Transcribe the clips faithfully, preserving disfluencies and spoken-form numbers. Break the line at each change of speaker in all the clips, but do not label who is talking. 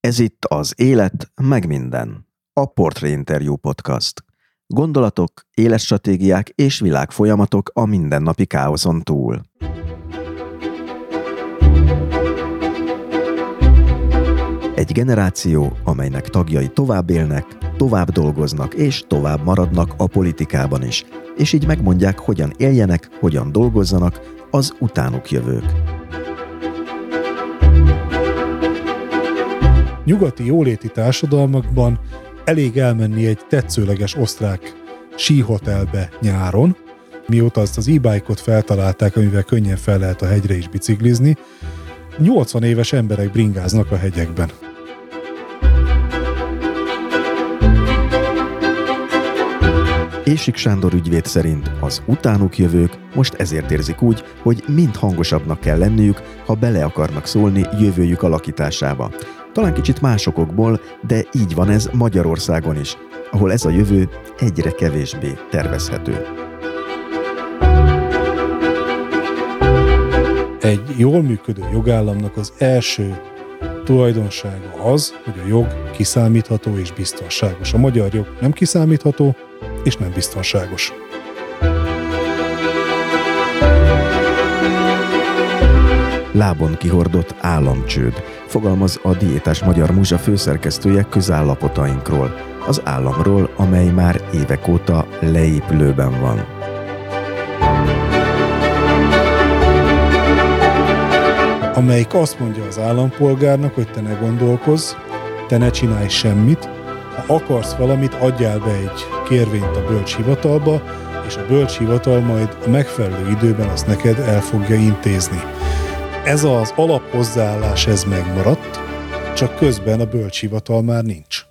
Ez itt az Élet meg minden, a Portré Interview Podcast. Gondolatok, életstratégiák és világfolyamatok a mindennapi káoszon túl. Egy generáció, amelynek tagjai tovább élnek, tovább dolgoznak és tovább maradnak a politikában is, és így megmondják, hogyan éljenek, hogyan dolgozzanak az utánuk jövők.
Nyugati jóléti társadalmakban elég elmenni egy tetszőleges osztrák síhotelbe nyáron, mióta azt az e-bike-ot feltalálták, amivel könnyen fel lehet a hegyre is biciklizni. nyolcvan éves emberek bringáznak a hegyekben.
Éssik Sándor ügyvéd szerint az utánuk jövők most ezért érzik úgy, hogy mind hangosabbnak kell lenniük, ha bele akarnak szólni jövőjük alakításába. Talán kicsit más okokból, de így van ez Magyarországon is, ahol ez a jövő egyre kevésbé tervezhető.
Egy jól működő jogállamnak az első tulajdonsága az, hogy a jog kiszámítható és biztonságos. A magyar jog nem kiszámítható és nem biztonságos.
Lábon kihordott államcsőd, fogalmaz a Diétás Magyar Múzsa főszerkesztője közállapotainkról, az államról, amely már évek óta leépülőben van.
Amelyik azt mondja az állampolgárnak, hogy te ne gondolkozz, te ne csinálj semmit, ha akarsz valamit, adjál be egy kérvényt a bölcshivatalba, és a bölcshivatal majd a megfelelő időben azt neked el fogja intézni. Ez az alaphozzáállás, ez megmaradt, csak közben a bölcshivatal már nincs.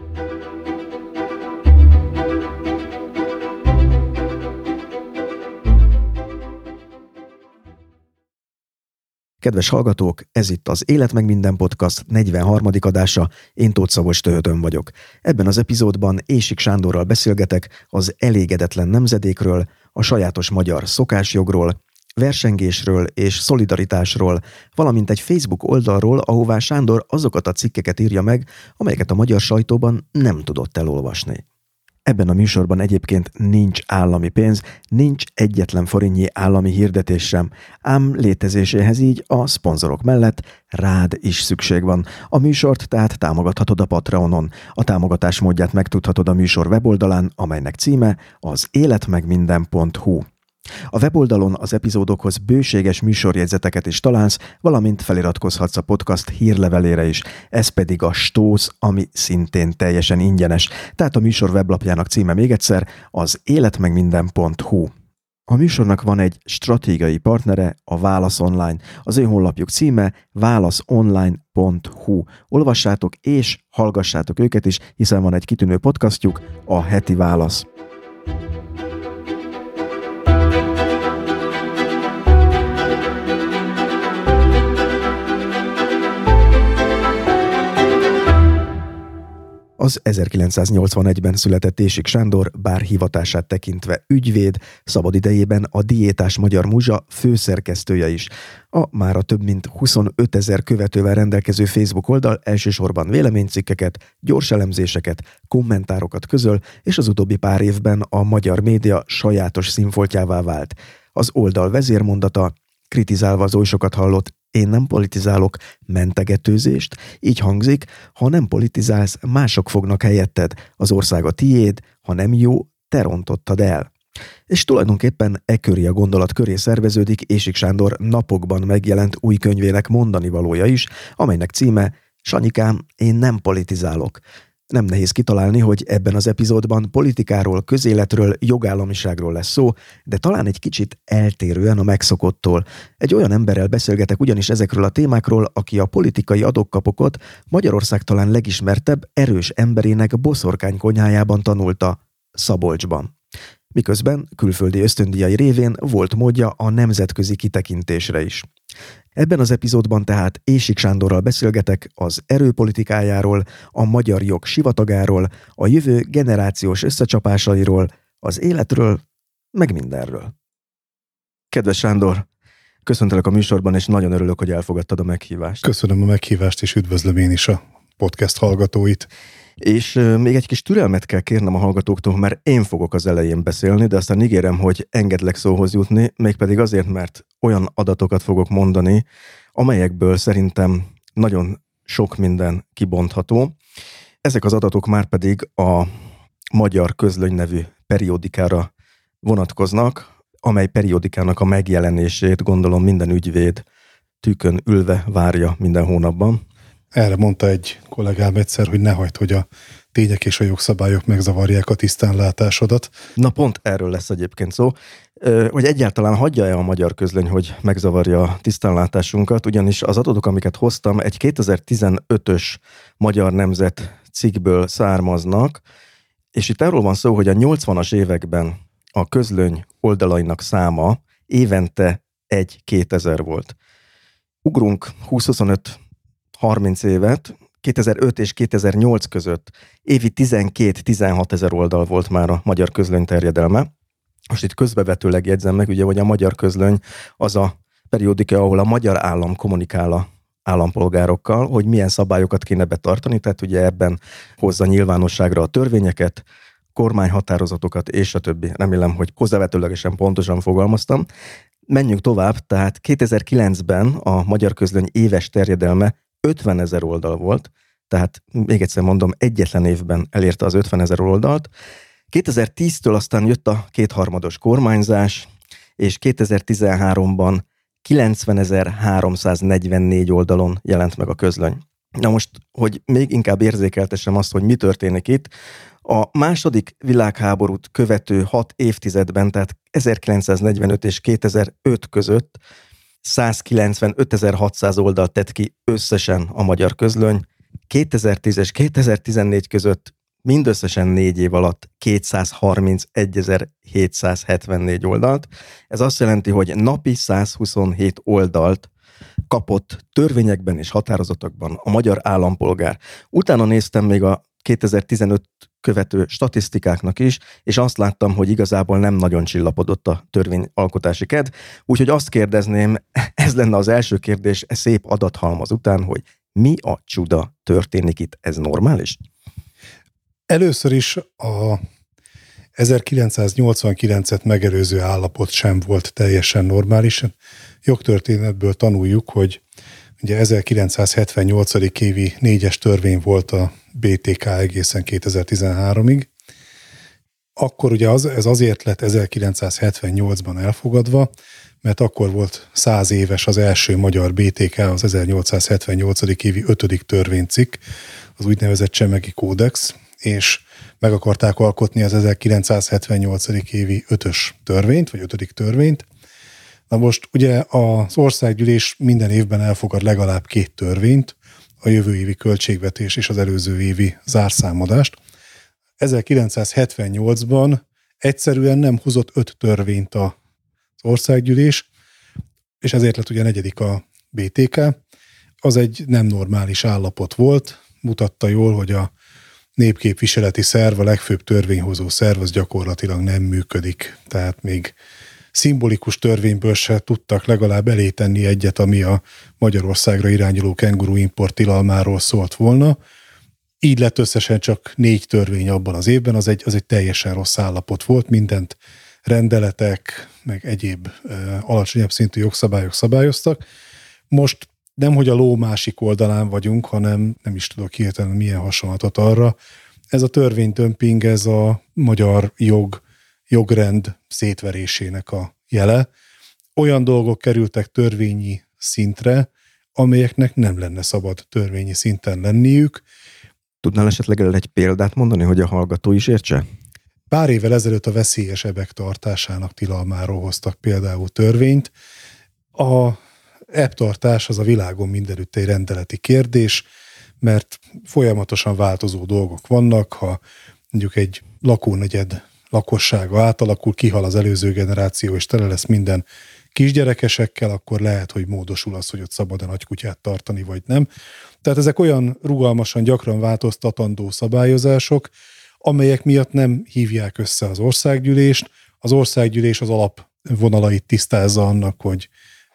Kedves hallgatók, ez itt az Élet meg minden podcast negyvenharmadik adása, én Tóth Szabolcs Töhödön vagyok. Ebben az epizódban Éssik Sándorral beszélgetek az elégedetlen nemzedékről, a sajátos magyar szokásjogról, versengésről és szolidaritásról, valamint egy Facebook oldalról, ahová Sándor azokat a cikkeket írja meg, amelyeket a magyar sajtóban nem tudott elolvasni. Ebben a műsorban egyébként nincs állami pénz, nincs egyetlen forintnyi állami hirdetés sem, ám létezéséhez így a szponzorok mellett rád is szükség van. A műsort tehát támogathatod a Patreonon. A támogatás módját megtudhatod a műsor weboldalán, amelynek címe az életmegminden pont hu. A weboldalon az epizódokhoz bőséges műsorjegyzeteket is találsz, valamint feliratkozhatsz a podcast hírlevelére is, ez pedig a Stósz, ami szintén teljesen ingyenes. Tehát a műsor weblapjának címe még egyszer az életmegminden pont hu. A műsornak van egy stratégiai partnere, a Válasz Online. Az ő honlapjuk címe válaszonline pont hu. Olvassátok és hallgassátok őket is, hiszen van egy kitűnő podcastjuk, a Heti Válasz. Az ezerkilencszáznyolcvanegyben született Éssik Sándor, bár hivatását tekintve ügyvéd, szabadidejében a Diétás Magyar Múzsa főszerkesztője is. A mára több mint huszonötezer követővel rendelkező Facebook oldal elsősorban véleménycikkeket, gyors elemzéseket, kommentárokat közöl, és az utóbbi pár évben a magyar média sajátos színfoltjává vált. Az oldal vezérmondata, kritizálva az oly sokat hallott "én nem politizálok" mentegetőzést, így hangzik: ha nem politizálsz, mások fognak helyetted, az ország a tiéd, ha nem jó, te rontottad el. És tulajdonképpen e köré a gondolat köré szerveződik Éssik Sándor napokban megjelent új könyvének mondani valója is, amelynek címe "Sanyikám, én nem politizálok". Nem nehéz kitalálni, hogy ebben az epizódban politikáról, közéletről, jogállamiságról lesz szó, de talán egy kicsit eltérően a megszokottól. Egy olyan emberrel beszélgetek ugyanis ezekről a témákról, aki a politikai adok-kapokot Magyarország talán legismertebb, erős emberének boszorkánykonyhájában tanulta, Szabolcsban. Miközben külföldi ösztöndíjai révén volt módja a nemzetközi kitekintésre is. Ebben az epizódban tehát Éssik Sándorral beszélgetek az erőpolitikájáról, a magyar jog sivatagáról, a jövő generációs összecsapásairól, az életről, meg mindenről. Kedves Sándor, köszöntelek a műsorban, és nagyon örülök, hogy elfogadtad a meghívást.
Köszönöm a meghívást, és üdvözlöm én is a podcast hallgatóit.
És még egy kis türelmet kell kérnem a hallgatóktól, mert én fogok az elején beszélni, de aztán ígérem, hogy engedlek szóhoz jutni, mégpedig azért, mert olyan adatokat fogok mondani, amelyekből szerintem nagyon sok minden kibontható. Ezek az adatok már pedig a Magyar Közlöny nevű periódikára vonatkoznak, amely periódikának a megjelenését gondolom minden ügyvéd tűkön ülve várja minden hónapban.
Erre mondta egy kollégám egyszer, hogy ne hagyd, hogy a tények és a jogszabályok megzavarják a tisztánlátásodat.
Na pont erről lesz egyébként szó, hogy egyáltalán hagyja-e a Magyar Közlöny, hogy megzavarja a tisztánlátásunkat, ugyanis az adatok, amiket hoztam, egy kétezer-tizenötös Magyar Nemzet cikkből származnak, és itt arról van szó, hogy a nyolcvanas években a közlöny oldalainak száma évente egy-kétezer volt. Ugrunk húsz-huszonöt harminc évet, kétezer-öt és kétezer-nyolc között évi tizenkét-tizenhat ezer oldal volt már a Magyar Közlöny terjedelme. Most itt közbevetőleg jegyzem meg, ugye, hogy a Magyar Közlöny az a periódika, ahol a magyar állam kommunikál a állampolgárokkal, hogy milyen szabályokat kéne betartani, tehát ugye ebben hozza nyilvánosságra a törvényeket, kormányhatározatokat és a többi. Remélem, hogy hozzávetőlegesen pontosan fogalmaztam. Menjünk tovább, tehát kétezer-kilencben a Magyar Közlöny éves terjedelme ötvenezer oldal volt, tehát még egyszer mondom, egyetlen évben elérte az ötvenezer oldalt. kétezer-tíztől aztán jött a kétharmados kormányzás, és kétezer-tizenháromban kilencvenezer-háromszáznegyvennégy oldalon jelent meg a közlöny. Na most, hogy még inkább érzékeltessem azt, hogy mi történik itt, a második világháborút követő hat évtizedben, tehát ezerkilencszáznegyvenöt és kétezer-öt között százkilencvenötezer-hatszáz oldalt tett ki összesen a Magyar Közlöny, kétezer-tíz és kétezer-tizennégy között mindösszesen négy év alatt kétszázharmincegyezer-hétszázhetvennégy oldalt. Ez azt jelenti, hogy napi százhuszonhét oldalt kapott törvényekben és határozatokban a magyar állampolgár. Utána néztem még a kétezer-tizenöt követő statisztikáknak is, és azt láttam, hogy igazából nem nagyon csillapodott a törvényalkotási kedv. Úgyhogy azt kérdezném, ez lenne az első kérdés e szép adathalmaz után, hogy mi a csuda történik itt, ez normális?
Először is a ezerkilencszáznyolcvankilencet megelőző állapot sem volt teljesen normális. Jogtörténetből tanuljuk, hogy ugye ezerkilencszázhetvennyolc évi négyes törvény volt a bé té ká egészen kétezer-tizenháromig. Akkor ugye az, ez azért lett ezerkilencszázhetvennyolcban elfogadva, mert akkor volt száz éves az első magyar bé té ká, az ezernyolcszázhetvennyolc évi ötödik törvénycikk, az úgynevezett Csemegi Kódex, és meg akarták alkotni az ezerkilencszázhetvennyolc évi ötös törvényt, vagy ötödik törvényt. Na most ugye az országgyűlés minden évben elfogad legalább két törvényt, a jövő évi költségvetés és az előző évi zárszámadást. ezerkilencszázhetvennyolcban egyszerűen nem hozott öt törvényt az országgyűlés, és ezért lett ugye negyedik a bé té ká. Az egy nem normális állapot volt, mutatta jól, hogy a népképviseleti szerv, a legfőbb törvényhozó szerv, az gyakorlatilag nem működik. Tehát még szimbolikus törvényből se tudtak legalább elé tenni egyet, ami a Magyarországra irányuló kenguru import tilalmáról szólt volna. Így lett összesen csak négy törvény abban az évben, az egy, az egy teljesen rossz állapot volt, mindent rendeletek, meg egyéb e, alacsonyabb szintű jogszabályok szabályoztak. Most nemhogy a ló másik oldalán vagyunk, hanem nem is tudok hirtelen milyen hasonlatot arra. Ez a törvénydömping, ez a magyar jog, jogrend szétverésének a jele. Olyan dolgok kerültek törvényi szintre, amelyeknek nem lenne szabad törvényi szinten lenniük.
Tudnál esetleg egy példát mondani, hogy a hallgató is értse?
Pár évvel ezelőtt a veszélyes ebek tartásának tilalmáról hoztak például törvényt. A ebtartás az a világon mindenütt egy rendeleti kérdés, mert folyamatosan változó dolgok vannak. Ha mondjuk egy lakónegyed lakossága átalakul, kihal az előző generáció, és tele lesz minden kisgyerekesekkel, akkor lehet, hogy módosul az, hogy ott szabad-e nagykutyát tartani, vagy nem. Tehát ezek olyan rugalmasan, gyakran változtatandó szabályozások, amelyek miatt nem hívják össze az országgyűlést. Az országgyűlés az alapvonalait tisztázza annak, hogy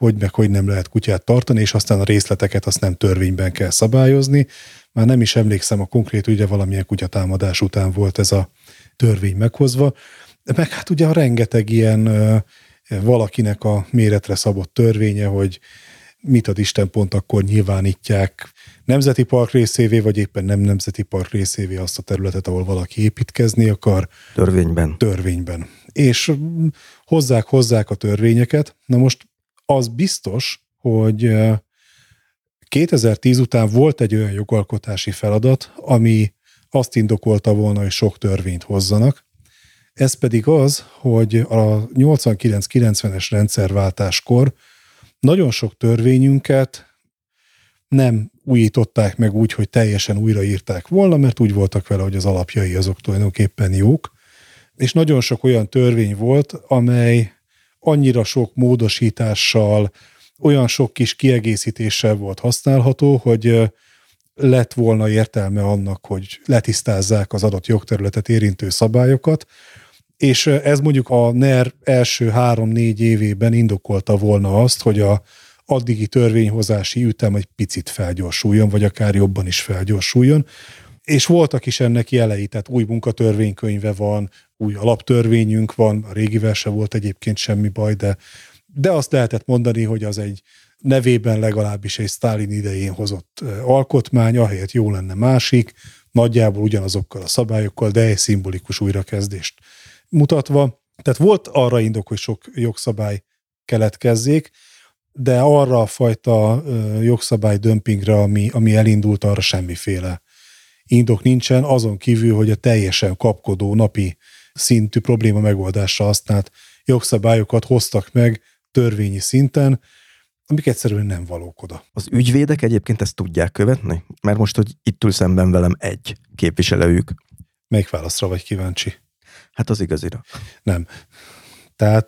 hogy meg hogy nem lehet kutyát tartani, és aztán a részleteket azt nem törvényben kell szabályozni. Már nem is emlékszem, a konkrét ugye valamilyen kutyatámadás után volt ez a törvény meghozva. Meg hát ugye a rengeteg ilyen ö, valakinek a méretre szabott törvénye, hogy mit ad Isten pont akkor nyilvánítják nemzeti park részévé, vagy éppen nem nemzeti park részévé azt a területet, ahol valaki építkezni akar.
Törvényben.
Törvényben. És hozzák, hozzák a törvényeket. Na most az biztos, hogy kétezer-tíz után volt egy olyan jogalkotási feladat, ami azt indokolta volna, hogy sok törvényt hozzanak. Ez pedig az, hogy a nyolcvankilenc-kilencvenes rendszerváltáskor nagyon sok törvényünket nem újították meg úgy, hogy teljesen újraírták volna, mert úgy voltak vele, hogy az alapjai azok tulajdonképpen jók. És nagyon sok olyan törvény volt, amely annyira sok módosítással, olyan sok kis kiegészítéssel volt használható, hogy lett volna értelme annak, hogy letisztázzák az adott jogterületet érintő szabályokat, és ez mondjuk a en e er első három-négy évében indokolta volna azt, hogy a addigi törvényhozási ütem egy picit felgyorsuljon, vagy akár jobban is felgyorsuljon. És voltak is ennek jelei, tehát új munkatörvénykönyve van, új alaptörvényünk van, a régivel se volt egyébként semmi baj, de, de azt lehetett mondani, hogy az egy nevében legalábbis egy Sztálin idején hozott alkotmány, ahelyett jó lenne másik, nagyjából ugyanazokkal a szabályokkal, de egy szimbolikus újrakezdést mutatva. Tehát volt arra indok, hogy sok jogszabály keletkezzék, de arra a fajta jogszabály dömpingre, ami, ami elindult, arra semmiféle indok nincsen, azon kívül, hogy a teljesen kapkodó napi szintű probléma megoldásra használt jogszabályokat hoztak meg törvényi szinten, amik egyszerűen nem valók oda.
Az ügyvédek egyébként ezt tudják követni? Mert most, hogy itt ül szemben velem egy képviselőjük.
Melyik válaszra vagy kíváncsi?
Hát az igazira.
Nem. Tehát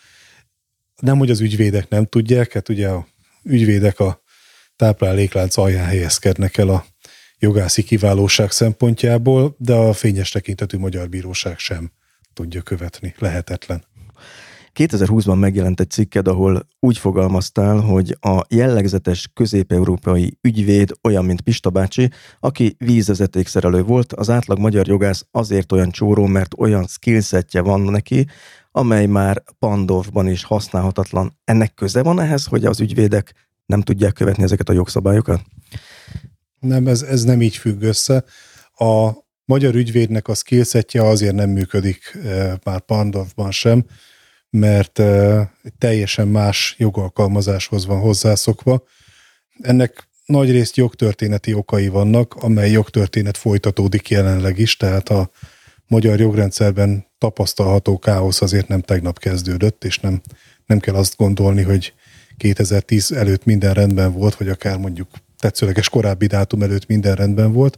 nem, hogy az ügyvédek nem tudják, hát ugye a ügyvédek a tápláléklánc alján helyezkednek el a jogászi kiválóság szempontjából, de a fényes tekintetű magyar bíróság sem tudja követni. Lehetetlen.
kétezer-húszban megjelent egy cikked, ahol úgy fogalmaztál, hogy a jellegzetes közép-európai ügyvéd olyan, mint Pista bácsi, aki vízvezetékszerelő volt, az átlag magyar jogász azért olyan csóró, mert olyan skillsetje van neki, amely már Pandorfban is használhatatlan. Ennek köze van ehhez, hogy az ügyvédek nem tudják követni ezeket a jogszabályokat?
Nem, ez, ez nem így függ össze. A magyar ügyvédnek a skillsetje azért nem működik e, már Pandorfban sem, mert e, teljesen más jogalkalmazáshoz van hozzászokva. Ennek nagyrészt jogtörténeti okai vannak, amely jogtörténet folytatódik jelenleg is, tehát a magyar jogrendszerben tapasztalható káosz azért nem tegnap kezdődött, és nem, nem kell azt gondolni, hogy kétezer-tíz előtt minden rendben volt, vagy akár mondjuk tetszőleges korábbi dátum előtt minden rendben volt.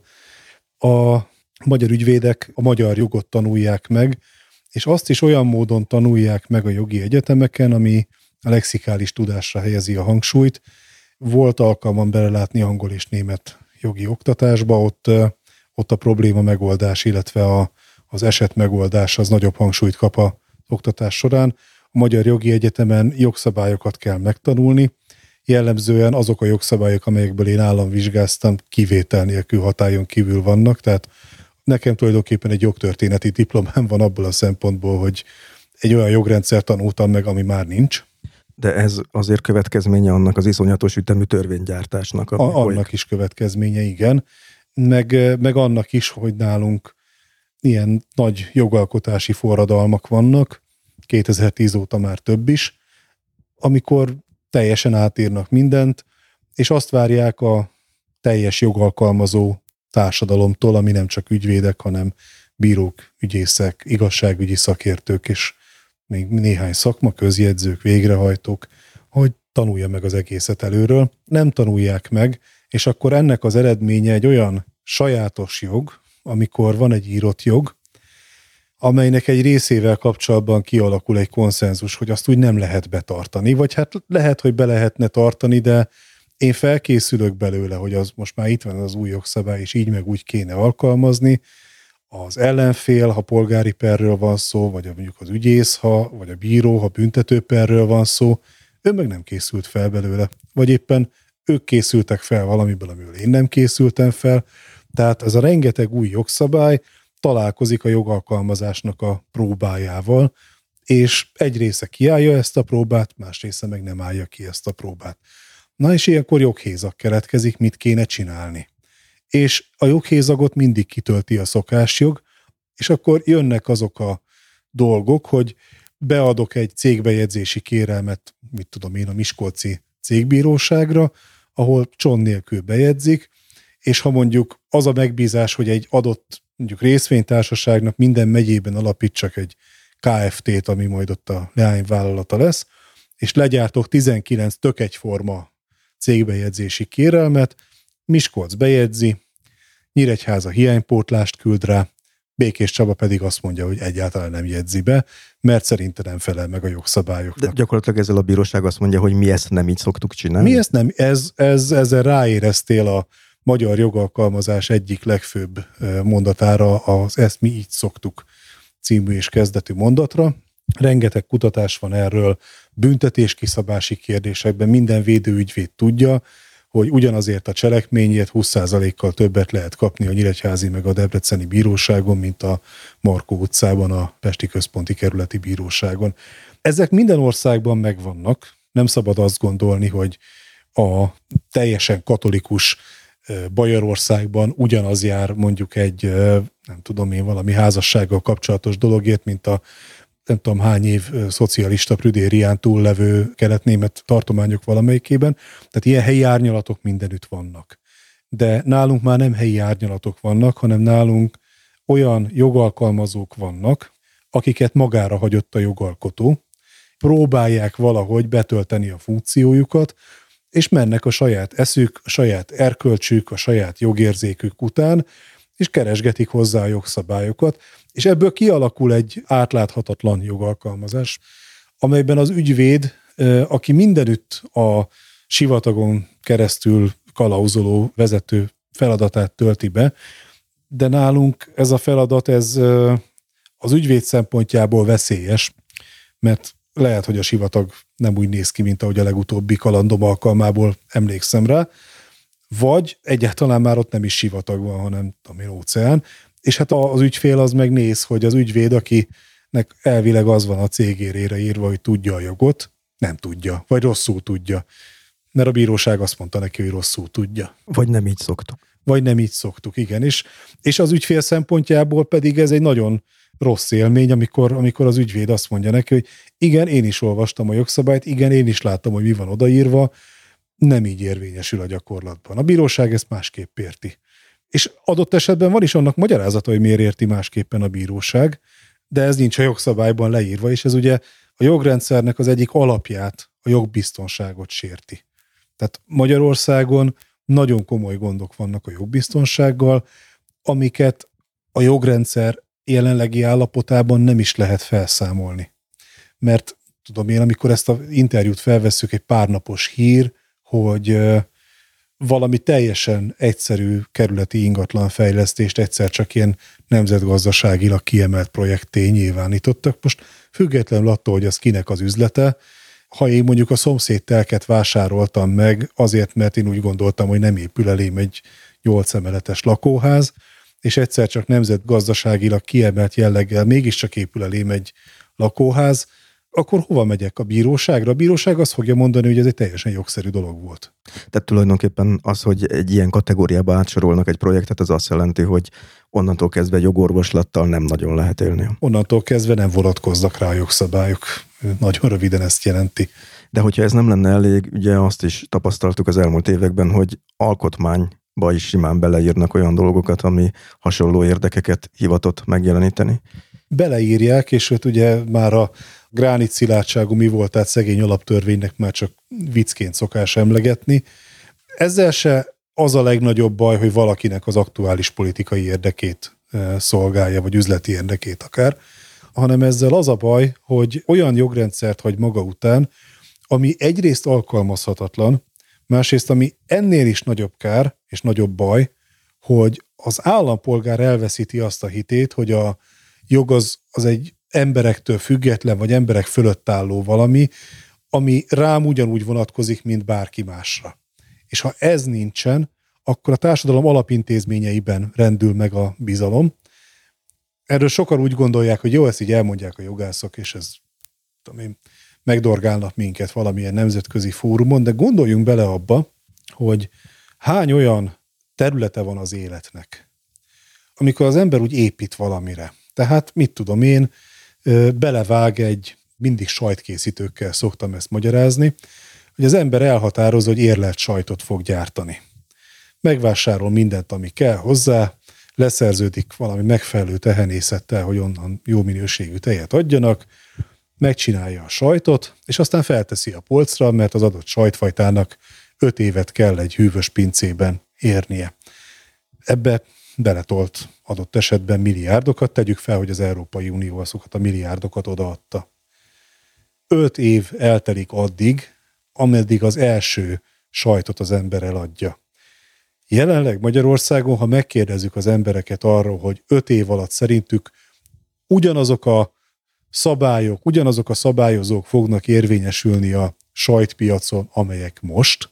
A magyar ügyvédek a magyar jogot tanulják meg, és azt is olyan módon tanulják meg a jogi egyetemeken, ami a lexikális tudásra helyezi a hangsúlyt. Volt alkalmam belelátni angol és német jogi oktatásba, ott, ott a probléma megoldás, illetve a, az eset megoldás az nagyobb hangsúlyt kap az oktatás során. A Magyar Jogi Egyetemen jogszabályokat kell megtanulni, jellemzően azok a jogszabályok, amelyekből én államvizsgáztam, kivétel nélkül hatályon kívül vannak, tehát nekem tulajdonképpen egy jogtörténeti diplomám van abból a szempontból, hogy egy olyan jogrendszer tanultam meg, ami már nincs.
De ez azért következménye annak az iszonyatos ütemű törvénygyártásnak.
A, annak folyik. Is következménye, igen. Meg, meg annak is, hogy nálunk ilyen nagy jogalkotási forradalmak vannak, kétezer-tíz óta már több is, amikor teljesen átírnak mindent, és azt várják a teljes jogalkalmazó társadalomtól, ami nem csak ügyvédek, hanem bírók, ügyészek, igazságügyi szakértők, és még néhány szakma, közjegyzők, végrehajtók, hogy tanulja meg az egészet előről. Nem tanulják meg, és akkor ennek az eredménye egy olyan sajátos jog, amikor van egy írott jog, amelynek egy részével kapcsolatban kialakul egy konszenzus, hogy azt úgy nem lehet betartani, vagy hát lehet, hogy be lehetne tartani, de én felkészülök belőle, hogy az most már itt van az új jogszabály, és így meg úgy kéne alkalmazni. Az ellenfél, ha polgári perről van szó, vagy mondjuk az ügyész, ha, vagy a bíró, ha büntetőperről van szó, ő meg nem készült fel belőle. Vagy éppen ők készültek fel valamiből, amiből én nem készültem fel. Tehát ez a rengeteg új jogszabály találkozik a jogalkalmazásnak a próbájával, és egy része kiállja ezt a próbát, más része meg nem állja ki ezt a próbát. Na és ilyenkor joghézag keletkezik, mit kéne csinálni. És a joghézagot mindig kitölti a szokásjog, és akkor jönnek azok a dolgok, hogy beadok egy cégbejegyzési kérelmet, mit tudom én, a miskolci cégbíróságra, ahol cson nélkül bejegyzik, és ha mondjuk az a megbízás, hogy egy adott mondjuk részvénytársaságnak minden megyében alapítsak egy ká ef té-t, ami majd ott a leányvállalata lesz, és legyártok tizenkilenc tök egyforma cégbejegyzési kérelmet, Miskolc bejegyzi, Nyíregyháza hiánypótlást küld rá, Békés Csaba pedig azt mondja, hogy egyáltalán nem jegyzi be, mert szerinte nem felel meg a jogszabályoknak.
De gyakorlatilag ezzel a bíróság azt mondja, hogy mi ezt nem így szoktuk csinálni?
Mi ezt nem, ez, ez, ezzel ráéreztél a magyar jogalkalmazás egyik legfőbb mondatára, az Ezt mi így szoktuk című és kezdetű mondatra. Rengeteg kutatás van erről, büntetéskiszabási kérdésekben minden védőügyvéd tudja, hogy ugyanazért a cselekményért húsz százalékkal többet lehet kapni a nyíregyházi meg a debreceni bíróságon, mint a Markó utcában a Pesti Központi Kerületi Bíróságon. Ezek minden országban megvannak. Nem szabad azt gondolni, hogy a teljesen katolikus Bajorországban ugyanaz jár mondjuk egy, nem tudom én, valami házassággal kapcsolatos dologért, mint a nem tudom hány év szocialista prüdérián túllevő kelet-német tartományok valamelyikében. Tehát ilyen helyi árnyalatok mindenütt vannak. De nálunk már nem helyi árnyalatok vannak, hanem nálunk olyan jogalkalmazók vannak, akiket magára hagyott a jogalkotó, próbálják valahogy betölteni a funkciójukat, és mennek a saját eszük, a saját erkölcsük, a saját jogérzékük után, és keresgetik hozzá a jogszabályokat, és ebből kialakul egy átláthatatlan jogalkalmazás, amelyben az ügyvéd, aki mindenütt a sivatagon keresztül kalauzoló vezető feladatát tölti be, de nálunk ez a feladat, ez az ügyvéd szempontjából veszélyes, mert lehet, hogy a sivatag nem úgy néz ki, mint ahogy a legutóbbi kalandom alkalmából emlékszem rá, vagy egyáltalán már ott nem is sivatag van, hanem tudom, óceán, és hát az ügyfél az megnéz, hogy az ügyvéd, akinek elvileg az van a cégérére írva, hogy tudja a jogot, nem tudja, vagy rosszul tudja, mert a bíróság azt mondta neki, hogy rosszul tudja.
Vagy nem így szoktuk.
Vagy nem így szoktuk, igen. És, és az ügyfél szempontjából pedig ez egy nagyon rossz élmény, amikor, amikor az ügyvéd azt mondja neki, hogy igen, én is olvastam a jogszabályt, igen, én is láttam, hogy mi van odaírva, nem így érvényesül a gyakorlatban. A bíróság ezt másképp érti. És adott esetben van is annak magyarázata, hogy miért érti másképpen a bíróság, de ez nincs a jogszabályban leírva, és ez ugye a jogrendszernek az egyik alapját, a jogbiztonságot sérti. Tehát Magyarországon nagyon komoly gondok vannak a jogbiztonsággal, amiket a jogrendszer jelenlegi állapotában nem is lehet felszámolni. Mert tudom én, amikor ezt az interjút felvesszük, egy párnapos hír, hogy valami teljesen egyszerű kerületi ingatlanfejlesztést egyszer csak ilyen nemzetgazdaságilag kiemelt projektté nyilvánítottak. Most függetlenül attól, hogy az kinek az üzlete, ha én mondjuk a szomszéd telket vásároltam meg azért, mert én úgy gondoltam, hogy nem épül elém egy nyolc emeletes lakóház, és egyszer csak nemzetgazdaságilag kiemelt jelleggel mégiscsak épül elém egy lakóház, akkor hova megyek? A bíróságra? A bíróság azt fogja mondani, hogy ez egy teljesen jogszerű dolog volt.
Tehát tulajdonképpen az, hogy egy ilyen kategóriába átsorolnak egy projektet, az azt jelenti, hogy onnantól kezdve jogorvoslattal nem nagyon lehet élni.
Onnantól kezdve nem vonatkoznak rá a jogszabályok. Nagyon röviden ezt jelenti.
De hogyha ez nem lenne elég, ugye azt is tapasztaltuk az elmúlt években, hogy alkotmányba is simán beleírnak olyan dolgokat, ami hasonló érdekeket hivatott megjeleníteni.
Beleírják, és ott ugye már a gránit szilárdságú mi volt, tehát szegény alaptörvénynek már csak viccként szokás emlegetni. Ezzel se az a legnagyobb baj, hogy valakinek az aktuális politikai érdekét szolgálja, vagy üzleti érdekét akár, hanem ezzel az a baj, hogy olyan jogrendszert hagy maga után, ami egyrészt alkalmazhatatlan, másrészt ami ennél is nagyobb kár, és nagyobb baj, hogy az állampolgár elveszíti azt a hitét, hogy a jog az, az egy emberektől független, vagy emberek fölött álló valami, ami rám ugyanúgy vonatkozik, mint bárki másra. És ha ez nincsen, akkor a társadalom alapintézményeiben rendül meg a bizalom. Erről sokan úgy gondolják, hogy jó, ezt így elmondják a jogászok, és ez tudom én, megdorgálnak minket valamilyen nemzetközi fórumon, de gondoljunk bele abba, hogy hány olyan területe van az életnek, amikor az ember úgy épít valamire. Tehát mit tudom én, belevág egy, mindig sajtkészítőkkel szoktam ezt magyarázni, hogy az ember elhatározza, hogy érlelt sajtot fog gyártani. Megvásárol mindent, ami kell hozzá, leszerződik valami megfelelő tehenészettel, hogy onnan jó minőségű tejet adjanak, megcsinálja a sajtot, és aztán felteszi a polcra, mert az adott sajtfajtának öt évet kell egy hűvös pincében érnie. Ebbe beletolt adott esetben milliárdokat, tegyük fel, hogy az Európai Unió azokat a milliárdokat odaadta. Öt év eltelik addig, ameddig az első sajtot az ember eladja. Jelenleg Magyarországon, ha megkérdezzük az embereket arról, hogy öt év alatt szerintük ugyanazok a szabályok, ugyanazok a szabályozók fognak érvényesülni a sajtpiacon, amelyek most,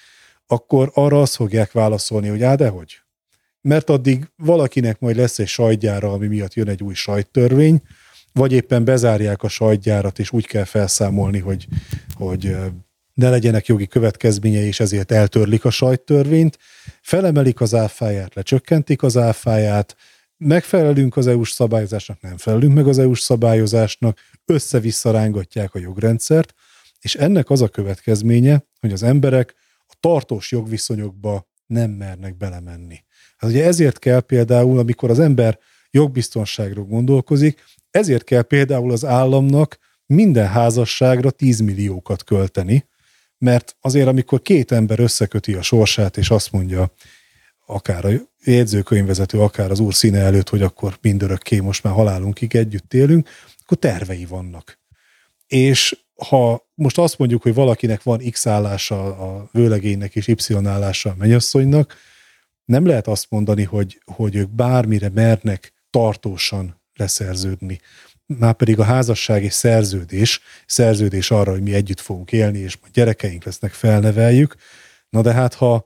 akkor arra azt fogják válaszolni, hogy á, dehogy. Mert addig valakinek majd lesz egy sajtgyára, ami miatt jön egy új sajttörvény, vagy éppen bezárják a sajtgyárat, és úgy kell felszámolni, hogy, hogy ne legyenek jogi következményei, és ezért eltörlik a sajttörvényt, felemelik az áfáját, lecsökkentik az áfáját, megfelelünk az é u-s szabályozásnak, nem felelünk meg az é u-s szabályozásnak, össze-vissza rángatják a jogrendszert, és ennek az a következménye, hogy az emberek a tartós jogviszonyokba nem mernek belemenni. Hát ugye ezért kell például, amikor az ember jogbiztonságról gondolkozik, ezért kell például az államnak minden házasságra tíz milliókat költeni, mert azért, amikor két ember összeköti a sorsát, és azt mondja, akár a jegyzőkönyvvezető, akár az úr színe előtt, hogy akkor mindörökké most már halálunkig együtt élünk, akkor tervei vannak. És ha most azt mondjuk, hogy valakinek van X állása a vőlegénynek és Y állása a mennyasszonynak, nem lehet azt mondani, hogy, hogy ők bármire mernek tartósan leszerződni. Márpedig a házasság és szerződés, szerződés arra, hogy mi együtt fogunk élni, és majd gyerekeink lesznek, felneveljük. Na de hát, ha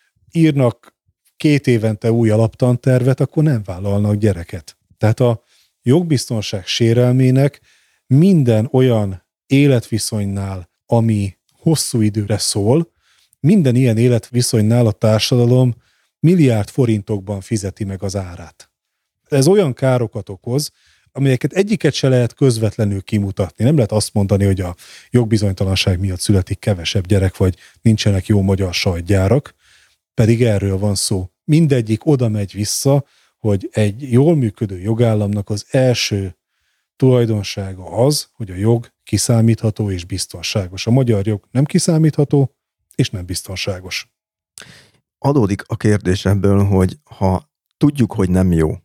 írnak két évente új alaptantervet, akkor nem vállalnak gyereket. Tehát a jogbiztonság sérelmének minden olyan életviszonynál, ami hosszú időre szól, minden ilyen életviszonynál a társadalom milliárd forintokban fizeti meg az árát. Ez olyan károkat okoz, amelyeket egyiket se lehet közvetlenül kimutatni. Nem lehet azt mondani, hogy a jogbizonytalanság miatt születik kevesebb gyerek, vagy nincsenek jó magyar sajtgyárak, pedig erről van szó. Mindegyik oda megy vissza, hogy egy jól működő jogállamnak az első tulajdonsága az, hogy a jog kiszámítható és biztonságos. A magyar jog nem kiszámítható és nem biztonságos.
Adódik a kérdés ebből, hogy ha tudjuk, hogy nem jó,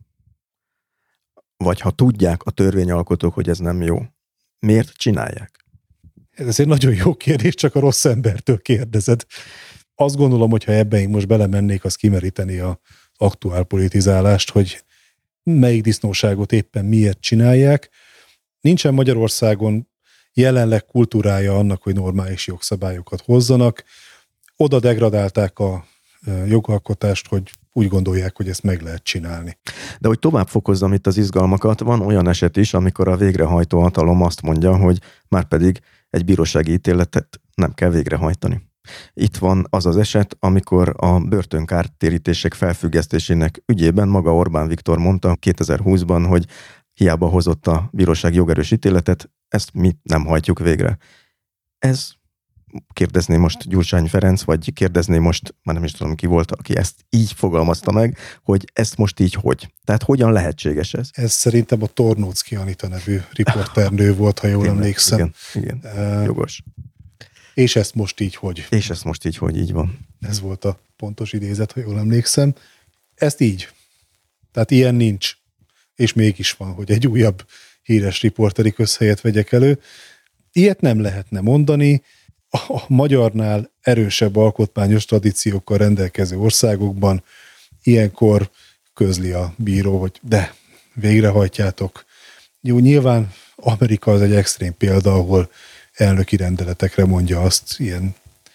vagy ha tudják a törvényalkotók, hogy ez nem jó, miért csinálják?
Ez egy nagyon jó kérdés, csak a rossz embertől kérdezed. Azt gondolom, hogy ha ebben én most belemennék, az kimeríteni az aktuál politizálást, hogy melyik disznóságot éppen miért csinálják. Nincsen Magyarországon jelenleg kultúrája annak, hogy normális jogszabályokat hozzanak. Oda degradálták a jogalkotást, hogy úgy gondolják, hogy ezt meg lehet csinálni.
De hogy tovább fokozzam itt az izgalmakat, van olyan eset is, amikor a végrehajtó hatalom azt mondja, hogy már pedig egy bírósági ítéletet nem kell végrehajtani. Itt van az az eset, amikor a börtönkártérítések felfüggesztésének ügyében maga Orbán Viktor mondta kétezer-húszban, hogy hiába hozott a bíróság jogerős ítéletet, ezt mi nem hajtjuk végre. Ez kérdezné most Gyurcsány Ferenc, vagy kérdezné most, már nem is tudom ki volt, aki ezt így fogalmazta meg, hogy ezt most így hogy? Tehát hogyan lehetséges ez?
Ez szerintem a Tornóczky Anita nevű riporternő volt, ha jól igen, emlékszem.
Igen, igen. Uh, jogos.
És ezt most így hogy?
És ezt most így hogy, így van.
Ez volt a pontos idézet, ha jól emlékszem. Ezt így. Tehát ilyen nincs. És mégis van, hogy egy újabb híres riporteri közhelyet vegyek elő. Ilyet nem lehetne mondani. A magyarnál erősebb alkotmányos tradíciókkal rendelkező országokban ilyenkor közli a bíró, hogy de, végrehajtjátok. Jó, nyilván Amerika az egy extrém példa, ahol elnöki rendeletekre mondja azt ilyen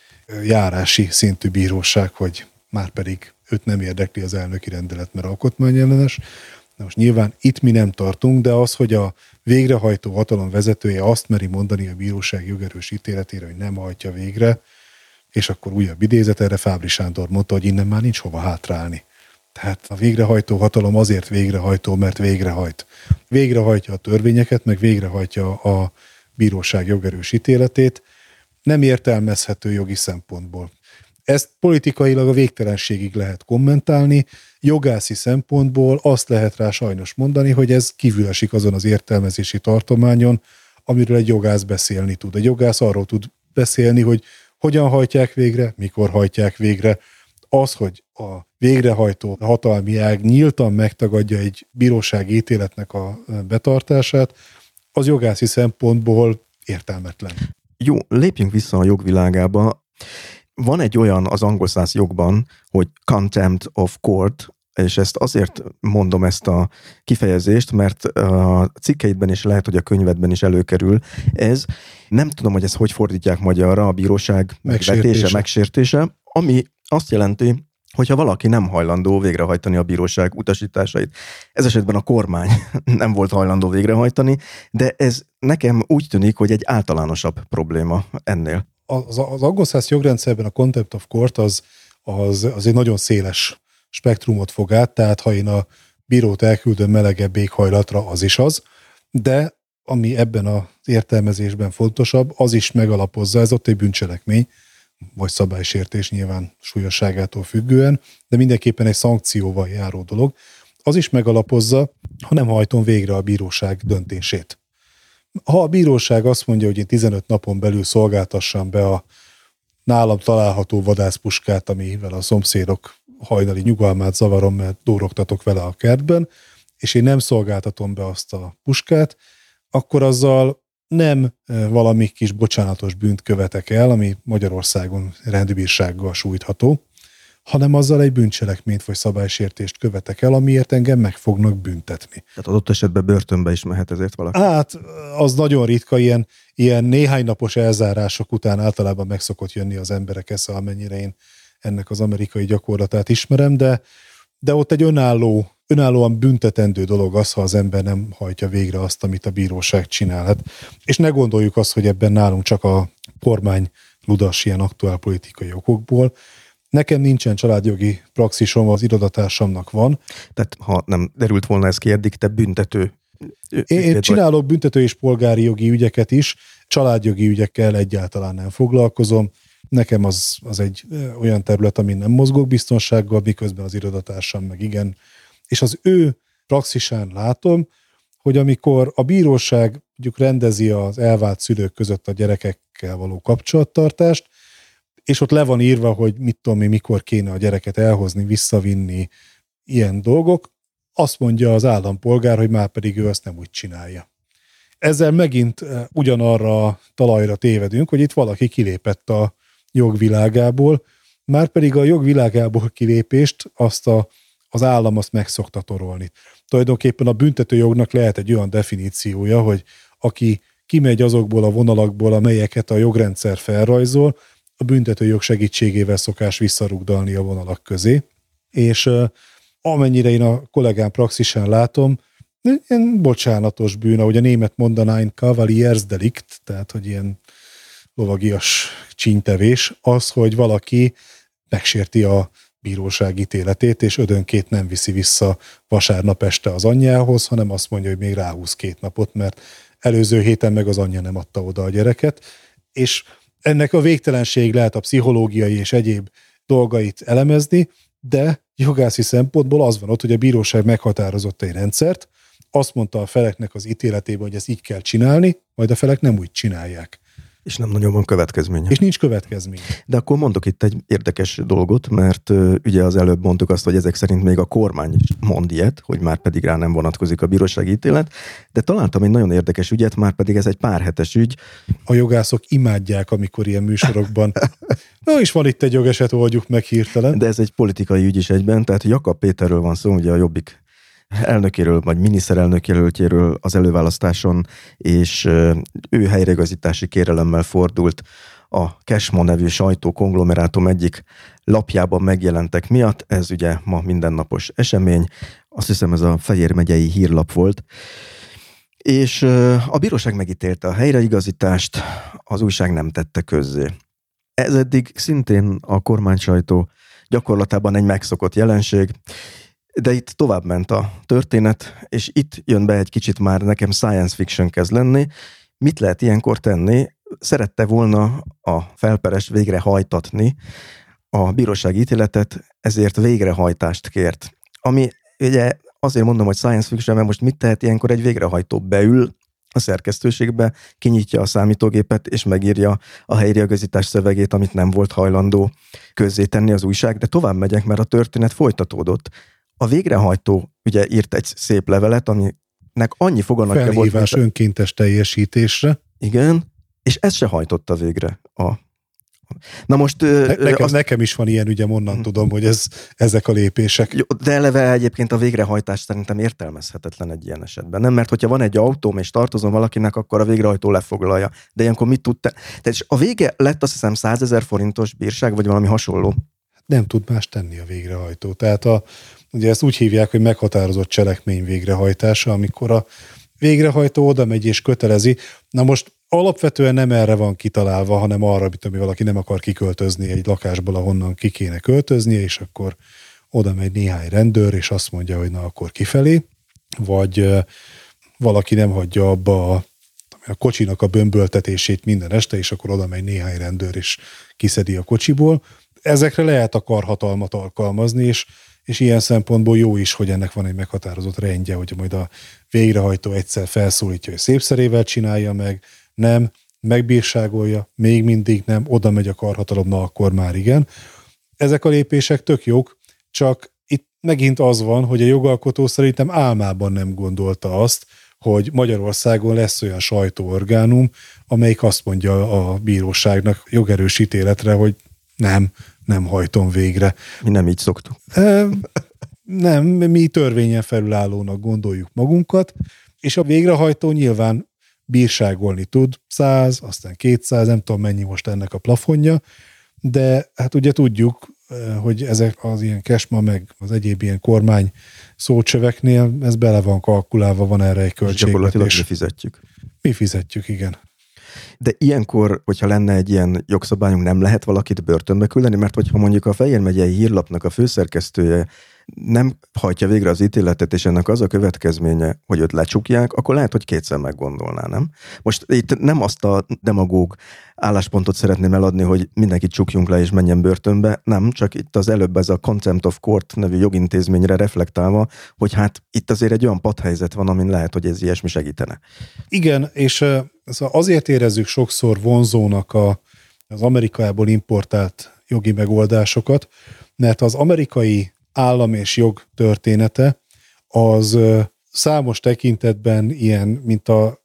járási szintű bíróság, hogy már pedig őt nem érdekli az elnöki rendelet, mert alkotmányellenes. Na most nyilván itt mi nem tartunk, de az, hogy a végrehajtó hatalom vezetője azt meri mondani a bíróság jogerős ítéletére, hogy nem hajtja végre, és akkor újabb idézet, erre Fábry Sándor mondta, hogy innen már nincs hova hátrálni. Tehát a végrehajtó hatalom azért végrehajtó, mert végrehajt. Végrehajtja a törvényeket, meg végrehajtja a bíróság jogerős ítéletét, nem értelmezhető jogi szempontból. Ezt politikailag a végtelenségig lehet kommentálni, jogászi szempontból azt lehet rá sajnos mondani, hogy ez kívül esik azon az értelmezési tartományon, amiről egy jogász beszélni tud. Egy jogász arról tud beszélni, hogy hogyan hajtják végre, mikor hajtják végre. Az, hogy a végrehajtó hatalmi ág nyíltan megtagadja egy bírósági ítéletnek a betartását, az jogászi szempontból értelmetlen.
Jó, lépjünk vissza a jogvilágába. Van egy olyan az angol száz jogban, hogy contempt of court, és ezt azért mondom ezt a kifejezést, mert a cikkeidben is lehet, hogy a könyvedben is előkerül. Ez, nem tudom, hogy ezt hogy fordítják magyarra, a bíróság megvetése, megsértése, ami azt jelenti, hogyha valaki nem hajlandó végrehajtani a bíróság utasításait. Ez esetben a kormány nem volt hajlandó végrehajtani, de ez nekem úgy tűnik, hogy egy általánosabb probléma ennél.
Az, az angol száz jogrendszerben a contempt of court az, az, az egy nagyon széles spektrumot fog át, tehát ha én a bírót elküldöm melegebb éghajlatra, az is az, de ami ebben az értelmezésben fontosabb, az is megalapozza, ez ott egy bűncselekmény, vagy szabálysértés nyilván súlyosságától függően, de mindenképpen egy szankcióval járó dolog. Az is megalapozza, ha nem hajtom végre a bíróság döntését. Ha a bíróság azt mondja, hogy én tizenöt napon belül szolgáltassam be a nálam található vadászpuskát, amivel a szomszédok hajnali nyugalmát zavarom, mert dórogtatok vele a kertben, és én nem szolgáltatom be azt a puskát, akkor azzal nem valami kis bocsánatos bűnt követek el, ami Magyarországon rendbírsággal sújtható, hanem azzal egy bűncselekményt vagy szabálysértést követek el, amiért engem meg fognak büntetni.
Tehát adott esetben börtönbe is mehet ezért valaki?
Hát, az nagyon ritka, ilyen, ilyen néhány napos elzárások után általában meg szokott jönni az emberek esze, amennyire én ennek az amerikai gyakorlatát ismerem, de, de ott egy önálló, önállóan büntetendő dolog az, ha az ember nem hajtja végre azt, amit a bíróság csinálhat. És ne gondoljuk azt, hogy ebben nálunk csak a kormány ludas ilyen aktuál politikai okokból. Nekem nincsen családjogi praxisom, az irodatársamnak van.
Tehát ha nem derült volna ez ki eddig, te büntető.
Én, én csinálok büntető és polgári jogi ügyeket is, családjogi ügyekkel egyáltalán nem foglalkozom. Nekem az, az egy olyan terület, amin nem mozgok biztonsággal, miközben az irodatársam meg igen. És az ő praxisán látom, hogy amikor a bíróság mondjuk rendezi az elvált szülők között a gyerekekkel való kapcsolattartást, és ott le van írva, hogy mit tudom én, mikor kéne a gyereket elhozni, visszavinni, ilyen dolgok, azt mondja az állampolgár, hogy már pedig ő azt nem úgy csinálja. Ezzel megint ugyanarra a talajra tévedünk, hogy itt valaki kilépett a jogvilágából, már pedig a jogvilágából kilépést azt a, az állam azt meg szokta torolni. Tulajdonképpen a büntetőjognak lehet egy olyan definíciója, hogy aki kimegy azokból a vonalakból, amelyeket a jogrendszer felrajzol, a büntetőjog segítségével szokás visszarugdalni a vonalak közé, és uh, amennyire én a kollégám praxisán látom, ilyen bocsánatos bűn, ahogy a német mondaná, ein Kavaliersdelikt, tehát hogy ilyen lovagias csínytevés, az, hogy valaki megsérti a bíróság ítéletét, és ödönként nem viszi vissza vasárnap este az anyjához, hanem azt mondja, hogy még ráhúz két napot, mert előző héten meg az anyja nem adta oda a gyereket, és ennek a végtelenség lehet a pszichológiai és egyéb dolgait elemezni, de jogászi szempontból az van ott, hogy a bíróság meghatározott egy rendszert, azt mondta a feleknek az ítéletében, hogy ezt így kell csinálni, majd a felek nem úgy csinálják.
És nem nagyon van következménye.
És nincs következménye.
De akkor mondok itt egy érdekes dolgot, mert uh, ugye az előbb mondtuk azt, hogy ezek szerint még a kormány is mond ilyet, hogy már pedig rá nem vonatkozik a bírósági ítélet, de találtam egy nagyon érdekes ügyet, már pedig ez egy pár hetes ügy.
A jogászok imádják, amikor ilyen műsorokban na is van itt egy jogeset, oldjuk meg hirtelen.
De ez egy politikai ügy is egyben, tehát Jakab Péterről van szó, ugye a Jobbik elnökéről, vagy miniszterelnök jelöltjéről az előválasztáson, és ő helyreigazítási kérelemmel fordult a Cashmo nevű sajtókonglomerátum egyik lapjában megjelentek miatt. Ez ugye ma mindennapos esemény. Azt hiszem, ez a Fejér megyei hírlap volt. És a bíróság megítélte a helyreigazítást, az újság nem tette közzé. Ez eddig szintén a kormánysajtó gyakorlatában egy megszokott jelenség, de itt tovább ment a történet, és itt jön be egy kicsit már nekem science fiction kezd lenni. Mit lehet ilyenkor tenni? Szerette volna a felperes végrehajtatni a bírósági ítéletet, ezért végrehajtást kért. Ami ugye azért mondom, hogy science fiction, mert most mit tehet ilyenkor egy végrehajtó? Beül a szerkesztőségbe, kinyitja a számítógépet, és megírja a helyreigazítás szövegét, amit nem volt hajlandó közzétenni az újság, de tovább megyek, mert a történet folytatódott. A végrehajtó ugye írt egy szép levelet, aminek annyi foganatja volt.
Felhívás önkéntes teljesítésre.
Igen, és ezt se hajtotta végre. A... Na most...
Ne, nekem,
azt...
nekem is van ilyen ügyem, onnan tudom, hogy ez, ezek a lépések.
Jó, de eleve egyébként a végrehajtás szerintem értelmezhetetlen egy ilyen esetben. Nem, mert hogyha van egy autóm, és tartozom valakinek, akkor a végrehajtó lefoglalja. De ilyenkor mit tud te? Tehát a vége lett azt hiszem százezer forintos bírság, vagy valami hasonló.
Nem tud más tenni a végrehajtó. Tehát a, ugye ezt úgy hívják, hogy meghatározott cselekmény végrehajtása, amikor a végrehajtó oda megy és kötelezi. Na most alapvetően nem erre van kitalálva, hanem arra, amit valaki nem akar kiköltözni egy lakásból, ahonnan ki kéne költöznie, és akkor oda megy néhány rendőr, és azt mondja, hogy na akkor kifelé, vagy valaki nem hagyja abba a, a kocsinak a bömböltetését minden este, és akkor oda megy néhány rendőr, és kiszedi a kocsiból. Ezekre lehet a karhatalmat alkalmazni, és, és ilyen szempontból jó is, hogy ennek van egy meghatározott rendje, hogy majd a végrehajtó egyszer felszólítja, hogy szépszerével csinálja meg, nem, megbírságolja, még mindig nem, oda megy a karhatalom, na akkor már igen. Ezek a lépések tök jók, csak itt megint az van, hogy a jogalkotó szerintem álmában nem gondolta azt, hogy Magyarországon lesz olyan sajtóorgánum, amelyik azt mondja a bíróságnak jogerős ítéletre, hogy nem, nem hajtom végre.
Mi nem így szoktuk.
E, nem, mi törvényen felülállónak gondoljuk magunkat, és a végrehajtó nyilván bírságolni tud, száz, aztán kétszáz, nem tudom mennyi most ennek a plafonja, de hát ugye tudjuk, hogy ezek az ilyen Cashmo meg az egyéb ilyen kormány szócsöveknél ez bele van kalkulálva, van erre egy költségvetés.
Gyakorlatilag mi fizetjük.
Mi fizetjük, igen.
De ilyenkor, hogyha lenne egy ilyen jogszabályunk, nem lehet valakit börtönbe küldeni, mert hogyha mondjuk a Fejér megyei hírlapnak a főszerkesztője nem hajtja végre az ítéletet, és ennek az a következménye, hogy őt lecsukják, akkor lehet, hogy kétszer meggondolná, nem? Most itt nem azt a demagóg álláspontot szeretném eladni, hogy mindenkit csukjunk le és menjen börtönbe, nem, csak itt az előbb ez a Contempt of Court nevű jogintézményre reflektálva, hogy hát itt azért egy olyan padhelyzet van, amin lehet, hogy ez ilyesmi segítene.
Igen, és azért érezzük sokszor vonzónak a, az Amerikából importált jogi megoldásokat, mert az amerikai állam és jog története az számos tekintetben ilyen, mint a,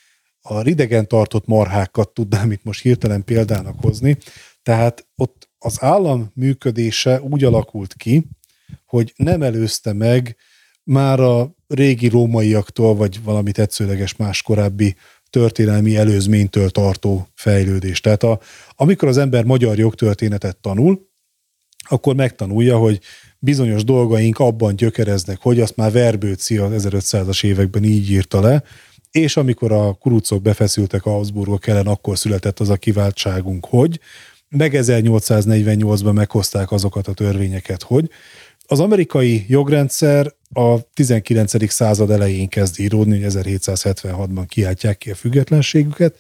a ridegen tartott marhákat tudnám itt most hirtelen példának hozni. Tehát ott az állam működése úgy alakult ki, hogy nem előzte meg már a régi rómaiaktól, vagy valami tetszőleges más korábbi történelmi előzménytől tartó fejlődés. Tehát a, amikor az ember magyar jogtörténetet tanul, akkor megtanulja, hogy bizonyos dolgaink abban gyökereznek, hogy azt már Verbőci az ezerötszázas években így írta le, és amikor a kurucok befeszültek a Habsburgok ellen, akkor született az a kiváltságunk, hogy, meg ezernyolcszáznegyvennyolcban meghozták azokat a törvényeket, hogy az amerikai jogrendszer a tizenkilencedik század elején kezd íródni, hogy ezerhétszázhetvenhatban kiáltják ki a függetlenségüket,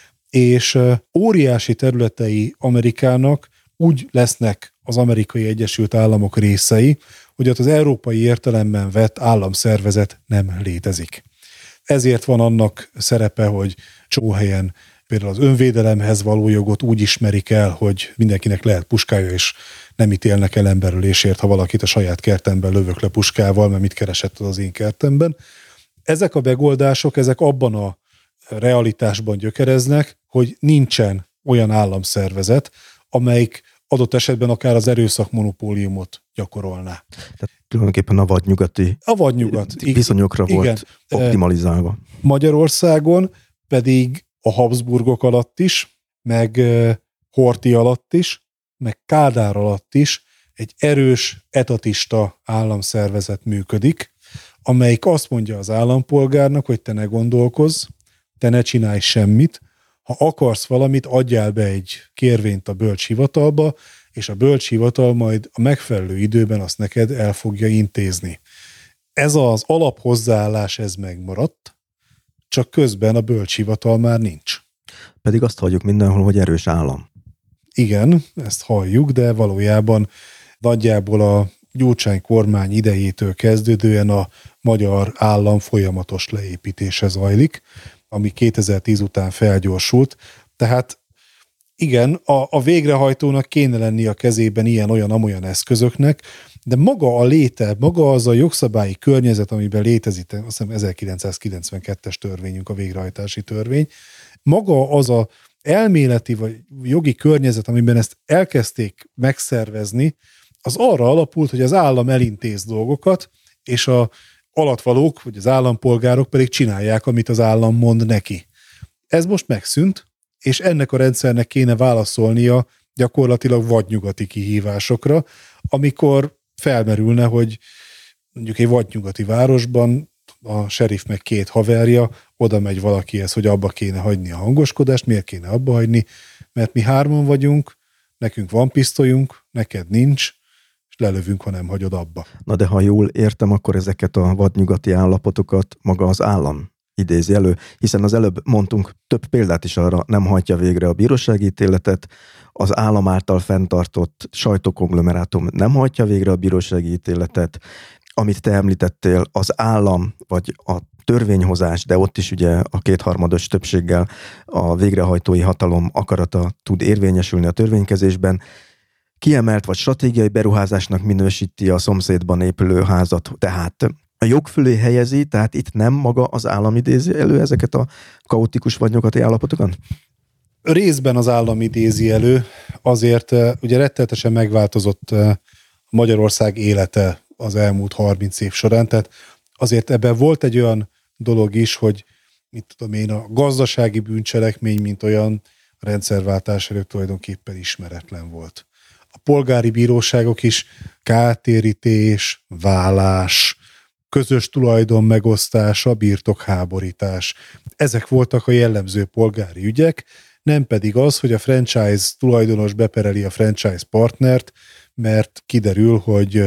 és óriási területei Amerikának úgy lesznek az Amerikai Egyesült Államok részei, hogy ott az európai értelemben vett államszervezet nem létezik. Ezért van annak szerepe, hogy csomó helyen például az önvédelemhez való jogot úgy ismerik el, hogy mindenkinek lehet puskája, és nem ítélnek el emberölésért, ha valakit a saját kertemben lövök le puskával, mert mit keresett az én kertemben. Ezek a megoldások, ezek abban a realitásban gyökereznek, hogy nincsen olyan államszervezet, amelyik adott esetben akár az erőszak monopóliumot gyakorolná.
Tehát tulajdonképpen a vadnyugati
a vadnyugat,
viszonyokra igen. volt optimalizálva.
Magyarországon pedig a Habsburgok alatt is, meg Horthy alatt is, meg Kádár alatt is egy erős etatista államszervezet működik, amelyik azt mondja az állampolgárnak, hogy te ne gondolkozz, te ne csinálj semmit, ha akarsz valamit, adjál be egy kérvényt a bölcshivatalba, és a bölcshivatal majd a megfelelő időben azt neked el fogja intézni. Ez az alaphozzáállás, ez megmaradt, csak közben a bölcshivatal már nincs.
Pedig azt halljuk mindenhol, hogy erős állam.
Igen, ezt halljuk, de valójában nagyjából a Gyurcsány kormány idejétől kezdődően a magyar állam folyamatos leépítése zajlik, ami kétezer-tíz után felgyorsult. Tehát igen, a, a végrehajtónak kéne lenni a kezében ilyen-olyan-amolyan eszközöknek, de maga a léte, maga az a jogszabályi környezet, amiben létezik, azt hiszem ezerkilencszázkilencvenkettes törvényünk, a végrehajtási törvény, maga az a elméleti vagy jogi környezet, amiben ezt elkezdték megszervezni, az arra alapult, hogy az állam elintéz dolgokat, és a alatvalók, vagy az állampolgárok pedig csinálják, amit az állam mond neki. Ez most megszűnt, és ennek a rendszernek kéne válaszolnia gyakorlatilag vadnyugati kihívásokra, amikor felmerülne, hogy mondjuk egy vadnyugati városban a serif meg két haverja, oda megy valakihez, hogy abba kéne hagyni a hangoskodást, miért kéne abba hagyni, mert mi hárman vagyunk, nekünk van pisztolyunk, neked nincs, és lelövünk, ha nem hagyod abba.
Na de ha jól értem, akkor ezeket a vadnyugati állapotokat maga az állam idézi elő, hiszen az előbb mondtunk több példát is arra, nem hajtja végre a bírósági ítéletet, az állam által fenntartott sajtókonglomerátum nem hajtja végre a bírósági ítéletet, amit te említettél, az állam, vagy a törvényhozás, de ott is ugye a kétharmados többséggel a végrehajtói hatalom akarata tud érvényesülni a törvénykezésben, kiemelt vagy stratégiai beruházásnak minősíti a szomszédban épülő házat, tehát a jog fölé helyezi, tehát itt nem maga az állam idézi elő ezeket a kaotikus vadnyugati állapotokat?
Részben az állam idézi elő, azért ugye rettenetesen megváltozott Magyarország élete az elmúlt harminc év során, tehát azért ebben volt egy olyan dolog is, hogy mit tudom én, a gazdasági bűncselekmény, mint olyan a rendszerváltás előtt tulajdonképpen ismeretlen volt. A polgári bíróságok is kártérítés, vállás, közös tulajdon megosztása, birtokháborítás. Ezek voltak a jellemző polgári ügyek, nem pedig az, hogy a franchise tulajdonos bepereli a franchise partnert, mert kiderül, hogy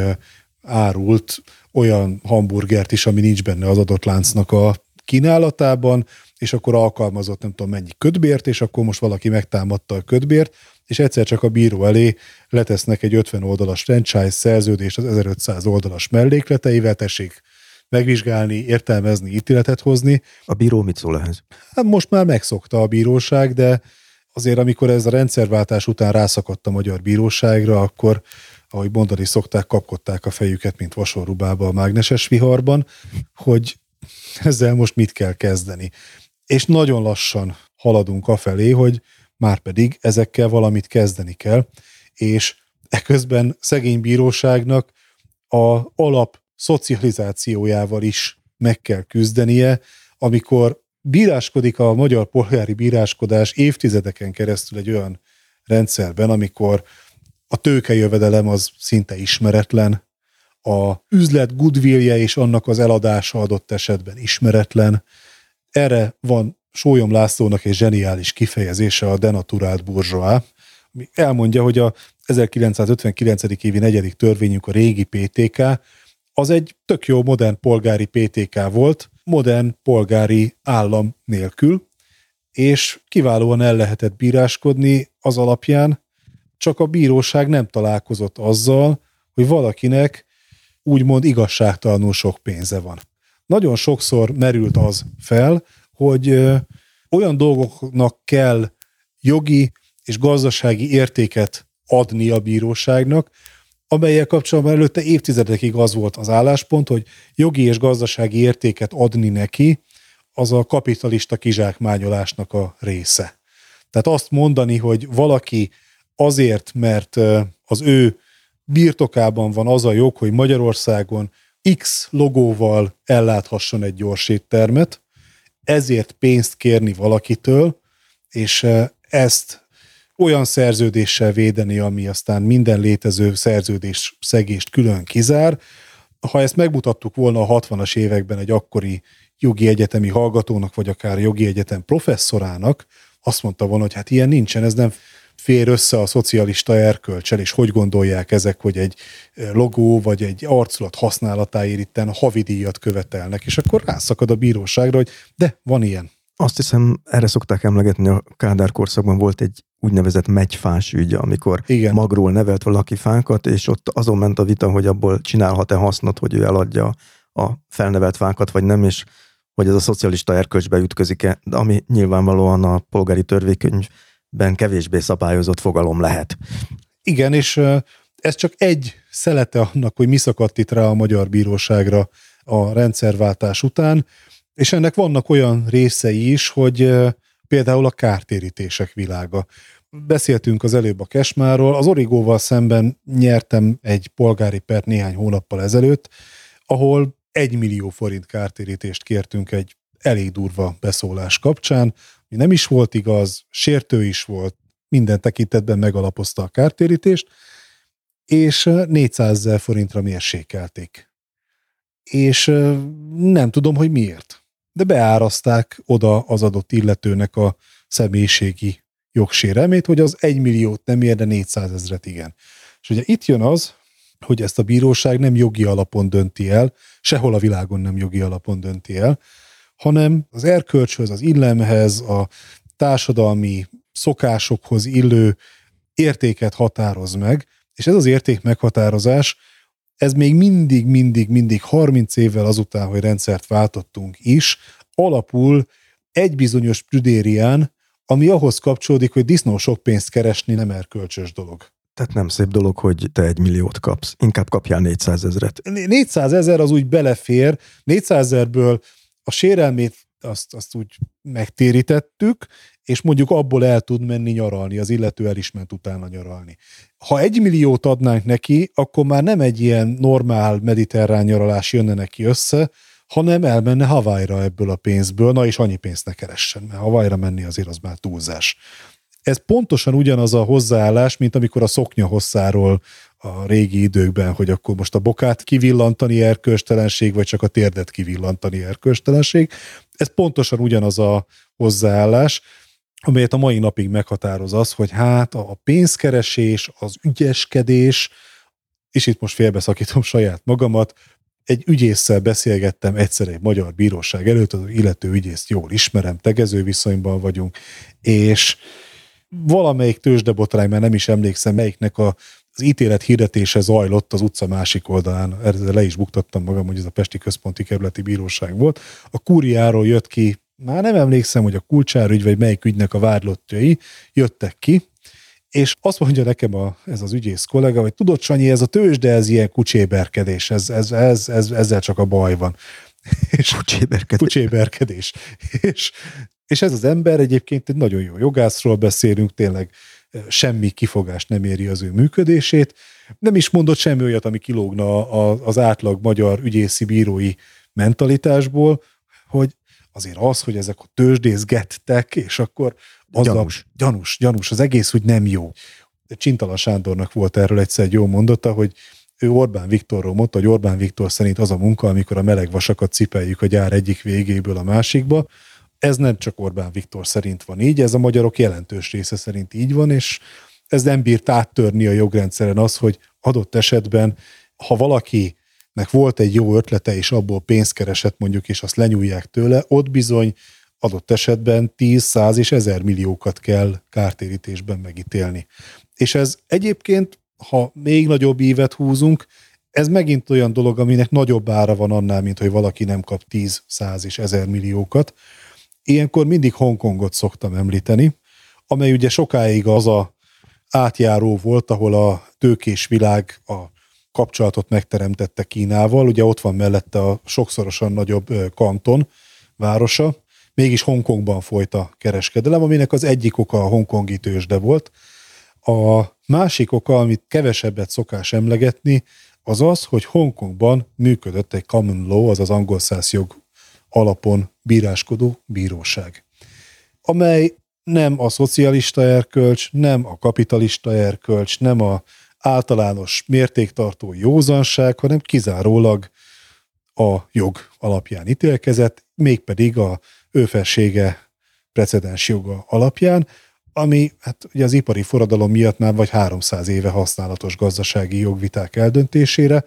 árult olyan hamburgert is, ami nincs benne az adott láncnak a kínálatában, és akkor alkalmazott nem tudom mennyi kötbért, és akkor most valaki megtámadta a kötbért, és egyszer csak a bíró elé letesznek egy ötven oldalas franchise szerződést az ezerötszáz oldalas mellékleteivel, tessék megvizsgálni, értelmezni, ítéletet hozni.
A bíró mit szól ehhez?
Hát most már megszokta a bíróság, de azért amikor ez a rendszerváltás után rászakadt a magyar bíróságra, akkor, ahogy mondani szokták, kapkodták a fejüket, mint vasorrubába a mágneses viharban, hogy ezzel most mit kell kezdeni. És nagyon lassan haladunk afelé, hogy márpedig ezekkel valamit kezdeni kell, és eközben szegény bíróságnak a alap szocializációjával is meg kell küzdenie, amikor bíráskodik a magyar polgári bíráskodás évtizedeken keresztül egy olyan rendszerben, amikor a tőkejövedelem az szinte ismeretlen, a üzlet goodwillje és annak az eladása adott esetben ismeretlen. Erre van Sólyom Lászlónak egy zseniális kifejezése, a denaturált burzsóá, ami elmondja, hogy a ezerkilencszázötvenkilencedik évi negyedik törvényünk, a régi pé té ká, az egy tök jó modern polgári pé té ká volt, modern polgári állam nélkül, és kiválóan el lehetett bíráskodni az alapján, csak a bíróság nem találkozott azzal, hogy valakinek úgymond igazságtalanul sok pénze van. Nagyon sokszor merült az fel, hogy ö, olyan dolgoknak kell jogi és gazdasági értéket adni a bíróságnak, amelyel kapcsolatban előtte évtizedekig az volt az álláspont, hogy jogi és gazdasági értéket adni neki, az a kapitalista kizsákmányolásnak a része. Tehát azt mondani, hogy valaki azért, mert az ő birtokában van az a jog, hogy Magyarországon X logóval elláthasson egy gyorséttermet, ezért pénzt kérni valakitől, és ezt olyan szerződéssel védeni, ami aztán minden létező szerződés szegést külön kizár. Ha ezt megmutattuk volna a hatvanas években egy akkori jogi egyetemi hallgatónak, vagy akár jogi egyetem professzorának, azt mondta volna, hogy hát ilyen nincsen, ez nem fér össze a szocialista erkölcsel, és hogy gondolják ezek, hogy egy logó vagy egy arculat használatáért itten havidíjat követelnek, és akkor rászakad a bíróságra, hogy de, van ilyen.
Azt hiszem, erre szokták emlegetni, a Kádár korszakban volt egy úgynevezett megyfás ügy, amikor igen. magról nevelt valaki fákat, és ott azon ment a vita, hogy abból csinálhat-e hasznot, hogy ő eladja a felnevelt fákat, vagy nem, és hogy ez a szocialista erkölcsbe ütközik-e, de ami nyilvánvalóan a polgári törvénykönyvben kevésbé szabályozott fogalom lehet.
Igen, és ez csak egy szelete annak, hogy mi szakadt itt rá a magyar bíróságra a rendszerváltás után, és ennek vannak olyan részei is, hogy például a kártérítések világa. Beszéltünk az előbb a Kesmáról, az Origóval szemben nyertem egy polgári pert néhány hónappal ezelőtt, ahol egy millió forint kártérítést kértünk egy elég durva beszólás kapcsán, ami nem is volt igaz, sértő is volt, minden tekintetben megalapozta a kártérítést, és négyszázezer forintra mérsékelték. És nem tudom, hogy miért. De beárazták oda az adott illetőnek a személyiségi jogsérelmét, hogy az egy milliót nem ér, de négyszázezret igen. És ugye itt jön az, hogy ezt a bíróság nem jogi alapon dönti el, sehol a világon nem jogi alapon dönti el, hanem az erkölcshöz, az illemhez, a társadalmi szokásokhoz illő értéket határoz meg, és ez az érték meghatározás, ez még mindig, mindig, mindig harminc évvel azután, hogy rendszert váltottunk is, alapul egy bizonyos prüdérián, ami ahhoz kapcsolódik, hogy disznó sok pénzt keresni nem erkölcsös dolog.
Tehát nem szép dolog, hogy te egy milliót kapsz. Inkább kapjál négyszázezret.
négyszázezer az úgy belefér, négyszázezerből a sérelmét azt, azt úgy megtérítettük, és mondjuk abból el tud menni nyaralni, az illető el is ment utána nyaralni. Ha egy milliót adnánk neki, akkor már nem egy ilyen normál mediterrán nyaralás jönne neki össze, hanem elmenne Hawaii-ra ebből a pénzből, na és annyi pénzt ne keressen, mert Hawaii-ra menni azért az már túlzás. Ez pontosan ugyanaz a hozzáállás, mint amikor a szoknya hosszáról a régi időkben, hogy akkor most a bokát kivillantani erkölcstelenség, vagy csak a térdet kivillantani erkölcstelenség. Ez pontosan ugyanaz a hozzáállás, amelyet a mai napig meghatároz az, hogy hát a pénzkeresés, az ügyeskedés, és itt most félbeszakítom saját magamat, egy ügyésszel beszélgettem egyszer egy magyar bíróság előtt, az illető ügyészt jól ismerem, tegező viszonyban vagyunk, és valamelyik tőzsdebotrány, már nem is emlékszem, melyiknek a, az ítélet hirdetése zajlott az utca másik oldalán, erre le is buktattam magam, hogy ez a Pesti Központi Kerületi Bíróság volt. A kúriáról jött ki, már nem emlékszem, hogy a kulcsárügy, vagy melyik ügynek a vádlottjai jöttek ki, és azt mondja nekem a, ez az ügyész kollega, hogy tudod, Sanyi, ez a tőzsde, ez ilyen kucséberkedés, ez, ez, ez, ez, ezzel csak a baj van.
És kucséberkedés.
Kucséberkedés. És, és ez az ember egyébként egy nagyon jó jogászról beszélünk, tényleg semmi kifogás nem éri az ő működését, nem is mondott semmi olyat, ami kilógna az átlag magyar ügyészi bírói mentalitásból, hogy azért az, hogy ezek a tőzsdészgettek, és akkor az
gyanús.
A, gyanús, gyanús, az egész úgy nem jó. De Csintalan Sándornak volt erről egyszer egy jó mondata, hogy ő Orbán Viktorról mondta, hogy Orbán Viktor szerint az a munka, amikor a meleg vasakat cipeljük a gyár egyik végéből a másikba. Ez nem csak Orbán Viktor szerint van így, ez a magyarok jelentős része szerint így van, és ez nem bírt áttörni a jogrendszeren az, hogy adott esetben, ha valakinek volt egy jó ötlete, és abból pénzt keresett mondjuk, és azt lenyúlják tőle, ott bizony adott esetben tíz, száz és ezer milliókat kell kártérítésben megítélni. És ez egyébként, ha még nagyobb ívet húzunk, ez megint olyan dolog, aminek nagyobb ára van annál, mint hogy valaki nem kap tíz, száz és ezer milliókat. Ilyenkor mindig Hongkongot szoktam említeni, amely ugye sokáig az a átjáró volt, ahol a tőkés világ a kapcsolatot megteremtette Kínával, ugye ott van mellette a sokszorosan nagyobb Kanton városa, mégis Hongkongban folyt a kereskedelem, aminek az egyik oka a hongkongi tőzsde volt, A másik oka, amit kevesebbet szokás emlegetni, az az, hogy Hongkongban működött egy common law, azaz angol szász jog alapon bíráskodó bíróság, amely nem a szocialista erkölcs, nem a kapitalista erkölcs, nem a általános mértéktartó józanság, hanem kizárólag a jog alapján ítélkezett, mégpedig a ő felsége precedens joga alapján, ami hát ugye az ipari forradalom miatt már vagy háromszáz éve használatos gazdasági jogviták eldöntésére,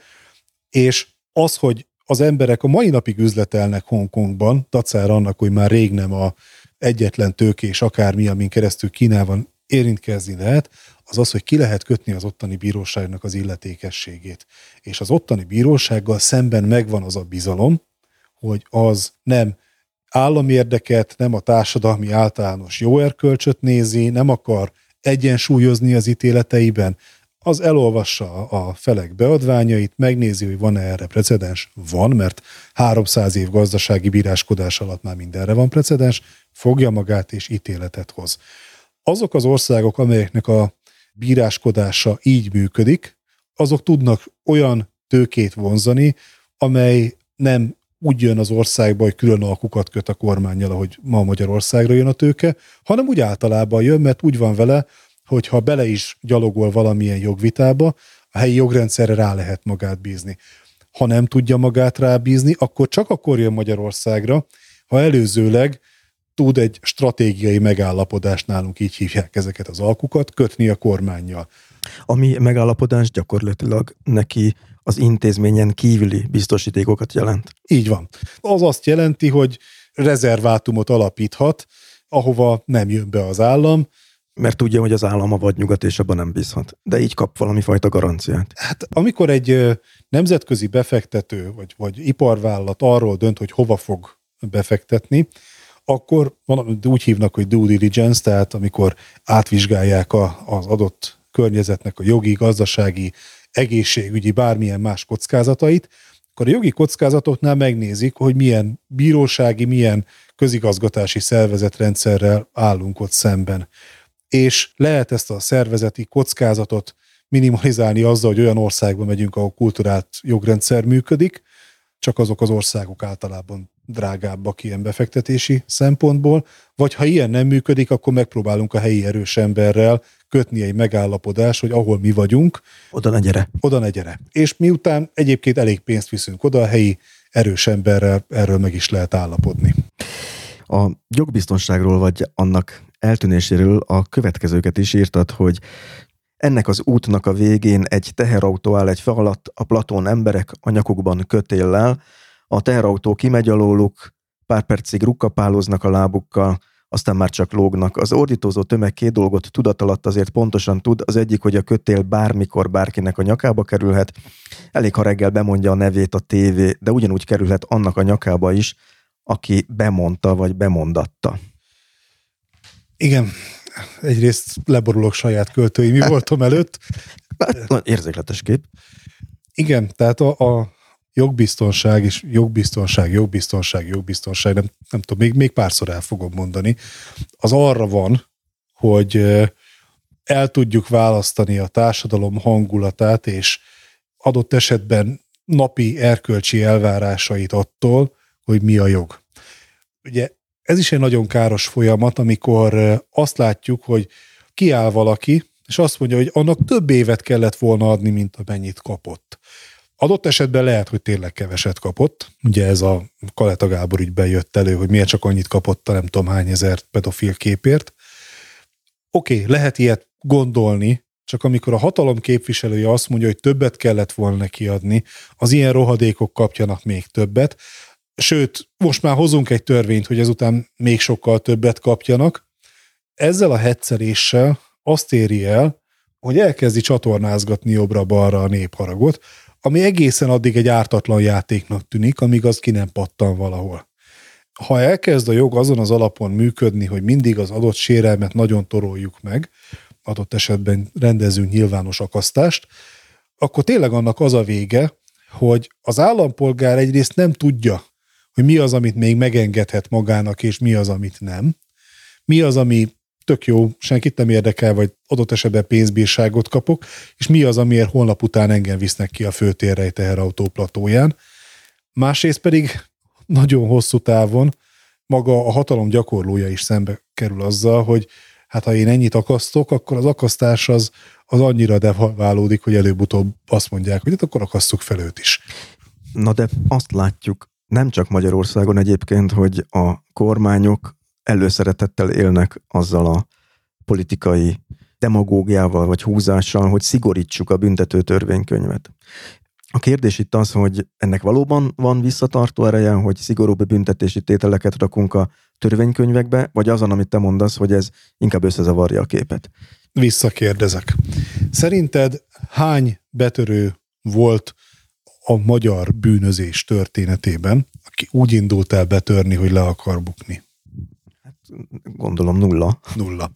és az, hogy az emberek a mai napig üzletelnek Hongkongban, dacára annak, hogy már rég nem a egyetlen tőkés akármi, amin keresztül Kínában érintkezni lehet, az az, hogy ki lehet kötni az ottani bíróságnak az illetékességét. És az ottani bírósággal szemben megvan az a bizalom, hogy az nem állami érdeket, nem a társadalmi általános jó erkölcsöt nézi, nem akar egyensúlyozni az ítéleteiben, az elolvassa a felek beadványait, megnézi, hogy van-e erre precedens. Van, mert háromszáz év gazdasági bíráskodás alatt már mindenre van precedens, fogja magát és ítéletet hoz. Azok az országok, amelyeknek a bíráskodása így működik, azok tudnak olyan tőkét vonzani, amely nem úgy jön az országba, hogy külön alkukat köt a kormánnyal, ahogy ma Magyarországra jön a tőke, hanem úgy általában jön, mert úgy van vele, hogy ha bele is gyalogol valamilyen jogvitába, a helyi jogrendszerre rá lehet magát bízni. Ha nem tudja magát rábízni, akkor csak akkor jön Magyarországra, ha előzőleg tud egy stratégiai megállapodást, nálunk így hívják ezeket az alkukat, kötni a kormánnyal.
Ami megállapodás gyakorlatilag neki az intézményen kívüli biztosítékokat jelent.
Így van. Az azt jelenti, hogy rezervátumot alapíthat, ahova nem jön be az állam.
Mert tudja, hogy az állam a vadnyugat, és abban nem bízhat. De így kap valami fajta garanciát.
Hát amikor egy nemzetközi befektető, vagy, vagy iparvállalat arról dönt, hogy hova fog befektetni, akkor van, úgy hívnak, hogy due diligence, tehát amikor átvizsgálják a, az adott környezetnek a jogi, gazdasági, egészségügyi, bármilyen más kockázatait, akkor a jogi kockázatoknál megnézik, hogy milyen bírósági, milyen közigazgatási szervezetrendszerrel állunk ott szemben. És lehet ezt a szervezeti kockázatot minimalizálni azzal, hogy olyan országba megyünk, ahol kulturált jogrendszer működik, csak azok az országok általában drágábbak ilyen befektetési szempontból, vagy ha ilyen nem működik, akkor megpróbálunk a helyi erős emberrel kötni egy megállapodás, hogy ahol mi vagyunk,
oda ne gyere.
Oda ne gyere. És miután egyébként elég pénzt viszünk oda, a helyi erős emberrel erről meg is lehet állapodni.
A jogbiztonságról vagy annak eltűnéséről a következőket is írtad, hogy ennek az útnak a végén egy teherautó áll egy fa alatt, a platón emberek a nyakukban kötéllel, a teherautó kimegy alóluk, pár percig rukkapáloznak a lábukkal, aztán már csak lógnak. Az ordítozó tömeg két dolgot tudat alatt azért pontosan tud, az egyik, hogy a kötél bármikor bárkinek a nyakába kerülhet, elég, ha reggel bemondja a nevét a tévé, de ugyanúgy kerülhet annak a nyakába is, aki bemondta vagy bemondatta.
Igen, egyrészt leborulok saját költői mi voltam előtt.
Hát, érzékletes kép.
Igen, tehát a, a jogbiztonság és jogbiztonság, jogbiztonság, jogbiztonság, nem, nem tudom, még, még párszor el fogom mondani, az arra van, hogy el tudjuk választani a társadalom hangulatát, és adott esetben napi erkölcsi elvárásait attól, hogy mi a jog. Ugye ez is egy nagyon káros folyamat, amikor azt látjuk, hogy kiáll valaki, és azt mondja, hogy annak több évet kellett volna adni, mint amennyit kapott. Adott esetben lehet, hogy tényleg keveset kapott. Ugye ez a Kaleta Gábor ügyben jött elő, hogy miért csak annyit kapott a nem tudom hány ezer pedofil képért. Oké, okay, lehet ilyet gondolni, csak amikor a hatalom képviselője azt mondja, hogy többet kellett volna neki adni, az ilyen rohadékok kapjanak még többet. Sőt, most már hozunk egy törvényt, hogy ezután még sokkal többet kapjanak. Ezzel a hecceléssel azt éri el, hogy elkezdi csatornázgatni jobbra-balra a népharagot, ami egészen addig egy ártatlan játéknak tűnik, amíg az ki nem pattan valahol. Ha elkezd a jog azon az alapon működni, hogy mindig az adott sérelmet nagyon toroljuk meg, adott esetben rendezünk nyilvános akasztást, akkor tényleg annak az a vége, hogy az állampolgár egyrészt nem tudja, hogy mi az, amit még megengedhet magának, és mi az, amit nem. Mi az, ami tök jó, senkit nem érdekel, vagy adott esetben pénzbírságot kapok, és mi az, amiért holnap után engem visznek ki a főtérre egy teherautó platóján. Másrészt pedig nagyon hosszú távon maga a hatalom gyakorlója is szembe kerül azzal, hogy hát ha én ennyit akasztok, akkor az akasztás az, az annyira devalválódik, hogy előbb-utóbb azt mondják, hogy hát akkor akasszuk fel őt is.
Na de azt látjuk, nem csak Magyarországon egyébként, hogy a kormányok előszeretettel élnek azzal a politikai demagógiával vagy húzással, hogy szigorítsuk a büntető törvénykönyvet. A kérdés itt az, hogy ennek valóban van visszatartó ereje, hogy szigorúbb büntetési tételeket rakunk a törvénykönyvekbe, vagy azon, amit te mondasz, hogy ez inkább összezavarja a képet?
Visszakérdezek. Szerinted hány betörő volt a magyar bűnözés történetében, aki úgy indult el betörni, hogy le akar bukni?
Hát, gondolom nulla.
Nulla.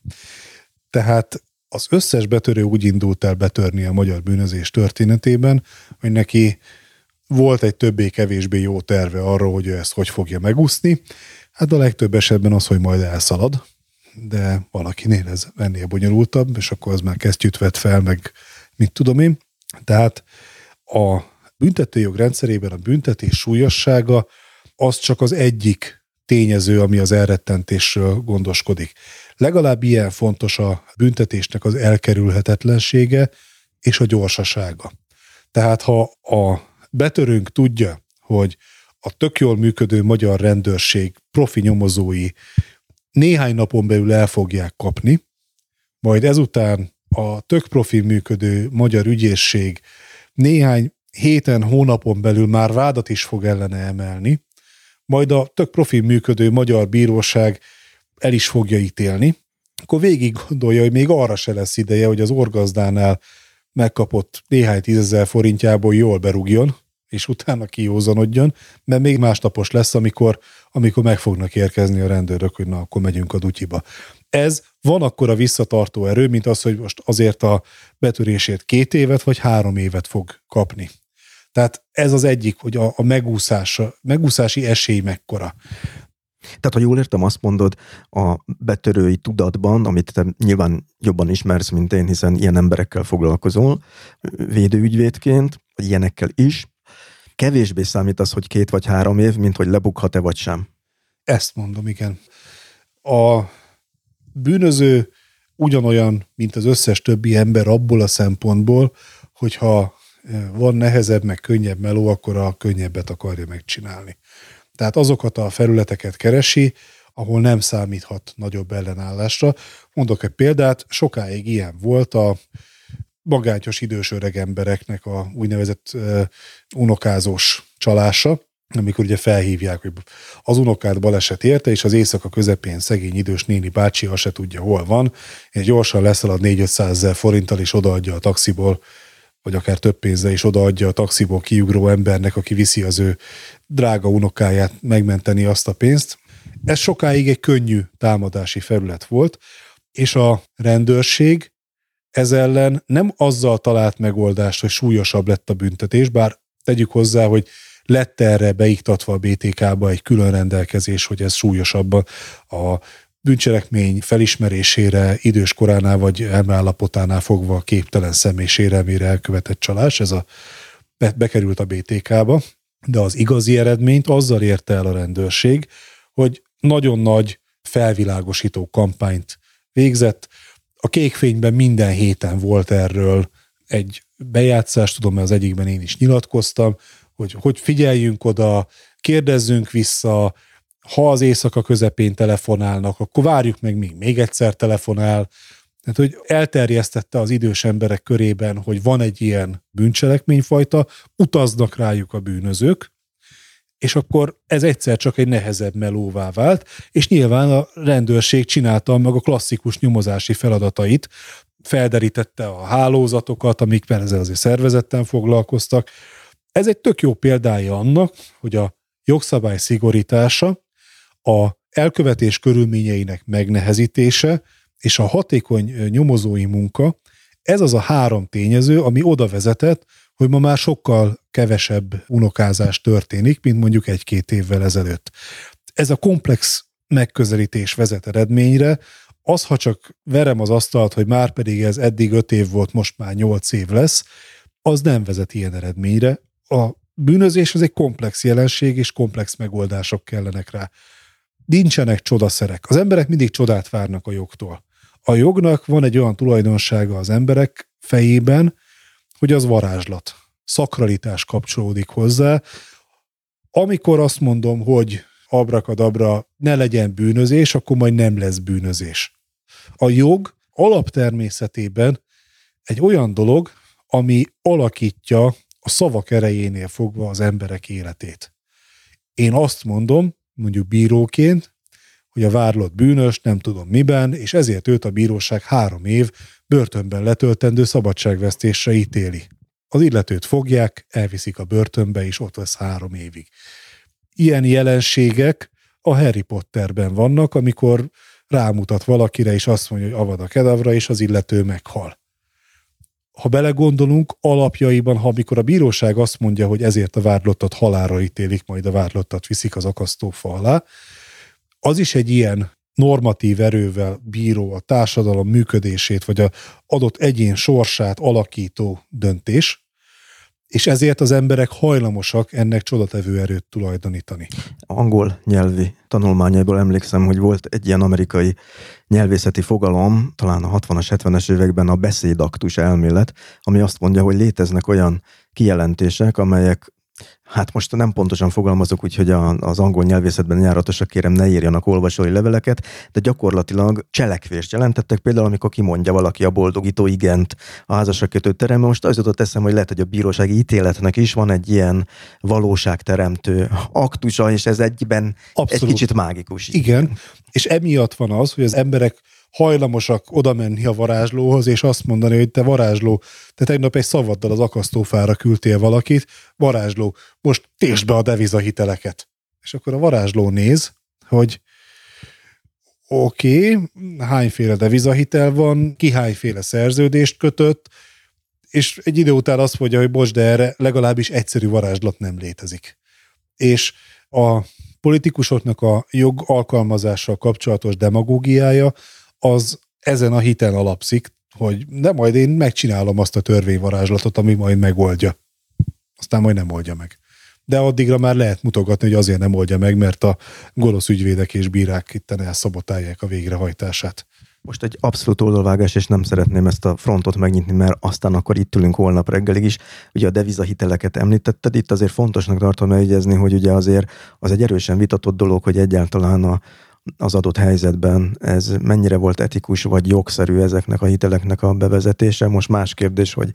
Tehát az összes betörő úgy indult el betörni a magyar bűnözés történetében, hogy neki volt egy többé-kevésbé jó terve arról, hogy ő ezt hogy fogja megúszni. Hát a legtöbb esetben az, hogy majd elszalad, de valakinél ez ennél bonyolultabb, és akkor az már kesztyűt vett fel, meg mit tudom én. Tehát a büntetőjog rendszerében a büntetés súlyossága az csak az egyik tényező, ami az elrettentésről gondoskodik. Legalább ilyen fontos a büntetésnek az elkerülhetetlensége és a gyorsasága. Tehát ha a betörőnk tudja, hogy a tök jól működő magyar rendőrség profi nyomozói néhány napon belül el fogják kapni, majd ezután a tök profi működő magyar ügyészség néhány héten, hónapon belül már vádat is fog ellene emelni, majd a tök profi működő magyar bíróság el is fogja ítélni, akkor végig gondolja, hogy még arra se lesz ideje, hogy az orgazdánál megkapott néhány tízezer forintjából jól berúgjon, és utána kijózanodjon, mert még másnapos lesz, amikor, amikor meg fognak érkezni a rendőrök, hogy na, akkor megyünk a dutyiba. Ez van akkor a visszatartó erő, mint az, hogy most azért a betörését két évet vagy három évet fog kapni. Tehát ez az egyik, hogy a, a megúszása, megúszási esély mekkora.
Tehát, ha jól értem, azt mondod, a betörői tudatban, amit te nyilván jobban ismersz, mint én, hiszen ilyen emberekkel foglalkozol, védőügyvédként, vagy ilyenekkel is, kevésbé számít az, hogy két vagy három év, mint hogy lebukhat-e vagy sem.
Ezt mondom, igen. A bűnöző ugyanolyan, mint az összes többi ember abból a szempontból, hogyha van nehezebb, meg könnyebb meló, akkor a könnyebbet akarja megcsinálni. Tehát azokat a felületeket keresi, ahol nem számíthat nagyobb ellenállásra. Mondok egy példát, sokáig ilyen volt a magányos idős öreg embereknek a úgynevezett uh, unokázós csalása, amikor ugye felhívják, hogy az unokát baleset érte, és az éjszaka közepén szegény idős néni bácsi azt se tudja, hol van, és gyorsan leszalad négy-ötszázezer forinttal, és odaadja a taxiból, vagy akár több pénzzel is odaadja a taxiból kiugró embernek, aki viszi az ő drága unokáját megmenteni azt a pénzt. Ez sokáig egy könnyű támadási felület volt, és a rendőrség ez ellen nem azzal talált megoldást, hogy súlyosabb lett a büntetés, bár tegyük hozzá, hogy lett erre beiktatva a bé té ká-ba egy külön rendelkezés, hogy ez súlyosabban a bűncselekmény felismerésére, idős koránál vagy elmeállapotánál fogva képtelen személy sérelmére elkövetett csalás, ez a, be, bekerült a bé té ká-ba, de az igazi eredményt azzal érte el a rendőrség, hogy nagyon nagy felvilágosító kampányt végzett. A Kékfényben minden héten volt erről egy bejátszás, tudom, mert az egyikben én is nyilatkoztam, hogy, hogy figyeljünk oda, kérdezzünk vissza, ha az éjszaka közepén telefonálnak, akkor várjuk meg, még, még egyszer telefonál. Tehát, hogy elterjesztette az idős emberek körében, hogy van egy ilyen bűncselekményfajta, utaznak rájuk a bűnözők, és akkor ez egyszer csak egy nehezebb melóvá vált, és nyilván a rendőrség csinálta meg a klasszikus nyomozási feladatait, felderítette a hálózatokat, amikben ezzel azért szervezetten foglalkoztak. Ez egy tök jó példája annak, hogy a jogszabály szigorítása, a elkövetés körülményeinek megnehezítése és a hatékony nyomozói munka, ez az a három tényező, ami oda vezetett, hogy ma már sokkal kevesebb unokázás történik, mint mondjuk egy-két évvel ezelőtt. Ez a komplex megközelítés vezet eredményre, Az, ha csak verem az asztalt, hogy már pedig ez eddig öt év volt, most már nyolc év lesz, az nem vezet ilyen eredményre. A bűnözés az egy komplex jelenség, és komplex megoldások kellenek rá. Nincsenek csodaszerek. Az emberek mindig csodát várnak a jogtól. A jognak van egy olyan tulajdonsága az emberek fejében, hogy az varázslat. Szakralitás kapcsolódik hozzá. Amikor azt mondom, hogy abrakadabra ne legyen bűnözés, akkor majd nem lesz bűnözés. A jog alaptermészetében egy olyan dolog, ami alakítja a szavak erejénél fogva az emberek életét. Én azt mondom, mondjuk bíróként, hogy a vádlott bűnös, nem tudom miben, és ezért őt a bíróság három év börtönben letöltendő szabadságvesztésre ítéli. Az illetőt fogják, elviszik a börtönbe, és ott lesz három évig. Ilyen jelenségek a Harry Potterben vannak, amikor rámutat valakire, és azt mondja, hogy avada kedavra, és az illető meghal. Ha belegondolunk, alapjaiban, ha amikor a bíróság azt mondja, hogy ezért a vádlottat halálra ítélik, majd a vádlottat viszik az akasztófa alá, az is egy ilyen normatív erővel bíró a társadalom működését, vagy az adott egyén sorsát alakító döntés, és ezért az emberek hajlamosak ennek csodatevő erőt tulajdonítani.
Angol nyelvi tanulmányaiból emlékszem, hogy volt egy ilyen amerikai nyelvészeti fogalom, talán a hatvanas, hetvenes években a beszédaktus elmélet, ami azt mondja, hogy léteznek olyan kijelentések, amelyek, hát most nem pontosan fogalmazok, úgyhogy az angol nyelvészetben járatosak, kérem, ne írjanak olvasói leveleket, de gyakorlatilag cselekvést jelentettek, például amikor kimondja valaki a boldogító igent a házasságkötő teremben. Most az jutott eszem, hogy lehet, hogy a bírósági ítéletnek is van egy ilyen valóságteremtő aktusa, és ez egyben Abszolút. Egy kicsit mágikus.
Igen, és emiatt van az, hogy az emberek hajlamosak oda menni a varázslóhoz, és azt mondani, hogy te varázsló, te tegnap egy szavaddal az akasztófára küldtél valakit, varázsló, most tésd be a devizahiteleket. És akkor a varázsló néz, hogy oké, okay, hányféle devizahitel van, ki hányféle szerződést kötött, és egy idő után azt mondja, hogy bocs, de erre legalábbis egyszerű varázslat nem létezik. És a politikusoknak a jog alkalmazással kapcsolatos demagógiája az ezen a hiten alapszik, hogy de majd én megcsinálom azt a törvényvarázslatot, ami majd megoldja. Aztán majd nem oldja meg. De addigra már lehet mutogatni, hogy azért nem oldja meg, mert a gonosz ügyvédek és bírák itten elszabotálják a végrehajtását.
Most egy abszolút oldalvágás, és nem szeretném ezt a frontot megnyitni, mert aztán akkor itt ülünk holnap reggelig is. Ugye a devizahiteleket említetted, itt azért fontosnak tartom megjegyezni, hogy ugye azért az egy erősen vitatott dolog, hogy egyáltalán a az adott helyzetben ez mennyire volt etikus vagy jogszerű ezeknek a hiteleknek a bevezetése. Most más kérdés, hogy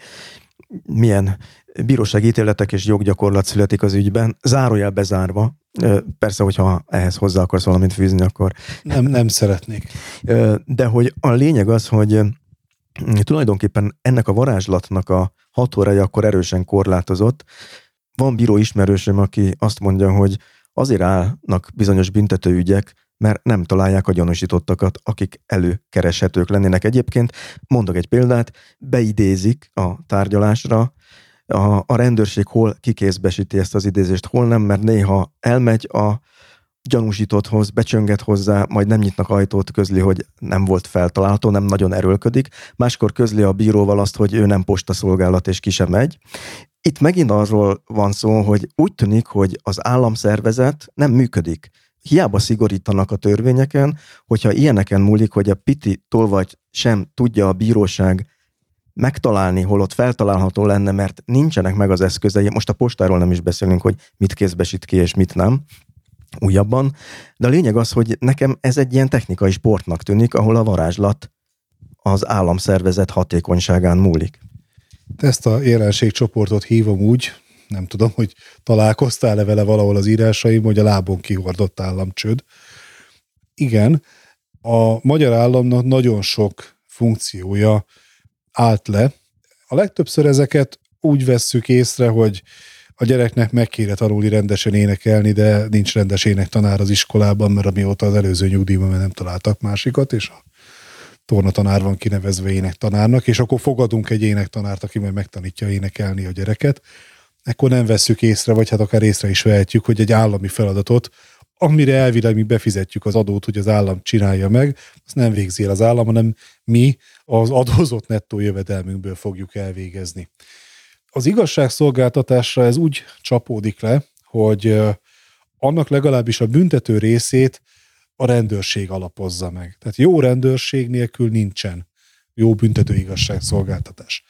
milyen bírósági ítéletek és joggyakorlat születik az ügyben, zárójel bezárva. Persze, hogyha ehhez hozzá akarsz valamit fűzni, akkor...
Nem, nem szeretnék.
De hogy a lényeg az, hogy tulajdonképpen ennek a varázslatnak a hatóereje akkor erősen korlátozott. Van bíró ismerősöm, aki azt mondja, hogy azért állnak bizonyos büntetőügyek, mert nem találják a gyanúsítottakat, akik előkereshetők lennének. Egyébként mondok egy példát, beidézik a tárgyalásra, a, a rendőrség hol kikézbesíti ezt az idézést, hol nem, mert néha elmegy a gyanúsítotthoz, becsönget hozzá, majd nem nyitnak ajtót, közli, hogy nem volt feltalálható, nem nagyon erőlködik, máskor közli a bíróval azt, hogy ő nem postaszolgálat és ki sem megy. Itt megint arról van szó, hogy úgy tűnik, hogy az államszervezet nem működik. Hiába szigorítanak a törvényeken, hogyha ilyeneken múlik, hogy a piti tolvaj sem tudja a bíróság megtalálni, holott feltalálható lenne, mert nincsenek meg az eszközei. Most a postáról nem is beszélünk, hogy mit kézbesít ki és mit nem újabban. De a lényeg az, hogy nekem ez egy ilyen technikai sportnak tűnik, ahol a varázslat az államszervezet hatékonyságán múlik.
Ezt a jelenségcsoportot hívom úgy, nem tudom, hogy találkoztál-e vele valahol az írásaim, hogy a lábon kihordott államcsőd. Igen, a magyar államnak nagyon sok funkciója állt le. A legtöbbször ezeket úgy vesszük észre, hogy a gyereknek meg kéne tanulni rendesen énekelni, de nincs rendes énektanár az iskolában, mert amióta az előző nyugdíjban nem találtak másikat, és a tornatanár van kinevezve énektanárnak, és akkor fogadunk egy énektanárt, aki majd megtanítja énekelni a gyereket. Ekkor nem vesszük észre, vagy hát akár észre is vehetjük, hogy egy állami feladatot amire elvileg mi befizetjük az adót, hogy az állam csinálja meg, azt nem végzi el az állam, hanem mi az adózott nettó jövedelmünkből fogjuk elvégezni. Az igazságszolgáltatásra ez úgy csapódik le, hogy annak legalábbis a büntető részét a rendőrség alapozza meg. Tehát jó rendőrség nélkül nincsen jó büntető igazságszolgáltatás.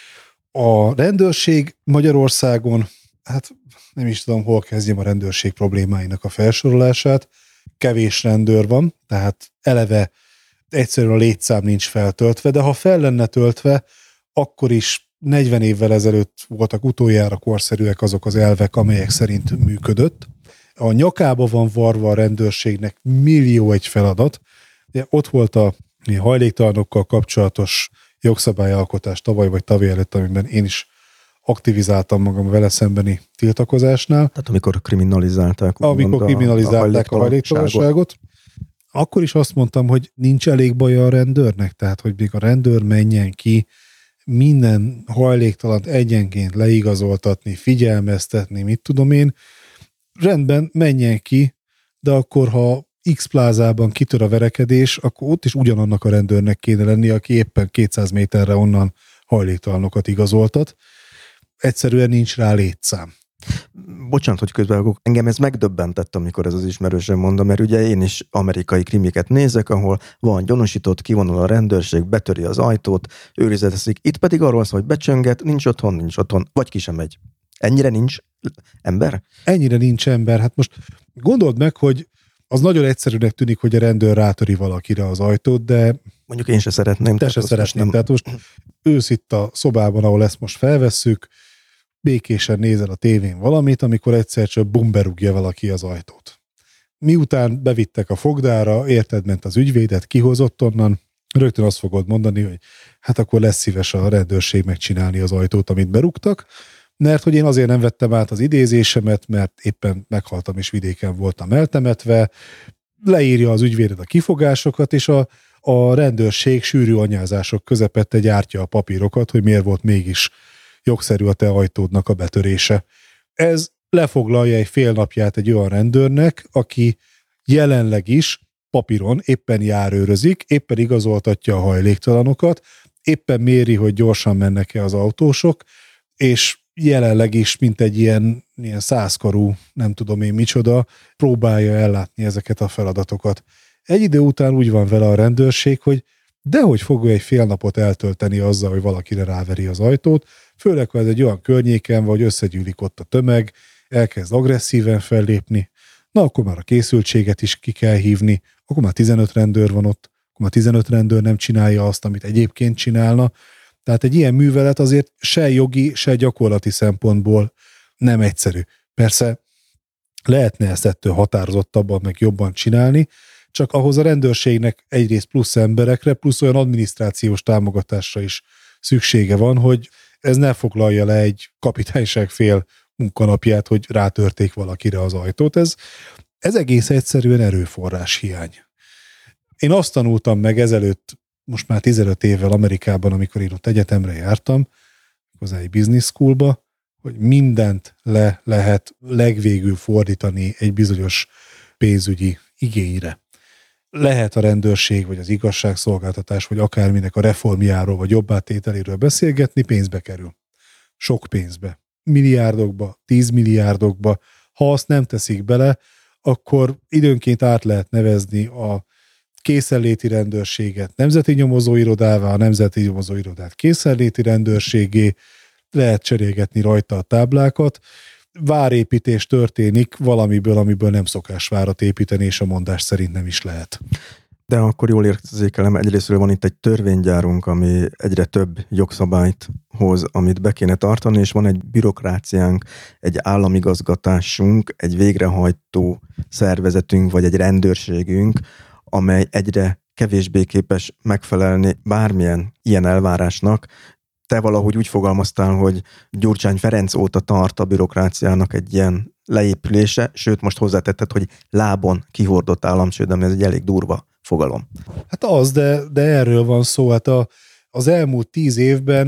A rendőrség Magyarországon, hát nem is tudom, hol kezdjem a rendőrség problémáinak a felsorolását. Kevés rendőr van, tehát eleve egyszerűen a létszám nincs feltöltve, de ha fel lenne töltve, akkor is negyven évvel ezelőtt voltak utoljára korszerűek azok az elvek, amelyek szerint működött. A nyakába van varva a rendőrségnek millió egy feladat. De ott volt a hajléktalanokkal kapcsolatos jogszabályalkotás tavaly vagy tavaly előtt, amiben én is aktivizáltam magam vele szembeni tiltakozásnál.
Tehát amikor kriminalizálták.
Amikor kriminalizálták a hajléktalanságot, akkor is azt mondtam, hogy nincs elég baj a rendőrnek, tehát hogy még a rendőr menjen ki, minden hajléktalant egyenként leigazoltatni, figyelmeztetni, mit tudom én, rendben, menjen ki, de akkor, ha X plázában kitör a verekedés, akkor ott is ugyanannak a rendőrnek kéne lenni, aki éppen kétszáz méterre onnan hajléktalanokat igazoltat. Egyszerűen nincs rá létszám.
Bocsánat, hogy közben engem ez megdöbbentett, amikor ez az ismerősöm mondta, mert ugye én is amerikai krimiket nézek, ahol van gyanúsított, kivonul a rendőrség, betöri az ajtót, őrizeteszik. Itt pedig arról szól, hogy becsönget, nincs otthon, nincs otthon, vagy ki sem megy. Ennyire nincs ember?
Ennyire nincs ember. Hát most gondold meg, hogy az nagyon egyszerűnek tűnik, hogy a rendőr rátöri valakire az ajtót, de
mondjuk én se szeretném.
Te se szeretném. Nem... Tehát most ősz itt a szobában, ahol ezt most felvesszük, békésen nézel a tévén valamit, amikor egyszer csak bum, berúgja valaki az ajtót. Miután bevittek a fogdára, érted, ment az ügyvédet, kihozott onnan, rögtön azt fogod mondani, hogy hát akkor lesz szíves a rendőrség megcsinálni az ajtót, amit berúgtak, mert hogy én azért nem vettem át az idézésemet, mert éppen meghaltam és vidéken voltam eltemetve, leírja az ügyvédet a kifogásokat, és a, a rendőrség sűrű anyázások közepette gyártja a papírokat, hogy miért volt mégis jogszerű a te ajtódnak a betörése. Ez lefoglalja egy fél napját egy olyan rendőrnek, aki jelenleg is papíron éppen járőrözik, éppen igazoltatja a hajléktalanokat, éppen méri, hogy gyorsan mennek-e az autósok, és jelenleg is, mint egy ilyen, ilyen százkarú, nem tudom én micsoda, próbálja ellátni ezeket a feladatokat. Egy idő után úgy van vele a rendőrség, hogy dehogy fogja egy fél napot eltölteni azzal, hogy valakire ráveri az ajtót, főleg, ha ez egy olyan környéken, vagy összegyűlik ott a tömeg, elkezd agresszíven fellépni, na akkor már a készültséget is ki kell hívni, akkor már tizenöt rendőr van ott, akkor már tizenöt rendőr nem csinálja azt, amit egyébként csinálna. Tehát egy ilyen művelet azért se jogi, se gyakorlati szempontból nem egyszerű. Persze lehetne ezt ettől határozottabban, meg jobban csinálni, csak ahhoz a rendőrségnek egyrészt plusz emberekre, plusz olyan adminisztrációs támogatásra is szüksége van, hogy ez ne foglalja le egy kapitányság fél munkanapját, hogy rátörték valakire az ajtót. Ez, ez egész egyszerűen erőforrás hiány. Én azt tanultam meg ezelőtt, most már tizenöt évvel Amerikában, amikor én ott egyetemre jártam, hozzá egy business schoolba, hogy mindent le lehet legvégül fordítani egy bizonyos pénzügyi igényre. Lehet a rendőrség, vagy az igazságszolgáltatás, vagy akárminek a reformjáról, vagy jobbátételéről beszélgetni, pénzbe kerül. Sok pénzbe. Milliárdokba, tízmilliárdokba. Ha azt nem teszik bele, akkor időnként át lehet nevezni a készenléti rendőrséget nemzeti nyomozóirodává, a nemzeti nyomozóirodát készenléti rendőrségé, lehet cserélgetni rajta a táblákat, várépítés történik valamiből, amiből nem szokás várat építeni, és a mondás szerint nem is lehet.
De akkor jól érzékelem, egyrésztről van itt egy törvénygyárunk, ami egyre több jogszabályt hoz, amit be kéne tartani, és van egy bürokráciánk, egy államigazgatásunk, egy végrehajtó szervezetünk, vagy egy rendőrségünk, amely egyre kevésbé képes megfelelni bármilyen ilyen elvárásnak. Te valahogy úgy fogalmaztál, hogy Gyurcsány Ferenc óta tart a bürokráciának egy ilyen leépülése, sőt most hozzátetted, hogy lábon kihordott államcsőd, ami ez egy elég durva fogalom.
Hát az, de, de erről van szó. Hát a, az elmúlt tíz évben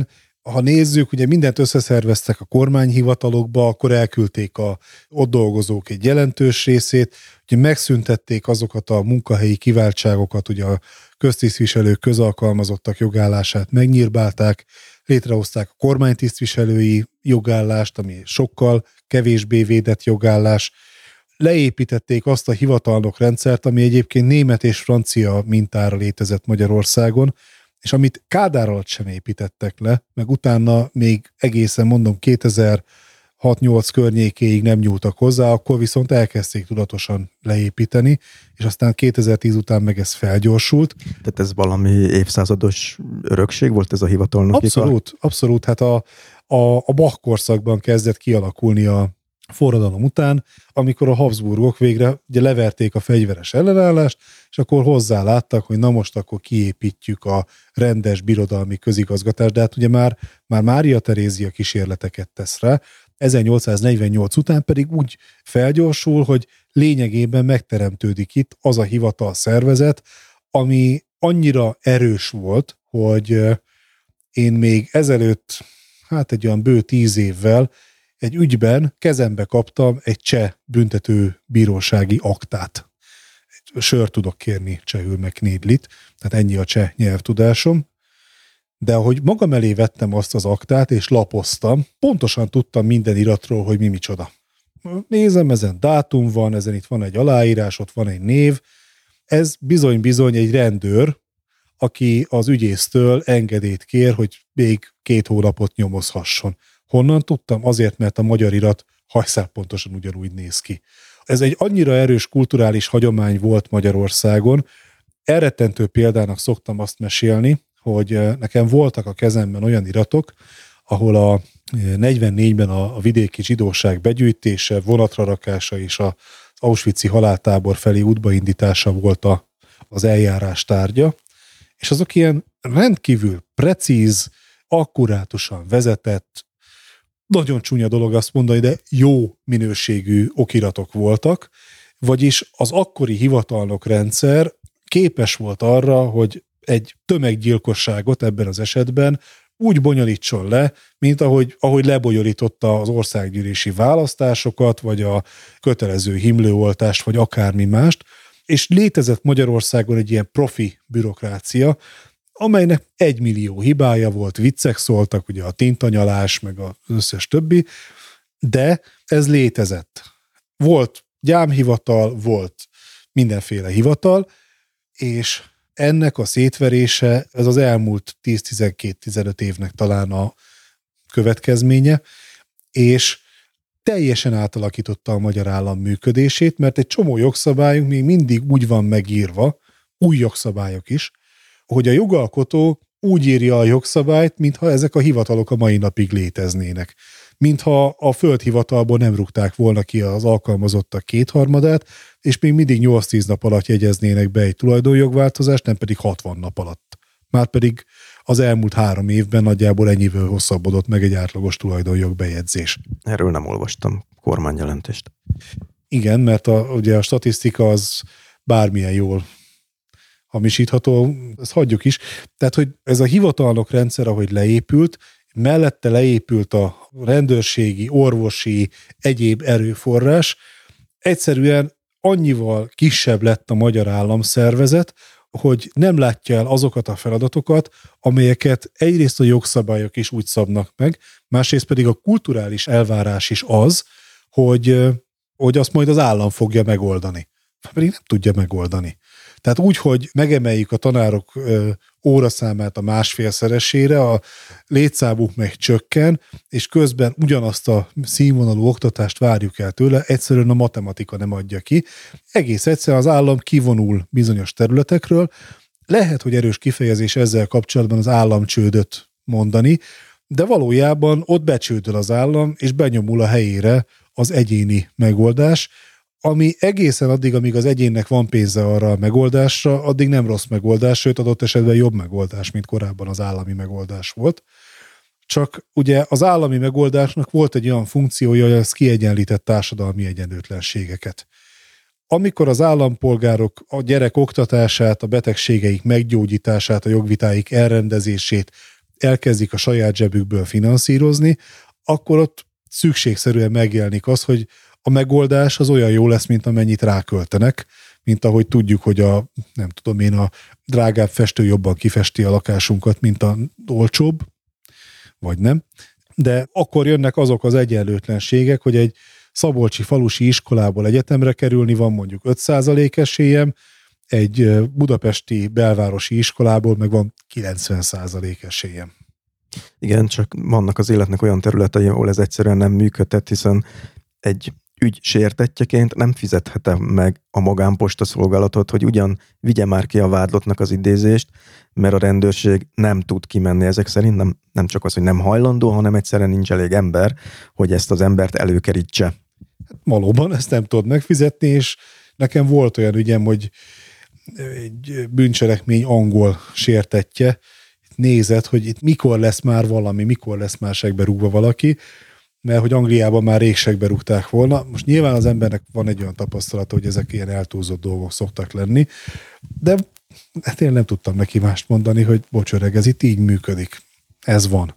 Ha nézzük, ugye mindent összeszerveztek a kormányhivatalokba, akkor elküldték a ott dolgozók egy jelentős részét, ugye megszüntették azokat a munkahelyi kiváltságokat, ugye a köztisztviselők, közalkalmazottak jogállását megnyírbálták, létrehozták a kormánytisztviselői jogállást, ami sokkal kevésbé védett jogállás, leépítették azt a hivatalnokrendszert, ami egyébként német és francia mintára létezett Magyarországon, és amit Kádár alatt sem építettek le, meg utána még egészen mondom kétezer-hat-nyolc környékéig nem nyúltak hozzá, akkor viszont elkezdték tudatosan leépíteni, és aztán kétezer-tíz után meg ez felgyorsult.
Tehát ez valami évszázados örökség volt ez a hivatalnoki?
Abszolút, abszolút. Hát a, a, a Bach korszakban kezdett kialakulni a forradalom után, amikor a Habsburgok végre ugye leverték a fegyveres ellenállást, és akkor hozzáláttak, hogy na most akkor kiépítjük a rendes birodalmi közigazgatást, de hát ugye már, már Mária Terézia kísérleteket tesz rá, ezernyolcszáznegyvennyolc után pedig úgy felgyorsul, hogy lényegében megteremtődik itt az a hivatal szervezet, ami annyira erős volt, hogy én még ezelőtt, hát egy olyan bő tíz évvel egy ügyben kezembe kaptam egy cseh büntető bírósági aktát. Egy sört tudok kérni csehül meg knédlit, tehát ennyi a cseh nyelvtudásom. De ahogy magam elé vettem azt az aktát, és lapoztam, pontosan tudtam minden iratról, hogy mi micsoda. Nézem, ezen dátum van, ezen itt van egy aláírás, ott van egy név. Ez bizony-bizony egy rendőr, aki az ügyésztől engedélyt kér, hogy még két hónapot nyomozhasson. Honnan tudtam? Azért, mert a magyar irat hajszálpontosan ugyanúgy néz ki. Ez egy annyira erős kulturális hagyomány volt Magyarországon. Elrettentő példának szoktam azt mesélni, hogy nekem voltak a kezemben olyan iratok, ahol a negyvennégyben a vidéki zsidóság begyűjtése, vonatra rakása és az auschwitzi haláltábor felé útbaindítása volt a, az eljárás tárgya, és azok ilyen rendkívül precíz, akkurátusan vezetett, nagyon csúnya dolog azt mondani, de jó minőségű okiratok voltak, vagyis az akkori hivatalnokrendszer képes volt arra, hogy egy tömeggyilkosságot ebben az esetben úgy bonyolítson le, mint ahogy, ahogy lebonyolította az országgyűlési választásokat, vagy a kötelező himlőoltást, vagy akármi mást, és létezett Magyarországon egy ilyen profi bürokrácia, amelynek egymillió hibája volt, viccek szóltak, ugye a tintanyalás, meg az összes többi, de ez létezett. Volt gyámhivatal, volt mindenféle hivatal, és ennek a szétverése, ez az elmúlt tíz-tizenkét-tizenöt évnek talán a következménye, és teljesen átalakította a magyar állam működését, mert egy csomó jogszabályunk még mindig úgy van megírva, új jogszabályok is, hogy a jogalkotó úgy írja a jogszabályt, mintha ezek a hivatalok a mai napig léteznének. Mintha a földhivatalból nem rúgták volna ki az alkalmazottak kétharmadát, és még mindig nyolc-tíz nap alatt jegyeznének be egy tulajdonjogváltozást, nem pedig hatvan nap alatt. Márpedig az elmúlt három évben nagyjából ennyivel hosszabbodott meg egy átlagos tulajdonjogbejegyzés.
Erről nem olvastam kormányjelentést.
Igen, mert a, ugye a statisztika az bármilyen jól hamisítható, ezt hagyjuk is. Tehát, hogy ez a hivatalnok rendszer, ahogy leépült, mellette leépült a rendőrségi, orvosi, egyéb erőforrás, egyszerűen annyival kisebb lett a magyar államszervezet, hogy nem látja el azokat a feladatokat, amelyeket egyrészt a jogszabályok is úgy szabnak meg, másrészt pedig a kulturális elvárás is az, hogy, hogy azt majd az állam fogja megoldani. Pedig nem tudja megoldani. Tehát úgy, hogy megemeljük a tanárok ö, óraszámát a másfélszeresére, a létszámuk meg csökken, és közben ugyanazt a színvonalú oktatást várjuk el tőle, egyszerűen a matematika nem adja ki. Egész egyszerűen az állam kivonul bizonyos területekről. Lehet, hogy erős kifejezés ezzel kapcsolatban az államcsődöt mondani, de valójában ott becsődöl az állam, és benyomul a helyére az egyéni megoldás, ami egészen addig, amíg az egyénnek van pénze arra a megoldásra, addig nem rossz megoldás, sőt adott esetben jobb megoldás, mint korábban az állami megoldás volt. Csak ugye az állami megoldásnak volt egy olyan funkciója, hogy ez kiegyenlített társadalmi egyenlőtlenségeket. Amikor az állampolgárok a gyerek oktatását, a betegségeik meggyógyítását, a jogvitáik elrendezését elkezdik a saját zsebükből finanszírozni, akkor ott szükségszerűen megjelenik az, hogy a megoldás az olyan jó lesz, mint amennyit ráköltenek, mint ahogy tudjuk, hogy a, nem tudom én, a drágább festő jobban kifesti a lakásunkat, mint a olcsóbb, vagy nem. De akkor jönnek azok az egyenlőtlenségek, hogy egy szabolcsi falusi iskolából egyetemre kerülni van mondjuk öt százalék esélyem, egy budapesti belvárosi iskolából meg van kilencven százalék esélyem.
Igen, csak vannak az életnek olyan területei, ahol ez egyszerűen nem működhet, hiszen egy ügy sértettjeként nem fizethetem meg a magánposta szolgálatot, hogy ugyan vigye már ki a vádlottnak az idézést, mert a rendőrség nem tud kimenni ezek szerint, nem, nem csak az, hogy nem hajlandó, hanem egyszerűen nincs elég ember, hogy ezt az embert előkerítse.
Valóban ezt nem tudod megfizetni, és nekem volt olyan ügyem, hogy egy bűncselekmény angol sértettje nézett, hogy itt mikor lesz már valami, mikor lesz már segbe rúgva valaki, mert hogy Angliában már rég segbe rúgták volna. Most nyilván az embernek van egy olyan tapasztalata, hogy ezek ilyen eltúlzott dolgok szoktak lenni, de hát én nem tudtam neki mást mondani, hogy bocs öreg, ez itt így működik. Ez van.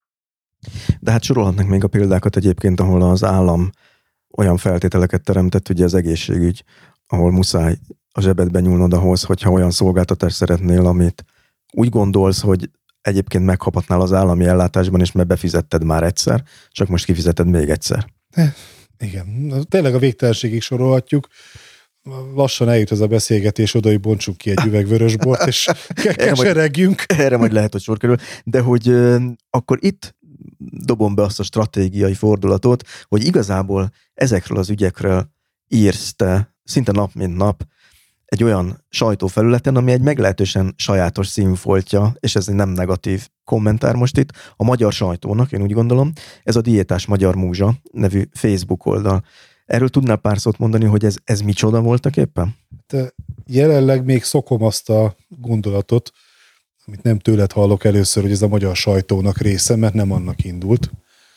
De hát sorolhatnak még a példákat egyébként, ahol az állam olyan feltételeket teremtett, ugye az egészségügy, ahol muszáj a zsebedbe nyúlnod ahhoz, hogyha olyan szolgáltatást szeretnél, amit úgy gondolsz, hogy egyébként megkaphatnál az állami ellátásban is, mert befizetted már egyszer, csak most kifizeted még egyszer.
Eh, igen, tényleg a végtelenségig sorolhatjuk. Lassan eljut ez a beszélgetés oda, hogy bontsunk ki egy üveg vörösbort, és keseregjünk.
Erre majd lehet, hogy sor kerül. De hogy euh, akkor itt dobom be azt a stratégiai fordulatot, hogy igazából ezekről az ügyekről írsz te szinte nap mint nap egy olyan sajtófelületen, ami egy meglehetősen sajátos színfoltja, és ez nem negatív kommentár most itt, a magyar sajtónak, én úgy gondolom, ez a Diétás Magyar Múzsa nevű Facebook oldal. Erről tudnál pár szót mondani, hogy ez, ez micsoda voltak éppen?
De jelenleg még szokom azt a gondolatot, amit nem tőled hallok először, hogy ez a magyar sajtónak része, mert nem annak indult.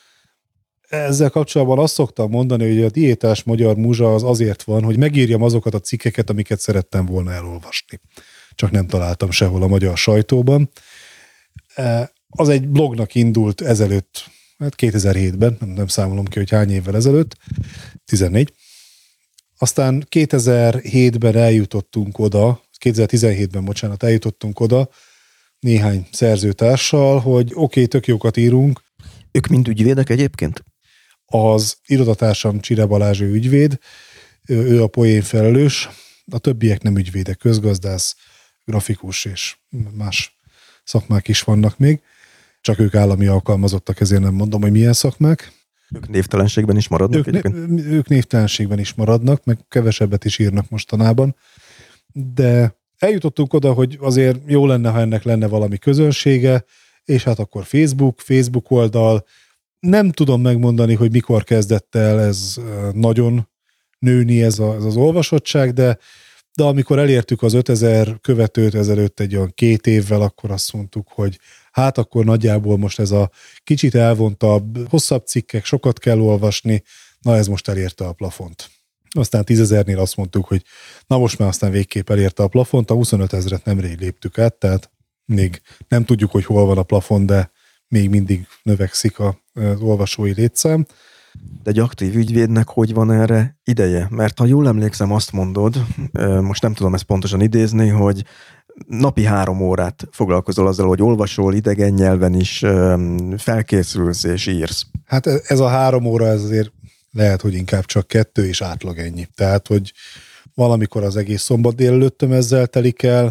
Ezzel kapcsolatban azt szoktam mondani, hogy a Diétás Magyar Múzsa az azért van, hogy megírjam azokat a cikkeket, amiket szerettem volna elolvasni. Csak nem találtam sehol a magyar sajtóban. Az egy blognak indult ezelőtt, hát kétezer-hétben, nem, nem számolom ki, hogy hány évvel ezelőtt, tizennégy. Aztán kétezer-hétben eljutottunk oda, kétezer-tizenhétben, bocsánat, eljutottunk oda néhány szerzőtársal, hogy oké, okay, tök jókat írunk.
Ők mind ügyvédek egyébként?
Az irodatársam Csire Balázs ügyvéd, ő a poén felelős, a többiek nem ügyvédek, közgazdász, grafikus és más szakmák is vannak még, csak ők állami alkalmazottak, ezért nem mondom, hogy milyen szakmák.
Ők névtelenségben is maradnak
ők,
egyébként?
Ők névtelenségben is maradnak, meg kevesebbet is írnak mostanában, de eljutottunk oda, hogy azért jó lenne, ha ennek lenne valami közönsége, és hát akkor Facebook, Facebook oldal. Nem tudom megmondani, hogy mikor kezdett el ez nagyon nőni ez, a, ez az olvasottság, de, de amikor elértük az ötezer követőt ezelőtt egy olyan két évvel, akkor azt mondtuk, hogy hát akkor nagyjából most ez a kicsit elvontabb, hosszabb cikkek, sokat kell olvasni, na ez most elérte a plafont. Aztán tízezernél azt mondtuk, hogy na most már aztán végképp elérte a plafont, a huszonöt ezret nemrég léptük át, tehát még nem tudjuk, hogy hol van a plafon, de még mindig növekszik az olvasói létszám.
De egy aktív ügyvédnek hogy van erre ideje? Mert ha jól emlékszem, azt mondod, most nem tudom ezt pontosan idézni, hogy napi három órát foglalkozol azzal, hogy olvasol idegen nyelven is, felkészülsz és írsz.
Hát ez a három óra, ez azért lehet, hogy inkább csak kettő és átlag ennyi. Tehát, hogy valamikor az egész szombat délelőttöm ezzel telik el,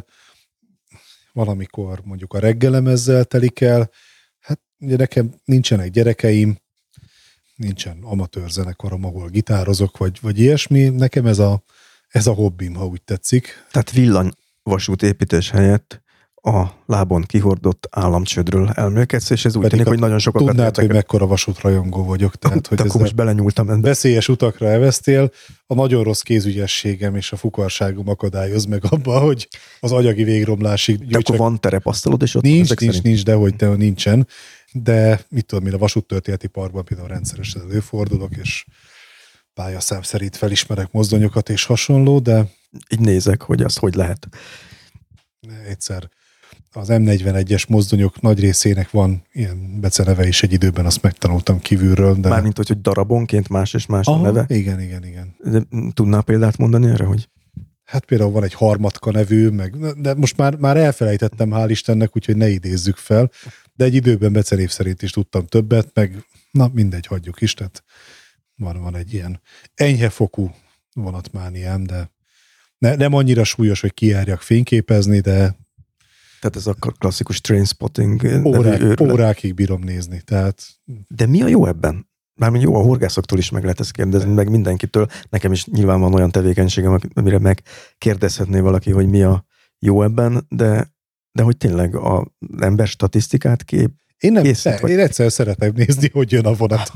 valamikor mondjuk a reggelem ezzel telik el. Hát ugye nekem nincsenek gyerekeim, nincsen amatőr zenekarom, ahol gitározok, vagy, vagy ilyesmi. Nekem ez a, ez a hobbim, ha úgy tetszik.
Tehát villanyvasút építés helyett a lábon kihordott államcsődről elmélkedsz, és ez úgy tűnik, hogy nagyon sokat
tudnád, hogy mekkora vasútrajongó vagyok. Tehát, hogy
akkor most belenyúltam ebbe.
Veszélyes utakra elvesztél, a nagyon rossz kézügyességem és a fukarságom akadályoz meg abba, hogy az agyagi végromlásig
gyújtsak. De akkor van terepasztalod, és ott
nincs, nincs, nincs, nincs, de hogy te nincsen. De mit tudom, én a vasúttörténeti parkban például rendszeresen előfordulok, és pályaszám szerint felismerek mozdonyokat és hasonló, de
így nézek, hogy az hogy lehet.
Egyszer az em negyvenegyes mozdonyok nagy részének van ilyen beceneve is egy időben, azt megtanultam kívülről. De...
Mármint, hogy, hogy darabonként más és más Aha, a neve?
Igen, igen, igen.
De tudnál példát mondani erre, hogy?
Hát például van egy Harmatka nevű, meg, de most már, már elfelejtettem, hál' Istennek, úgyhogy ne idézzük fel, de egy időben becenév szerint is tudtam többet, meg na mindegy, hagyjuk is, tehát van, van egy ilyen enyhefokú vonatmániám, de ne, nem annyira súlyos, hogy kijárjak fényképezni, de
tehát ez a klasszikus trainspotting.
Órák, órákig bírom nézni. Tehát...
De mi a jó ebben? Mármint jó, a horgászoktól is meg lehet ezt kérdezni, meg mindenkitől. Nekem is nyilván van olyan tevékenységem, amire megkérdezhetné valaki, hogy mi a jó ebben, de, de hogy tényleg az ember statisztikát kép
Én nem,
készít,
ne,
vagy...
én egyszer szeretem nézni, hogy jön a vonat.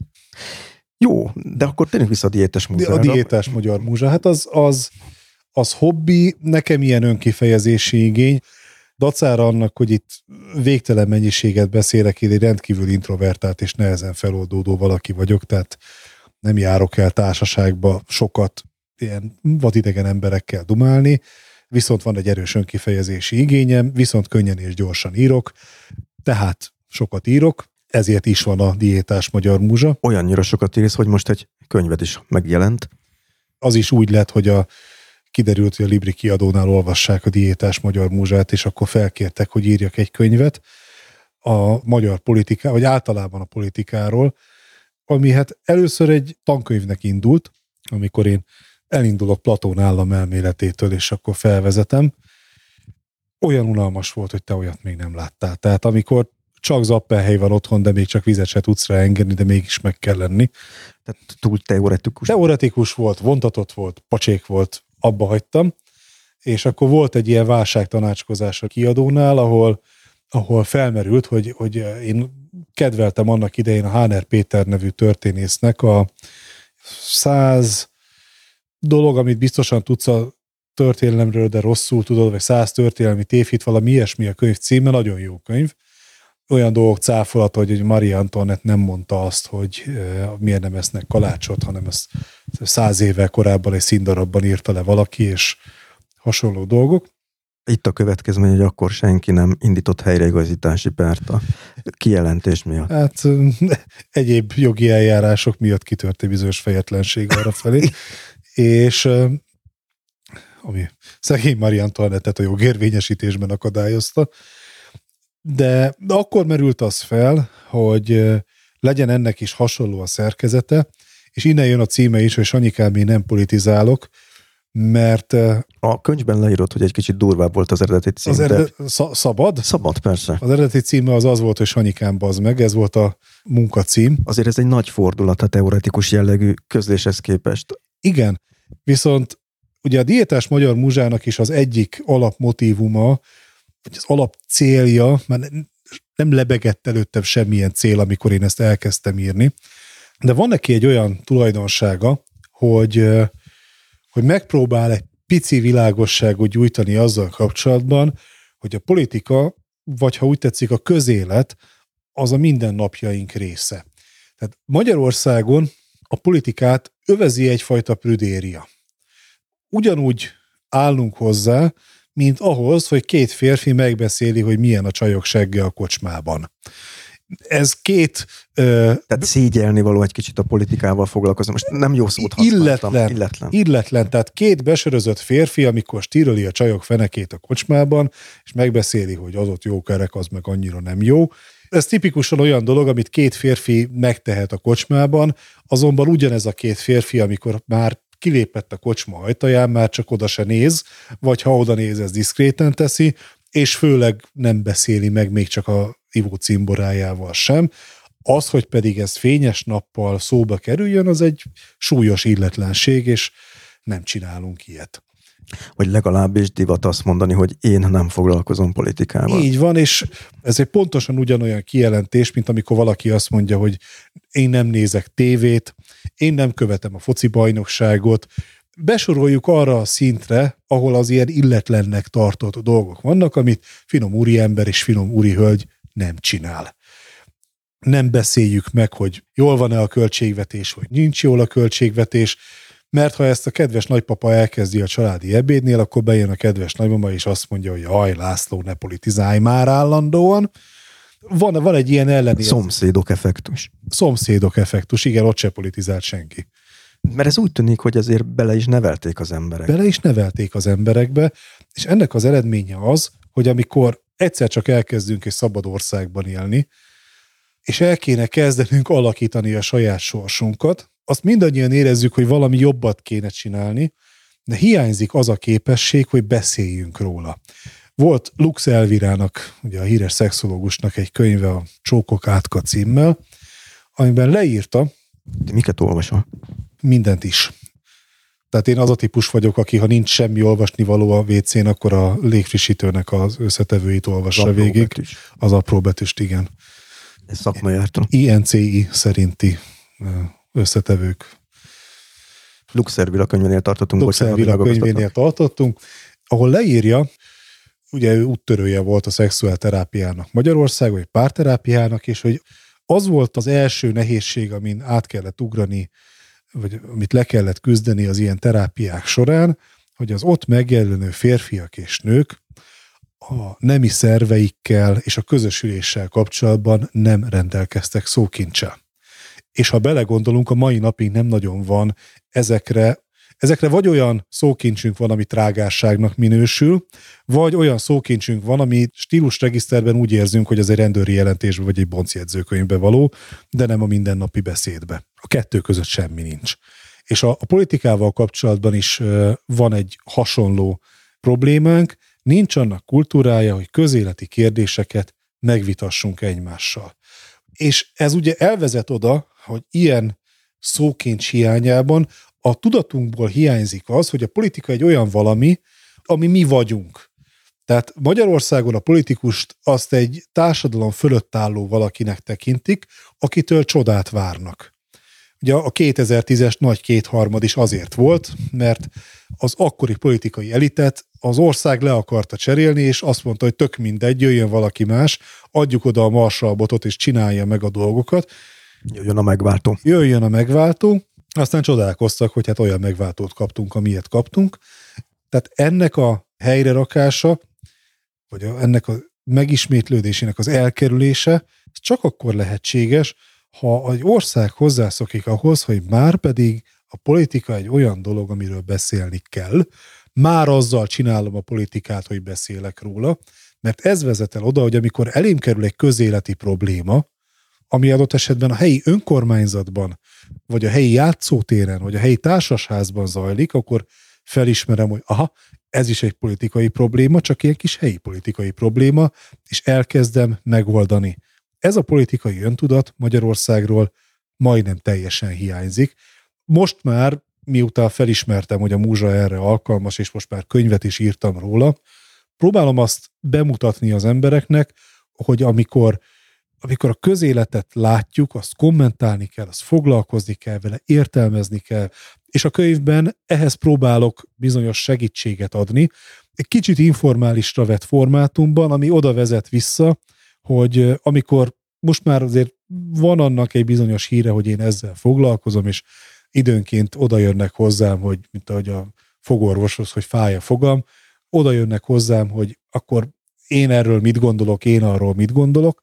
Jó, de akkor tényleg vissza a diétás múzsára.
A diétás magyar múzsa, hát az, az, az hobbi, nekem ilyen önkifejezési igény, dacára annak, hogy itt végtelen mennyiséget beszélek, én egy rendkívül introvertált és nehezen feloldódó valaki vagyok, tehát nem járok el társaságba sokat ilyen vadidegen emberekkel dumálni, viszont van egy erős önkifejezési igényem, viszont könnyen és gyorsan írok, tehát sokat írok, ezért is van a diétás magyar múzsa.
Olyannyira sokat írsz, hogy most egy könyved is megjelent.
Az is úgy lett, hogy a kiderült, hogy a Libri kiadónál olvassák a diétás magyar múzsát, és akkor felkértek, hogy írjak egy könyvet a magyar politiká, vagy általában a politikáról, ami hát először egy tankönyvnek indult, amikor én elindulok Platón államelméletétől, és akkor felvezetem. Olyan unalmas volt, hogy te olyat még nem láttál. Tehát amikor csak zappelhely van otthon, de még csak vizet se tudsz rá engedni, de mégis meg kell lenni.
Tehát túl teoretikus.
Teoretikus volt, vontatott volt, pacsék volt, abba hagytam, és akkor volt egy ilyen válságtanácskozás a kiadónál, ahol, ahol felmerült, hogy, hogy én kedveltem annak idején a Háner Péter nevű történésznek a száz dolog, amit biztosan tudsz a történelemről, de rosszul tudod, vagy száz történelmi tévhit, valami ilyesmi a könyv címe, nagyon jó könyv. Olyan dolgok cáfolata, hogy Marie Antoinette nem mondta azt, hogy e, miért nem esznek kalácsot, hanem ezt száz évvel korábban egy színdarabban írta le valaki, és hasonló dolgok.
Itt a következmény, hogy akkor senki nem indított helyreigazítási pert a kijelentés miatt.
Hát egyéb jogi eljárások miatt kitört egy bizonyos fejetlenség arra felé, és ami szegény Marie Antoinette-et a jogérvényesítésben akadályozta, de, de akkor merült az fel, hogy legyen ennek is hasonló a szerkezete, és innen jön a címe is, hogy Sanyikám, én nem politizálok, mert...
A könyvben leírod, hogy egy kicsit durvább volt az eredeti cím.
Az eredet, sz- szabad?
Szabad, persze.
Az eredeti címe az az volt, hogy Sanyikám, bazd meg, ez volt a munkacím.
Azért ez egy nagy fordulat a teoretikus jellegű közléshez képest.
Igen, viszont ugye a diétás magyar múzsának is az egyik alapmotívuma, vagy az alap célja, mert nem lebegett előttem semmilyen cél, amikor én ezt elkezdtem írni, de van neki egy olyan tulajdonsága, hogy, hogy megpróbál egy pici világosságot gyújtani azzal kapcsolatban, hogy a politika, vagy ha úgy tetszik, a közélet, az a mindennapjaink része. Tehát Magyarországon a politikát övezi egyfajta prüdéria. Ugyanúgy állunk hozzá, mint ahhoz, hogy két férfi megbeszéli, hogy milyen a csajok segge a kocsmában. Ez két... Ö,
tehát szégyelni való egy kicsit a politikával foglalkozni. Most nem jó szót használtam.
Illetlen, illetlen. Illetlen. Tehát két besörözött férfi, amikor stíröli a csajok fenekét a kocsmában, és megbeszéli, hogy az ott jó kerek, az meg annyira nem jó. Ez tipikusan olyan dolog, amit két férfi megtehet a kocsmában, azonban ugyanez a két férfi, amikor már kilépett a kocsma ajtaján, már csak oda se néz, vagy ha oda néz, ez diszkréten teszi, és főleg nem beszéli meg még csak a ivó cimborájával sem. Az, hogy pedig ez fényes nappal szóba kerüljön, az egy súlyos illetlenség, és nem csinálunk ilyet.
Vagy legalábbis divat azt mondani, hogy én nem foglalkozom politikával.
Így van, és ez egy pontosan ugyanolyan kijelentés, mint amikor valaki azt mondja, hogy én nem nézek tévét, én nem követem a foci bajnokságot. Besoroljuk arra a szintre, ahol az ilyen illetlennek tartott dolgok vannak, amit finom úriember és finom úrihölgy nem csinál. Nem beszéljük meg, hogy jól van-e a költségvetés, vagy nincs jól a költségvetés, mert ha ezt a kedves nagypapa elkezdi a családi ebédnél, akkor bejön a kedves nagymama, és azt mondja, hogy jaj, László, ne politizálj már állandóan. Van, van egy ilyen ellenérzés.
Szomszédok effektus.
Szomszédok effektus, igen, ott se politizált senki.
Mert ez úgy tűnik, hogy azért bele is nevelték az emberek.
Bele is nevelték az emberekbe, és ennek az eredménye az, hogy amikor egyszer csak elkezdünk egy szabad országban élni, és el kéne kezdenünk alakítani a saját sorsunkat, azt mindannyian érezzük, hogy valami jobbat kéne csinálni, de hiányzik az a képesség, hogy beszéljünk róla. Volt Lux Elvirának, ugye a híres szexológusnak egy könyve a Csókok átka címmel, amiben leírta.
De miket olvasol?
Mindent is. Tehát én az a típus vagyok, aki ha nincs semmi olvasnivaló a vécén, akkor a légfrissítőnek az összetevőit olvassa
az
végig.
Betűs.
Az apró betűst, igen.
Ez szakmajártó.
I N C I szerinti összetevők.
Lux Elvira könyvénél tartottunk.
Lux Elvira könyvénél tartottunk, ahol leírja, ugye ő úttörője volt a szexuálterápiának Magyarországon, vagy párterápiának, és hogy az volt az első nehézség, amin át kellett ugrani, vagy amit le kellett küzdeni az ilyen terápiák során, hogy az ott megjelenő férfiak és nők a nemi szerveikkel és a közösüléssel kapcsolatban nem rendelkeztek szókincsel. És ha belegondolunk, a mai napig nem nagyon van ezekre, ezekre vagy olyan szókincsünk van, ami trágárságnak minősül, vagy olyan szókincsünk van, ami stílusregiszterben úgy érzünk, hogy az egy rendőri jelentésben vagy egy boncjegyzőkönyvbe való, de nem a mindennapi beszédbe. A kettő között semmi nincs. És a, a politikával kapcsolatban is uh, van egy hasonló problémánk, nincs annak kultúrája, hogy közéleti kérdéseket megvitassunk egymással. És ez ugye elvezet oda, hogy ilyen szókincs hiányában a tudatunkból hiányzik az, hogy a politika egy olyan valami, ami mi vagyunk. Tehát Magyarországon a politikust azt egy társadalom fölött álló valakinek tekintik, akitől csodát várnak. Ugye a kétezer-tízes nagy kétharmad is azért volt, mert az akkori politikai elitet az ország le akarta cserélni, és azt mondta, hogy tök mindegy, jöjjön valaki más, adjuk oda a marsalbotot, és csinálja meg a dolgokat.
Jöjjön a megváltó.
Jöjjön a megváltó. Aztán csodálkoztak, hogy hát olyan megváltót kaptunk, amilyet kaptunk. Tehát ennek a helyrerakása, vagy a, ennek a megismétlődésének az elkerülése csak akkor lehetséges, ha egy ország hozzászokik ahhoz, hogy már pedig a politika egy olyan dolog, amiről beszélni kell, már azzal csinálom a politikát, hogy beszélek róla, mert ez vezet el oda, hogy amikor elém kerül egy közéleti probléma, ami adott esetben a helyi önkormányzatban, vagy a helyi játszótéren, vagy a helyi társasházban zajlik, akkor felismerem, hogy aha, ez is egy politikai probléma, csak ilyen kis helyi politikai probléma, és elkezdem megoldani. Ez a politikai öntudat Magyarországról majdnem teljesen hiányzik. Most már, miután felismertem, hogy a múzsa erre alkalmas, és most már könyvet is írtam róla, próbálom azt bemutatni az embereknek, hogy amikor, amikor a közéletet látjuk, azt kommentálni kell, azt foglalkozni kell vele, értelmezni kell, és a könyvben ehhez próbálok bizonyos segítséget adni, egy kicsit informálisra vett formátumban, ami oda vezet vissza, hogy amikor most már azért van annak egy bizonyos híre, hogy én ezzel foglalkozom, és időnként oda jönnek hozzám, hogy mint ahogy a fogorvoshoz, hogy fáj a fogam, oda jönnek hozzám, hogy akkor én erről mit gondolok, én arról mit gondolok,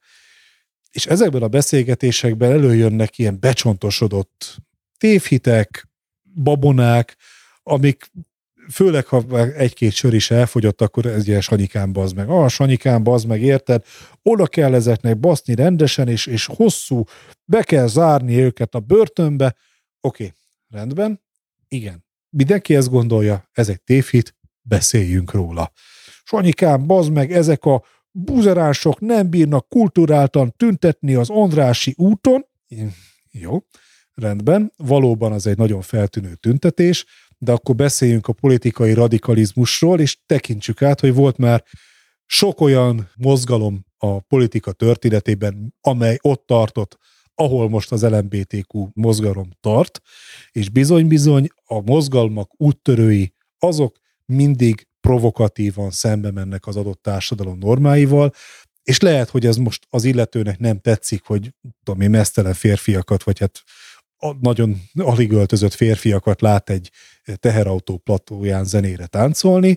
és ezekben a beszélgetésekben előjönnek ilyen becsontosodott tévhitek, babonák, amik főleg, ha egy-két sör is elfogyott, akkor ez ilyen Sanyikám bazd meg. Ah, Sanyikám bazd meg, érted? Oda kell ezeknek baszni rendesen, és, és hosszú, be kell zárni őket a börtönbe. Oké, okay, rendben. Igen. Mindenki ezt gondolja, ez egy tévhit, beszéljünk róla. Sanyikám bazd meg, ezek a buzeránsok nem bírnak kulturáltan tüntetni az Andrássy úton. Jó, rendben. Valóban az egy nagyon feltűnő tüntetés, de akkor beszéljünk a politikai radikalizmusról, és tekintsük át, hogy volt már sok olyan mozgalom a politika történetében, amely ott tartott, ahol most az el em bé té kú mozgalom tart, és bizony-bizony a mozgalmak úttörői, azok mindig provokatívan szembe mennek az adott társadalom normáival, és lehet, hogy ez most az illetőnek nem tetszik, hogy tudom én, meztelen férfiakat, vagy hát a nagyon alig öltözött férfiakat lát egy teherautó platóján zenére táncolni,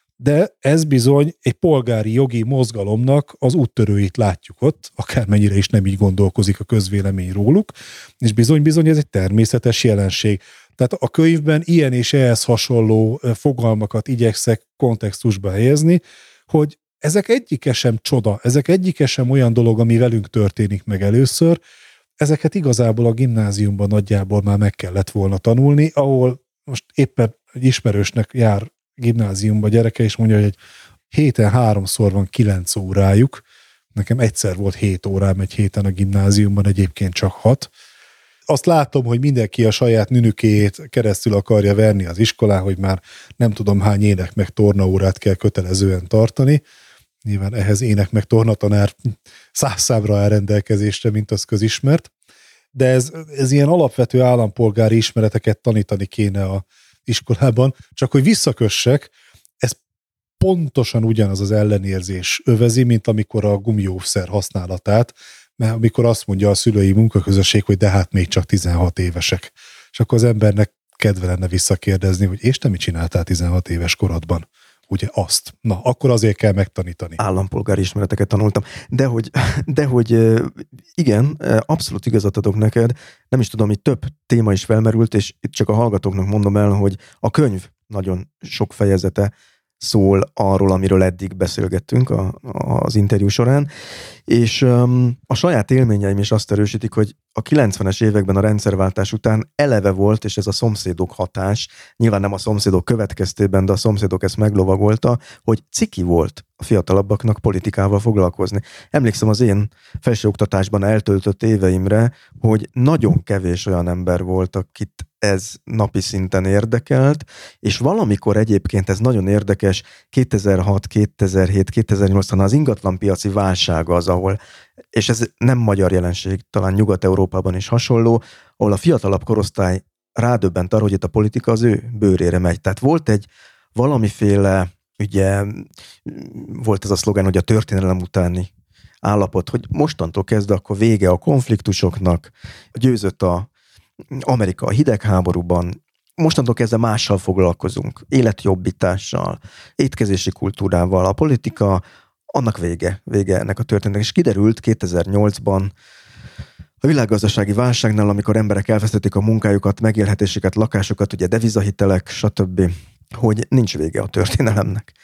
de ez bizony egy polgári jogi mozgalomnak az úttörőit látjuk ott, akármennyire is nem így gondolkozik a közvélemény róluk, és bizony-bizony ez egy természetes jelenség. Tehát a könyvben ilyen és ehhez hasonló fogalmakat igyekszek kontextusba helyezni, hogy ezek egyike sem csoda, ezek egyike sem olyan dolog, ami velünk történik meg először, ezeket igazából a gimnáziumban nagyjából már meg kellett volna tanulni, ahol most éppen egy ismerősnek jár gimnáziumba gyereke, és mondja, hogy egy héten háromszor van kilenc órájuk, nekem egyszer volt hét órám egy héten a gimnáziumban, egyébként csak hat. Azt látom, hogy mindenki a saját nünükéjét keresztül akarja verni az iskolán, hogy már nem tudom hány ének meg tornaórát kell kötelezően tartani. Nyilván ehhez ének meg tornatanár száz számra áll rendelkezésre, mint az közismert. De ez, ez ilyen alapvető állampolgári ismereteket tanítani kéne a iskolában. Csak hogy visszakössek, ez pontosan ugyanaz az ellenérzés övezi, mint amikor a gumiószer használatát, mert amikor azt mondja a szülői munkaközösség, hogy de hát még csak tizenhat évesek. És akkor az embernek kedve lenne visszakérdezni, hogy és te mit csináltál tizenhat éves korodban? Ugye azt. Na, akkor azért kell megtanítani.
Állampolgári ismereteket tanultam. De hogy, de hogy igen, abszolút igazat adok neked. Nem is tudom, hogy több téma is felmerült, és itt csak a hallgatóknak mondom el, hogy a könyv nagyon sok fejezete szól arról, amiről eddig beszélgettünk a, az interjú során, és um, a saját élményeim is azt erősítik, hogy a kilencvenes években a rendszerváltás után eleve volt, és ez a szomszédok hatás, nyilván nem a szomszédok következtében, de a szomszédok ezt meglovagolta, hogy ciki volt a fiatalabbaknak politikával foglalkozni. Emlékszem az én felsőoktatásban eltöltött éveimre, hogy nagyon kevés olyan ember volt, akit ez napi szinten érdekelt, és valamikor egyébként ez nagyon érdekes, kétezer-hat, kétezer-hét, kétezer-nyolc az ingatlanpiaci válság az, ahol, és ez nem magyar jelenség, talán Nyugat-Európában is hasonló, ahol a fiatalabb korosztály rádöbbent arra, hogy itt a politika az ő bőrére megy. Tehát volt egy valamiféle, ugye volt ez a szlogán, hogy a történelem utáni állapot, hogy mostantól kezdve akkor vége a konfliktusoknak, győzött a Amerika a hidegháborúban, mostantól kezdve mással foglalkozunk, életjobbítással, étkezési kultúrával, a politika, annak vége, vége ennek a történetnek. És kiderült kétezer-nyolcban a világgazdasági válságnál, amikor emberek elvesztették a munkájukat, megélhetésüket, lakásokat, ugye devizahitelek, stb., hogy nincs vége a történelemnek.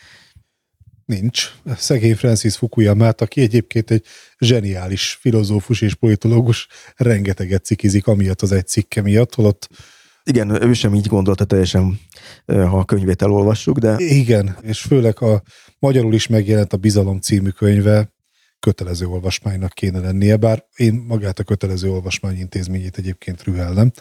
Nincs. Szegény Francis Fukuyamát, aki egyébként egy zseniális filozófus és politológus, rengeteget cikizik amiatt az egy cikke miatt, holott...
Igen, ő sem így gondolta teljesen, ha a könyvét elolvassuk, de...
Igen, és főleg a magyarul is megjelent a Bizalom című könyve, kötelező olvasmánynak kéne lennie, bár én magát a kötelező olvasmány intézményét egyébként rühellem,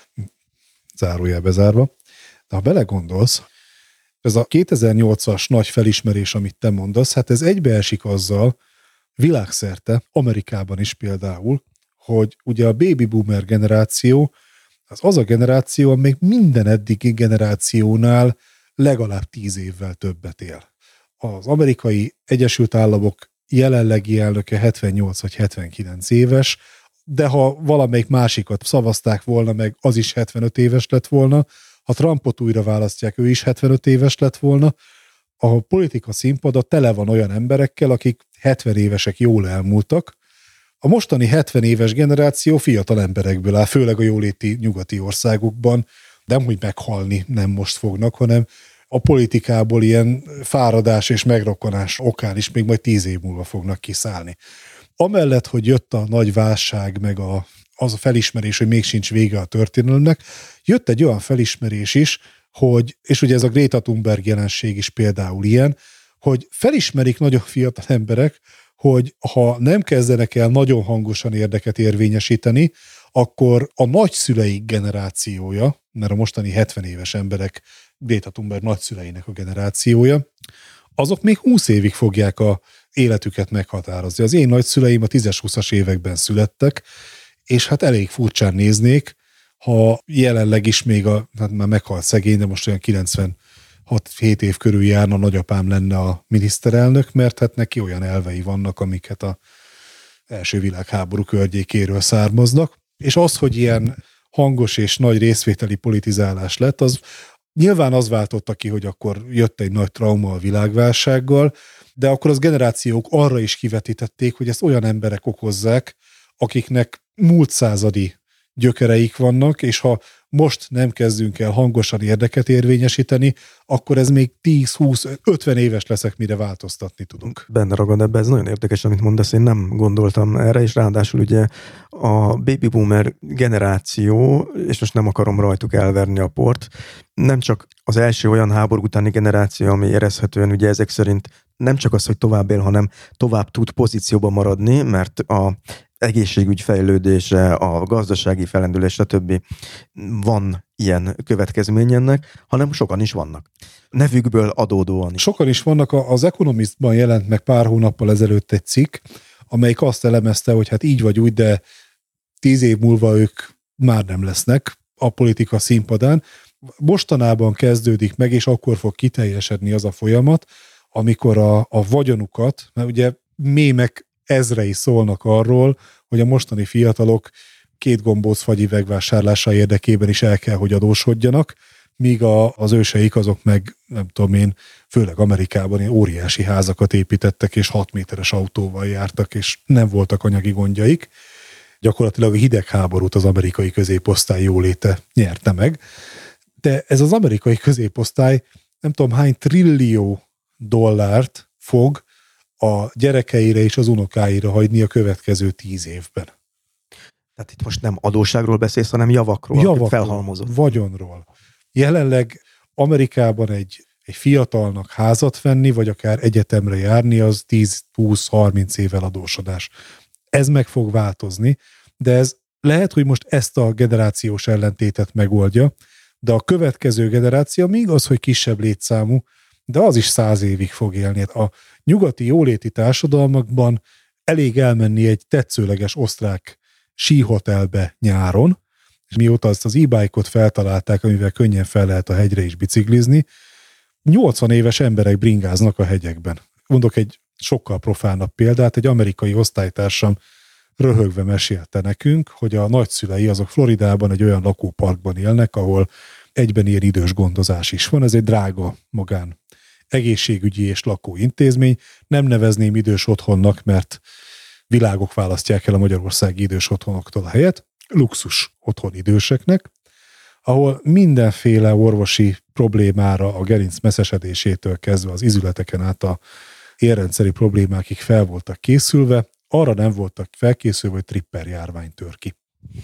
zárójel bezárva. De ha belegondolsz, ez a kétezer-nyolcas nagy felismerés, amit te mondasz, hát ez egybeesik azzal világszerte, Amerikában is például, hogy ugye a baby boomer generáció, az az a generáció, amely minden eddigi generációnál legalább tíz évvel többet él. Az Amerikai Egyesült Államok jelenlegi elnöke hetvennyolc vagy hetvenkilenc éves, de ha valamelyik másikat szavazták volna meg, az is hetvenöt éves lett volna, ha Trumpot újra választják, ő is hetvenöt éves lett volna. A politika színpada tele van olyan emberekkel, akik hetven évesek jól elmúltak. A mostani hetven éves generáció fiatal emberekből áll, főleg a jóléti nyugati országokban, de nem, hogy meghalni nem most fognak, hanem a politikából ilyen fáradás és megrokkanás okán is még majd tíz év múlva fognak kiszállni. Amellett, hogy jött a nagy válság, meg a, az a felismerés, hogy még sincs vége a történelemnek, jött egy olyan felismerés is, hogy, és ugye ez a Greta Thunberg jelenség is például ilyen, hogy felismerik nagyon fiatal emberek, hogy ha nem kezdenek el nagyon hangosan érdeket érvényesíteni, akkor a nagyszüleik generációja, mert a mostani hetven éves emberek Greta Thunberg nagyszüleinek a generációja, azok még húsz évig fogják a életüket meghatározni. Az én nagyszüleim a tízes-húszas években születtek, és hát elég furcsán néznék, ha jelenleg is még a, hát már meghalt szegény, de most olyan kilencvenhat-hét év körül járna, nagyapám lenne a miniszterelnök, mert hát neki olyan elvei vannak, amiket a első világháború környékéről származnak. És az, hogy ilyen hangos és nagy részvételi politizálás lett, az nyilván az váltotta ki, hogy akkor jött egy nagy trauma a világválsággal, de akkor az generációk arra is kivetítették, hogy ezt olyan emberek okozzák, akiknek múlt századi gyökereik vannak, és ha most nem kezdünk el hangosan érdeket érvényesíteni, akkor ez még tíz, húsz, ötven éves leszek, mire változtatni tudunk.
Benne ragad ebbe, ez nagyon érdekes, amit mondasz, én nem gondoltam erre, és ráadásul ugye a baby boomer generáció, és most nem akarom rajtuk elverni a port, nem csak az első olyan háború utáni generáció, ami érezhetően ugye ezek szerint nem csak az, hogy tovább él, hanem tovább tud pozícióban maradni, mert a egészségügy fejlődése, a gazdasági felendülés, stb. Van ilyen következmény ennek, hanem sokan is vannak. Nevükből adódóan is.
Sokan is vannak. Az Economistban jelent meg pár hónappal ezelőtt egy cikk, amelyik azt elemezte, hogy hát így vagy úgy, de tíz év múlva ők már nem lesznek a politika színpadán. Mostanában kezdődik meg, és akkor fog kiteljesedni az a folyamat, amikor a, a vagyonukat, mert ugye mémek ezrei szólnak arról, hogy a mostani fiatalok két gombóc fagyi megvásárlása érdekében is el kell, hogy adósodjanak, míg a, az őseik azok meg, nem tudom én, főleg Amerikában ilyen óriási házakat építettek, és hat méteres autóval jártak, és nem voltak anyagi gondjaik. Gyakorlatilag a hidegháborút az amerikai középosztály jóléte nyerte meg. De ez az amerikai középosztály nem tudom hány trillió dollárt fog a gyerekeire és az unokáira hagyni a következő tíz évben.
Tehát itt most nem adósságról beszélsz, hanem javakról,
javakról
felhalmozott.
Vagyonról. Jelenleg Amerikában egy, egy fiatalnak házat venni, vagy akár egyetemre járni, az tíz, húsz, harminc évvel adósodás. Ez meg fog változni, de ez lehet, hogy most ezt a generációs ellentétet megoldja, de a következő generáció még az, hogy kisebb létszámú, de az is száz évig fog élni. A nyugati jóléti társadalmakban elég elmenni egy tetszőleges osztrák síhotelbe nyáron, és mióta azt az e-bike-ot feltalálták, amivel könnyen fel lehet a hegyre is biciklizni, nyolcvan éves emberek bringáznak a hegyekben. Mondok egy sokkal profánabb példát, egy amerikai osztálytársam röhögve mesélte nekünk, hogy a nagyszülei azok Floridában egy olyan lakóparkban élnek, ahol egyben ilyen idős gondozás is van, ez egy drága magán egészségügyi és lakóintézmény. Nem nevezném idős otthonnak, mert világok választják el a magyarországi idős otthonoktól a helyet, luxus otthon időseknek, ahol mindenféle orvosi problémára, a gerinc messzesedésétől kezdve az izületeken át a érrendszeri problémákig fel voltak készülve, arra nem voltak felkészülve, hogy tripper járvány tör ki.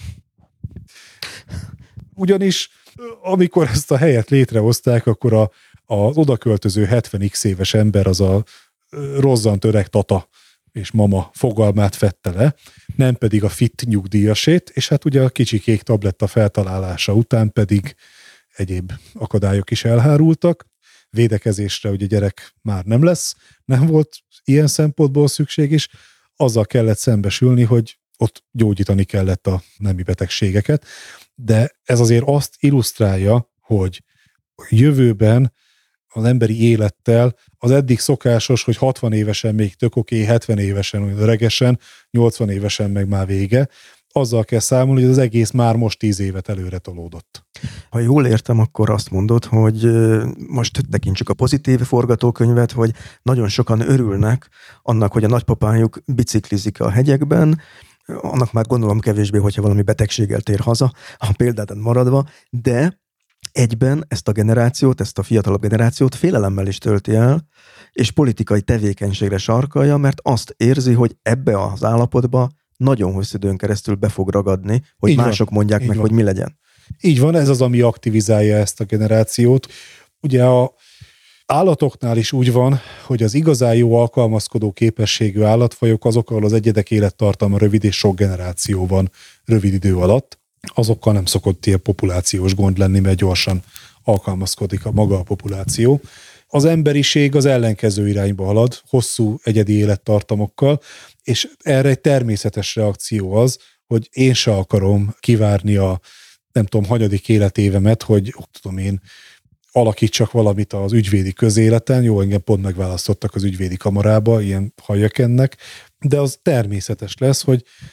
Ugyanis amikor ezt a helyet létrehozták, akkor a, az odaköltöző hetven x éves ember az a rozzant öreg tata és mama fogalmát vette le, nem pedig a fit nyugdíjasét, és hát ugye a kicsi kék tabletta feltalálása után pedig egyéb akadályok is elhárultak. Védekezésre ugye gyerek már nem lesz, nem volt ilyen szempontból szükség is, azzal kellett szembesülni, hogy ott gyógyítani kellett a nemi betegségeket, de ez azért azt illusztrálja, hogy jövőben az emberi élettel az eddig szokásos, hogy hatvan évesen még tök oké, hetven évesen, olyan öregesen, nyolcvan évesen meg már vége, azzal kell számolni, hogy az egész már most tíz évet előre tolódott.
Ha jól értem, akkor azt mondod, hogy most tekintsük a pozitív forgatókönyvet, hogy nagyon sokan örülnek annak, hogy a nagypapájuk biciklizik a hegyekben, annak már gondolom kevésbé, hogyha valami betegséggel tér haza, a példátán maradva, de egyben ezt a generációt, ezt a fiatalabb generációt félelemmel is tölti el, és politikai tevékenységre sarkalja, mert azt érzi, hogy ebbe az állapotba nagyon hosszú időn keresztül be fog ragadni, hogy így mások van, mondják meg, van. Hogy mi legyen.
Így van, ez az, ami aktivizálja ezt a generációt. Ugye a állatoknál is úgy van, hogy az igazán jó alkalmazkodó képességű állatfajok azok, ahol az egyedek élettartalma rövid és sok generáció van rövid idő alatt. Azokkal nem szokott ilyen populációs gond lenni, mert gyorsan alkalmazkodik a maga a populáció. Az emberiség az ellenkező irányba halad, hosszú egyedi élettartamokkal, és erre egy természetes reakció az, hogy én se akarom kivárni a nem tudom, hanyadik életévemet, hogy tudom én, alakítsak valamit az ügyvédi közéleten. Jó, engem pont megválasztottak az ügyvédi kamarába, ilyen halljak ennek, de az természetes lesz, hogy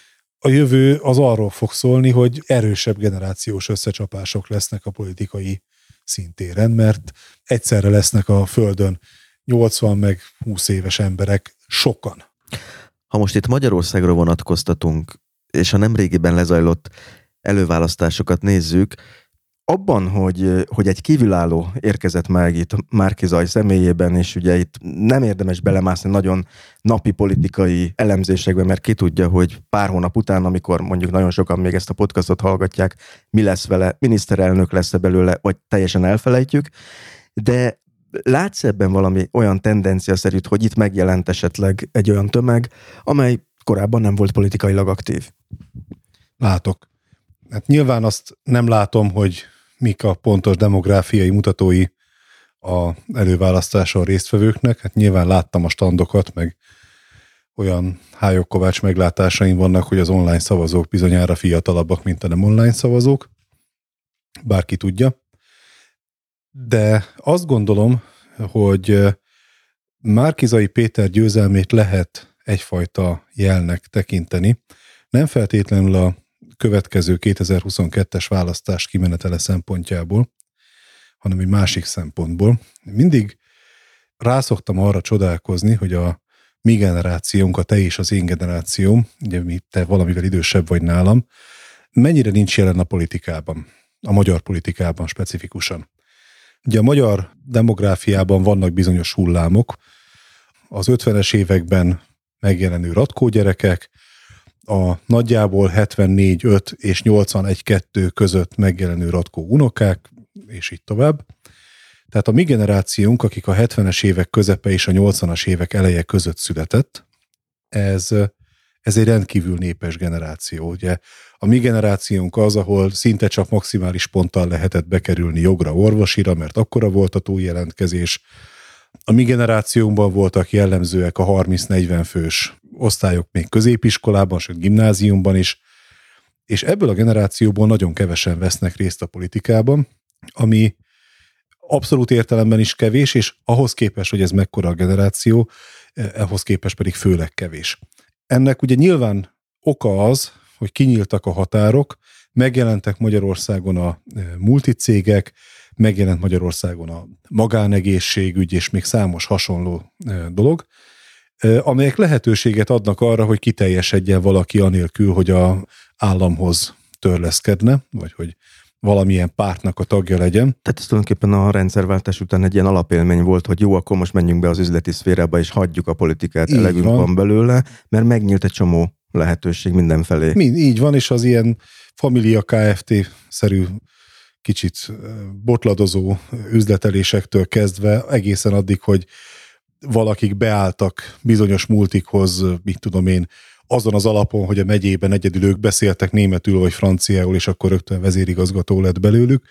a jövő az arról fog szólni, hogy erősebb generációs összecsapások lesznek a politikai szintéren, mert egyszerre lesznek a Földön nyolcvan meg húsz éves emberek sokan.
Ha most itt Magyarországra vonatkoztatunk, és a nemrégiben lezajlott előválasztásokat nézzük, abban, hogy, hogy egy kívülálló érkezett meg itt Márki Zaj személyében, és ugye itt nem érdemes belemászni nagyon napi politikai elemzésekbe, mert ki tudja, hogy pár hónap után, amikor mondjuk nagyon sokan még ezt a podcastot hallgatják, mi lesz vele, miniszterelnök lesz-e belőle, vagy teljesen elfelejtjük, de látsz ebben valami olyan tendenciaszerűt, hogy itt megjelent esetleg egy olyan tömeg, amely korábban nem volt politikailag aktív?
Látok. Hát nyilván azt nem látom, hogy mik a pontos demográfiai mutatói a előválasztáson résztvevőknek. Hát nyilván láttam a standokat, meg olyan Hájok Kovács meglátásaim vannak, hogy az online szavazók bizonyára fiatalabbak, mint a nem online szavazók. Bárki tudja. De azt gondolom, hogy Márki-Zay Péter győzelmét lehet egyfajta jelnek tekinteni. Nem feltétlenül a következő kétezer-huszonkettes választás kimenetele szempontjából, hanem egy másik szempontból. Mindig rászoktam arra csodálkozni, hogy a mi generációnk, a te és az én generációm, ugye te valamivel idősebb vagy nálam, mennyire nincs jelen a politikában, a magyar politikában specifikusan. Ugye a magyar demográfiában vannak bizonyos hullámok, az ötvenes években megjelenő ratkó gyerekek, a nagyjából hetvennégy öt és nyolcvanegy kettő között megjelenő ratkó unokák, és így tovább. Tehát a mi generációnk, akik a hetvenes évek közepe és a nyolcvanas évek eleje között született, ez, ez egy rendkívül népes generáció. Ugye a mi generációnk az, ahol szinte csak maximális ponttal lehetett bekerülni jogra, orvosira, mert akkora volt a túljelentkezés. A mi generációnkban voltak jellemzőek a harminc-negyven fős osztályok még középiskolában, sőt gimnáziumban is, és ebből a generációból nagyon kevesen vesznek részt a politikában, ami abszolút értelemben is kevés, és ahhoz képest, hogy ez mekkora a generáció, ahhoz képest pedig főleg kevés. Ennek ugye nyilván oka az, hogy kinyíltak a határok, megjelentek Magyarországon a multicégek, megjelent Magyarországon a magánegészségügy, és még számos hasonló dolog, amelyek lehetőséget adnak arra, hogy kiteljesedjen valaki anélkül, hogy a államhoz törleszkedne, vagy hogy valamilyen pártnak a tagja legyen.
Tehát ez tulajdonképpen a rendszerváltás után egy ilyen alapélmény volt, hogy jó, akkor most menjünk be az üzleti szférába, és hagyjuk a politikát,
így
elegünk van. van belőle, mert megnyílt egy csomó lehetőség mindenfelé.
Mind, így van, és az ilyen Familia Kft-szerű kicsit botladozó üzletelésektől kezdve egészen addig, hogy valakik beálltak bizonyos multikhoz, mit tudom én, azon az alapon, hogy a megyében egyedül ők beszéltek németül vagy franciául, és akkor rögtön vezérigazgató lett belőlük.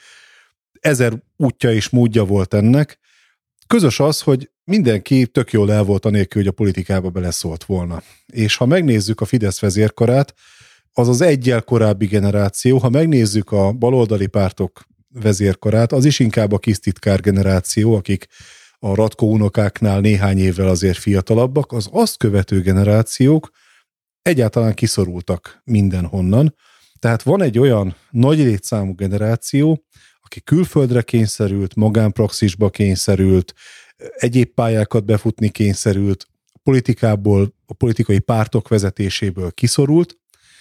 Ezer útja és módja volt ennek. Közös az, hogy mindenki tök jól el volt anélkül, hogy a politikába beleszólt volna. És ha megnézzük a Fidesz vezérkarát, az az egyel korábbi generáció, ha megnézzük a baloldali pártok vezérkarát, az is inkább a kisztitkár generáció, akik a ratkó unokáknál néhány évvel azért fiatalabbak, az azt követő generációk egyáltalán kiszorultak mindenhonnan. Tehát van egy olyan nagy létszámú generáció, aki külföldre kényszerült, magánpraxisba kényszerült, egyéb pályákat befutni kényszerült, politikából, a politikai pártok vezetéséből kiszorult,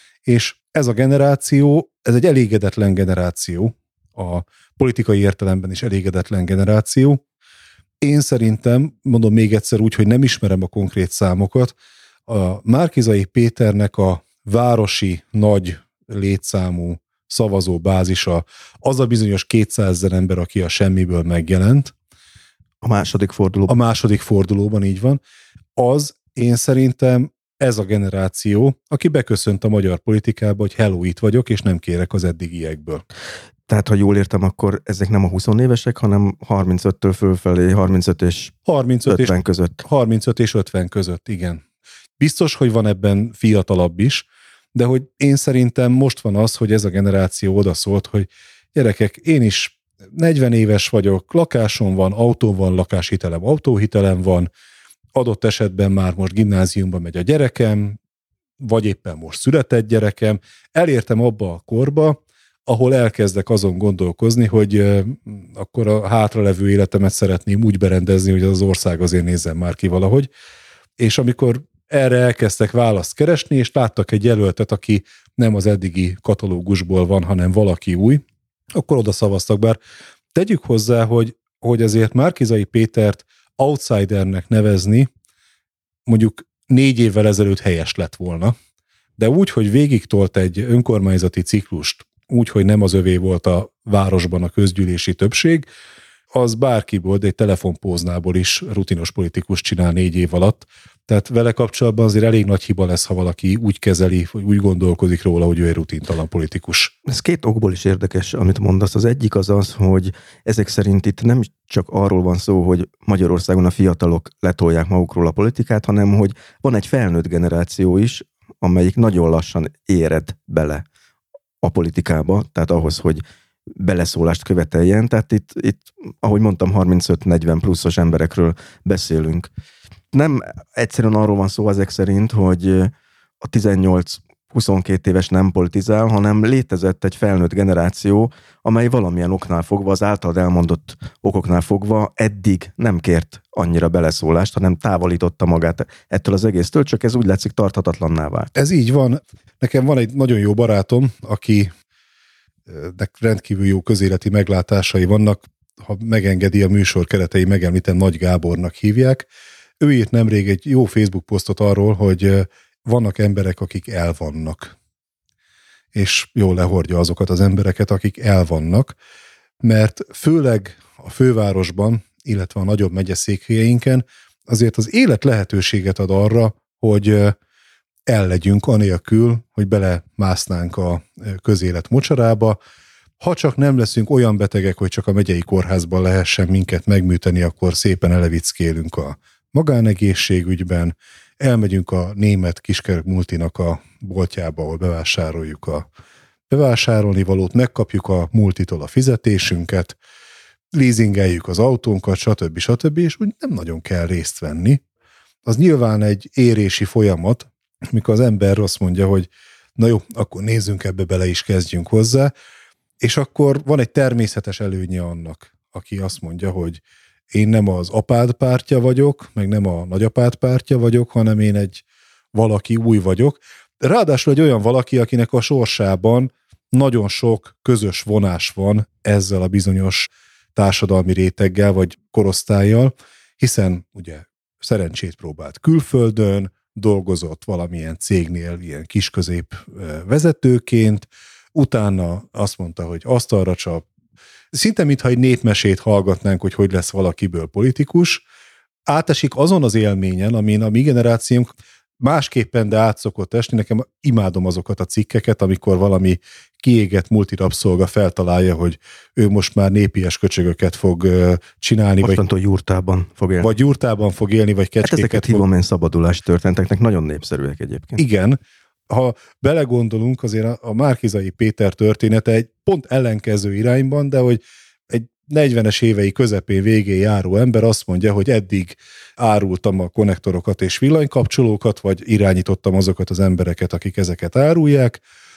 és ez a generáció, ez egy elégedetlen generáció, a politikai értelemben is elégedetlen generáció. Én szerintem, mondom még egyszer úgy, hogy nem ismerem a konkrét számokat, a Márki-Zay Péternek a városi nagy létszámú szavazóbázisa, az a bizonyos kétszázezer ember, aki a semmiből megjelent.
A második fordulóban.
A második fordulóban, így van. Az én szerintem ez a generáció, aki beköszönt a magyar politikába, hogy hello, itt vagyok, és nem kérek az eddigiekből.
Tehát, ha jól értem, akkor ezek nem a húsz évesek, hanem harmincöttől fölfelé, harmincöt és
harmincöt
ötven
és,
között.
harmincöt és ötven között, igen. Biztos, hogy van ebben fiatalabb is, de hogy én szerintem most van az, hogy ez a generáció odaszólt, hogy gyerekek, én is negyven éves vagyok, lakásom van, autóm van, lakáshitelem, autóhitelem van, adott esetben már most gimnáziumba megy a gyerekem, vagy éppen most született gyerekem, elértem abba a korba, ahol elkezdek azon gondolkozni, hogy akkor a hátralevő életemet szeretném úgy berendezni, hogy az ország azért nézzen már ki valahogy. És amikor erre elkezdtek választ keresni, és láttak egy jelöltet, aki nem az eddigi katalógusból van, hanem valaki új, akkor oda szavaztak. Bár tegyük hozzá, hogy, hogy azért Márki-Zay Pétert outsidernek nevezni mondjuk négy évvel ezelőtt helyes lett volna, de úgy, hogy végigtolt egy önkormányzati ciklust, úgy, hogy nem az övé volt a városban a közgyűlési többség, az bárkiból, de egy telefonpóznából is rutinos politikus csinál négy év alatt. Tehát vele kapcsolatban azért elég nagy hiba lesz, ha valaki úgy kezeli, vagy úgy gondolkodik róla, hogy ő egy rutintalan politikus.
Ez két okból is érdekes, amit mondasz. Az egyik az az, hogy ezek szerint itt nem csak arról van szó, hogy Magyarországon a fiatalok letolják magukról a politikát, hanem hogy van egy felnőtt generáció is, amelyik nagyon lassan éred bele a politikába, tehát ahhoz, hogy beleszólást követeljen. Tehát itt, itt ahogy mondtam, harmincöt-negyven pluszos emberekről beszélünk. Nem egyszerűen arról van szó ezek szerint, hogy a tizennyolc-huszonkét éves nem politizál, hanem létezett egy felnőtt generáció, amely valamilyen oknál fogva, az általad elmondott okoknál fogva eddig nem kért annyira beleszólást, hanem távolította magát ettől az egésztől, csak ez úgy látszik tarthatatlanná vált.
Ez így van. Nekem van egy nagyon jó barátom, aki rendkívül jó közéleti meglátásai vannak, ha megengedi a műsor keretei, megemlítem, Nagy Gábornak hívják. Ő írt nemrég egy jó Facebook posztot arról, hogy vannak emberek, akik elvannak. És jól lehordja azokat az embereket, akik elvannak, mert főleg a fővárosban, illetve a nagyobb megyeszékhelyeinken azért az élet lehetőséget ad arra, hogy el legyünk anélkül, hogy belemásznánk a közélet mocsarába. Ha csak nem leszünk olyan betegek, hogy csak a megyei kórházban lehessen minket megműteni, akkor szépen elevickélünk a magánegészségügyben, elmegyünk a német kiskerek multinak a boltjába, ahol bevásároljuk a bevásárolni valót, megkapjuk a multitól a fizetésünket, leasingeljük az autónkat, stb. stb. És úgy nem nagyon kell részt venni. Az nyilván egy érési folyamat, mikor az ember azt mondja, hogy na jó, akkor nézzünk ebbe bele is, kezdjünk hozzá, és akkor van egy természetes előnye annak, aki azt mondja, hogy én nem az apád pártja vagyok, meg nem a nagyapád pártja vagyok, hanem én egy valaki új vagyok. Ráadásul egy olyan valaki, akinek a sorsában nagyon sok közös vonás van ezzel a bizonyos társadalmi réteggel, vagy korosztállyal, hiszen ugye szerencsét próbált külföldön, dolgozott valamilyen cégnél ilyen kisközép vezetőként, utána azt mondta, hogy asztalra csap. Szinte mintha egy népmesét hallgatnánk, hogy hogy lesz valakiből politikus. Átesik azon az élményen, amin a mi generációnk másképpen, de át szokott esni. Nekem imádom azokat a cikkeket, amikor valami kiégett multirabszolga feltalálja, hogy ő most már népies köcsögöket fog csinálni.
Mostantól vagy, jurtában fog élni.
Vagy jurtában fog élni, vagy kecskéket. Hát
ezeket
fog...
hívom én szabadulás történeteknek, nagyon népszerűek egyébként.
Igen. Ha belegondolunk, azért a, a Márki-Zay Péter története egy pont ellenkező irányban, de hogy egy negyvenes évei közepén végén járó ember azt mondja, hogy eddig árultam a konnektorokat és villanykapcsolókat, vagy irányítottam azokat az embereket, akik ezeket árulják.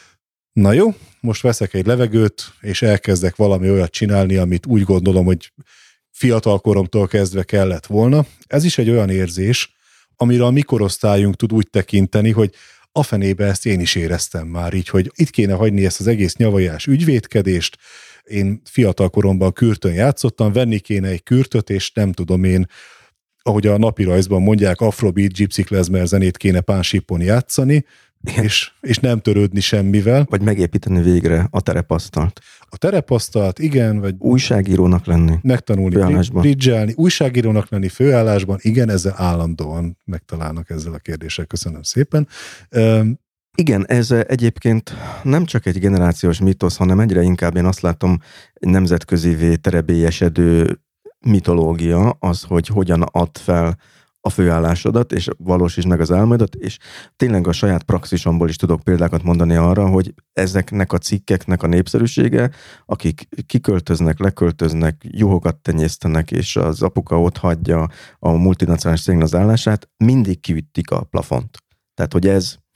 Na jó, most veszek egy levegőt, és elkezdek valami olyat csinálni, amit úgy gondolom, hogy fiatal koromtól kezdve kellett volna. Ez is egy olyan érzés, amire a mi korosztályunk tud úgy tekinteni, hogy a fenébe ezt én is éreztem már így, hogy itt kéne hagyni ezt az egész nyavajás ügyvédkedést. Én fiatal koromban kürtön játszottam, venni kéne egy kürtöt, és nem tudom én, ahogy a napirajzban mondják, afrobeat, gypsy klezmer zenét kéne pánsípon játszani, és, és nem törődni semmivel.
Vagy megépíteni végre a terepasztalt.
A terepasztalt, igen, vagy...
Újságírónak lenni.
Megtanulni bridgelni, újságírónak lenni főállásban, igen, ezzel állandóan megtalálnak ezzel a kérdéssel. Köszönöm szépen. Um,
igen, ez egyébként nem csak egy generációs mitosz, hanem egyre inkább én azt látom nemzetközivé terebélyesedő mitológia az, hogy hogyan add fel a főállásodat, és valósítsd meg az álmodat, és tényleg a saját praxisomból is tudok példákat mondani arra, hogy ezeknek a cikkeknek a népszerűsége, akik kiköltöznek, leköltöznek, juhokat tenyésztenek, és az apuka ott hagyja a multinacionális cégnek az állását, mindig kiüttik a plafont. Tehát, hogy ez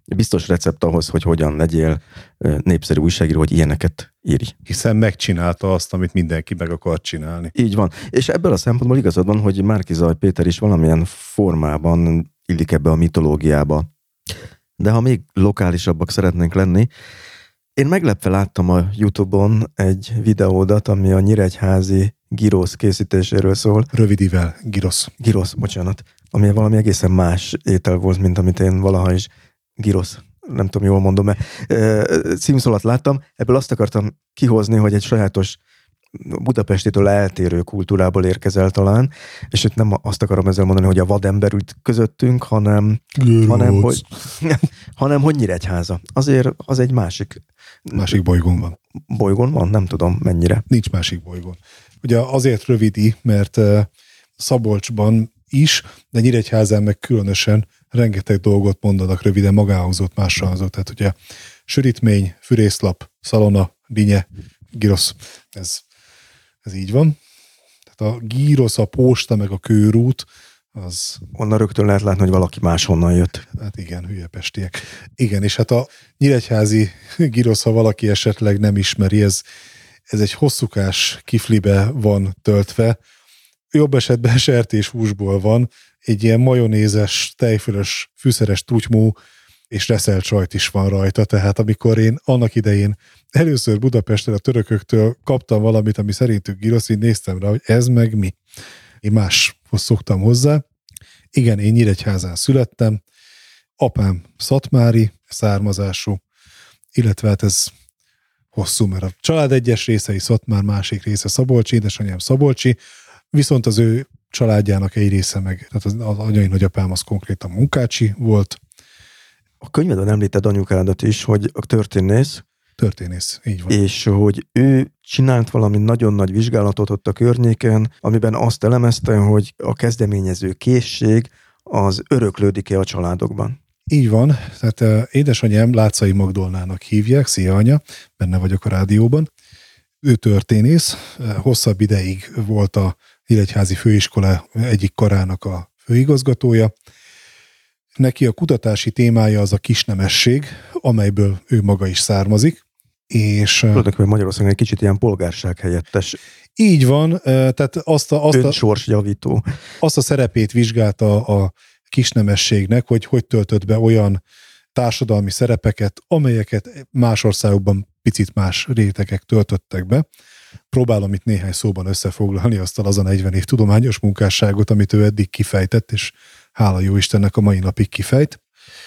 biztos recept ahhoz, hogy hogyan legyél népszerű újságíró, hogy ilyeneket írj.
Hiszen megcsinálta azt, amit mindenki meg akar csinálni.
Így van. És ebből a szempontból igazad van, hogy Márki-Zay Péter is valamilyen formában illik ebbe a mitológiába. De ha még lokálisabbak szeretnénk lenni, én meglepve láttam a YouTube-on egy videódat, ami a nyíregyházi gyrosz készítéséről szól.
Rövidivel, gyrosz.
Gyrosz, bocsánat. Ami valami egészen más étel volt, mint amit én valaha is gyrosz, nem tudom, jól mondom-e, címszólat láttam. Ebből azt akartam kihozni, hogy egy sajátos Budapestétől eltérő kultúrából érkezel talán, és itt nem azt akarom ezzel mondani, hogy a vadember ült közöttünk, hanem, hanem, hogy, hanem hogy Nyíregyháza. Azért az egy másik...
Másik bolygón van.
Bolygón van? Nem tudom mennyire.
Nincs másik bolygón. Ugye azért rövidi, mert Szabolcsban is, de Nyíregyházán meg különösen rengeteg dolgot mondanak röviden magához ott, másra az ott. Tehát ugye sörítmény, fűrészlap, szalona, dinye, gyrosz. Ez, ez így van. Tehát a gyrosz, a posta, meg a körút, az...
Onnan rögtön lehet látni, hogy valaki máshonnan jött.
Hát igen, hülye pestiek. Igen, és hát a nyíregyházi gyrosz, ha valaki esetleg nem ismeri, ez, ez egy hosszúkás kiflibe van töltve, jobb esetben sertéshúsból van, egy ilyen majonézes, tejfölös, fűszeres tutymú és reszelt sajt is van rajta, tehát amikor én annak idején először Budapesten a törököktől kaptam valamit, ami szerintük gyrosz, így néztem rá, hogy ez meg mi. Én máshoz szoktam hozzá. Igen, én Nyíregyházán születtem, apám szatmári származású, illetve hát ez hosszú, mert a család egyes részei Szatmár, másik része Szabolcsi, édesanyám szabolcsi, viszont az ő családjának egy része meg, tehát az, az anyai nagyapám az konkrétan munkácsi volt.
A könyvedben említed anyukádat is, hogy a történész.
Történész, így van.
És hogy ő csinált valami nagyon nagy vizsgálatot ott a környéken, amiben azt elemezte, hogy a kezdeményező készség az öröklődik-e a családokban.
Így van, tehát uh, édesanyám Látszai Magdolnának hívják, szia anya, benne vagyok a rádióban. Ő történész, uh, hosszabb ideig volt a Nyíregyházi Főiskola egyik karának a főigazgatója. Neki a kutatási témája az a kisnemesség, amelyből ő maga is származik. És
tulajdonképpen Magyarországon egy kicsit ilyen polgárság helyettes.
Így van, tehát azt a, azt a,
önsorsjavító.
Azt a szerepét vizsgálta a kisnemességnek, hogy hogy töltött be olyan társadalmi szerepeket, amelyeket más országokban picit más rétegek töltöttek be. Próbálom itt néhány szóban összefoglalni azt az a negyven év tudományos munkásságot, amit ő eddig kifejtett, és hála jó Istennek a mai napig kifejt.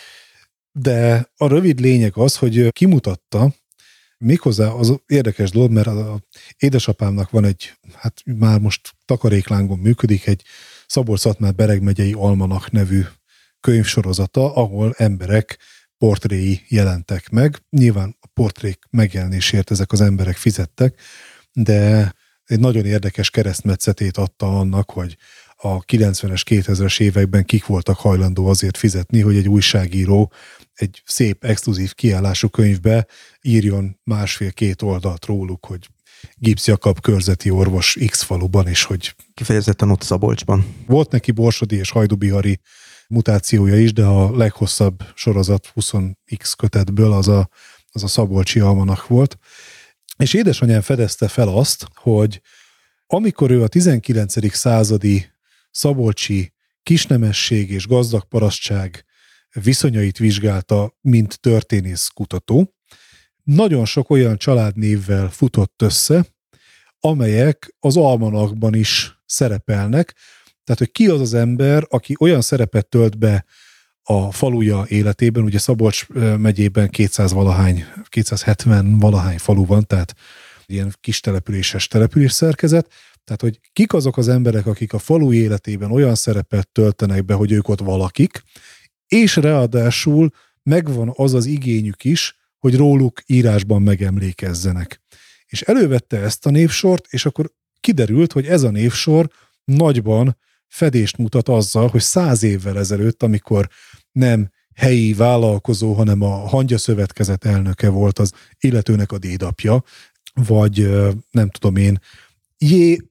De a rövid lényeg az, hogy kimutatta, méghozzá az érdekes dolog, mert az édesapámnak van egy, hát már most takaréklángon működik, egy Szabolcs-Szatmár-Bereg megyei Almanach nevű könyvsorozata, ahol emberek portréi jelentek meg. Nyilván a portrék megjelenésért ezek az emberek fizettek, de egy nagyon érdekes keresztmetszetét adta annak, hogy a kilencvenes, kétezres években kik voltak hajlandó azért fizetni, hogy egy újságíró egy szép, exkluzív kiállású könyvbe írjon másfél-két oldalt róluk, hogy Gibbs Jakab körzeti orvos X faluban, és hogy...
Kifejezetten ott Szabolcsban.
Volt neki borsodi és hajdubihari mutációja is, de a leghosszabb sorozat húsz x kötetből az a, az a Szabolcsi Almanach volt. És édesanyám fedezte fel azt, hogy amikor ő a tizenkilencedik századi szabolcsi kisnemesség és gazdag parasztság viszonyait vizsgálta, mint történész kutató, nagyon sok olyan családnévvel futott össze, amelyek az almanachban is szerepelnek. Tehát, hogy ki az az ember, aki olyan szerepet tölt be a faluja életében, ugye Szabolcs megyében kétszáz valahány, kétszázhetven valahány falu van, tehát ilyen kis településes település szerkezet, tehát, hogy kik azok az emberek, akik a falu életében olyan szerepet töltenek be, hogy ők ott valakik, és ráadásul megvan az az igényük is, hogy róluk írásban megemlékezzenek. És elővette ezt a névsort, és akkor kiderült, hogy ez a névsor nagyban fedést mutat azzal, hogy száz évvel ezelőtt, amikor nem helyi vállalkozó, hanem a Hangya Szövetkezet elnöke volt az illetőnek a dédapja, vagy nem tudom én, J.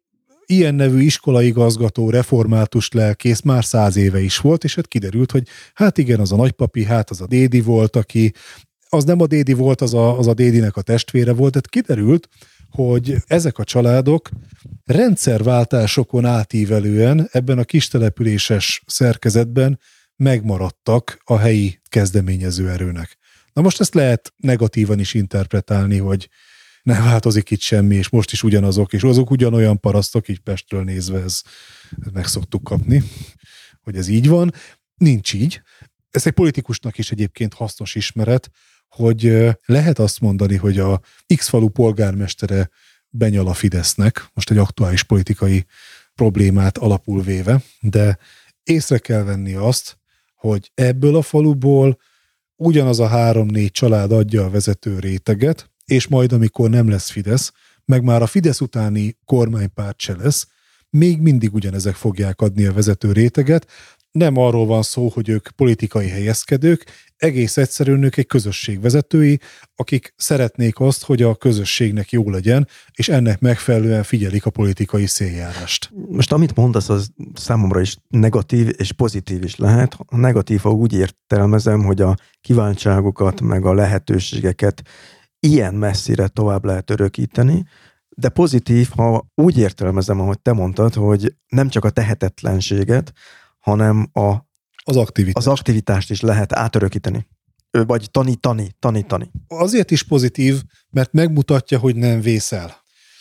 ilyen nevű iskolaigazgató, református lelkész már száz éve is volt, és hát kiderült, hogy hát igen, az a nagypapi, hát az a dédi volt, aki, az nem a dédi volt, az a, az a dédinek a testvére volt, tehát kiderült, hogy ezek a családok rendszerváltásokon átívelően ebben a kistelepüléses szerkezetben megmaradtak a helyi kezdeményező erőnek. Na most ezt lehet negatívan is interpretálni, hogy nem változik itt semmi, és most is ugyanazok, és azok ugyanolyan parasztok, így Pestről nézve ez, ez meg szoktuk kapni, hogy ez így van. Nincs így. Ez egy politikusnak is egyébként hasznos ismeret, hogy lehet azt mondani, hogy a X falu polgármestere benyal a Fidesznek, most egy aktuális politikai problémát alapul véve, de észre kell venni azt, hogy ebből a faluból ugyanaz a három-négy család adja a vezető réteget, és majd amikor nem lesz Fidesz, meg már a Fidesz utáni kormánypárt se lesz, még mindig ugyanezek fogják adni a vezető réteget. Nem arról van szó, hogy ők politikai helyezkedők, egész egyszerűen ők egy közösség vezetői, akik szeretnék azt, hogy a közösségnek jó legyen, és ennek megfelelően figyelik a politikai széljárást.
Most amit mondasz, az számomra is negatív és pozitív is lehet. A negatív, ha úgy értelmezem, hogy a kívánságokat, meg a lehetőségeket ilyen messzire tovább lehet örökíteni, de pozitív, ha úgy értelmezem, ahogy te mondtad, hogy nem csak a tehetetlenséget, hanem a,
az, aktivitást.
az aktivitást is lehet átörökíteni. Vagy tanítani, tanítani.
Azért is pozitív, mert megmutatja, hogy nem vészel.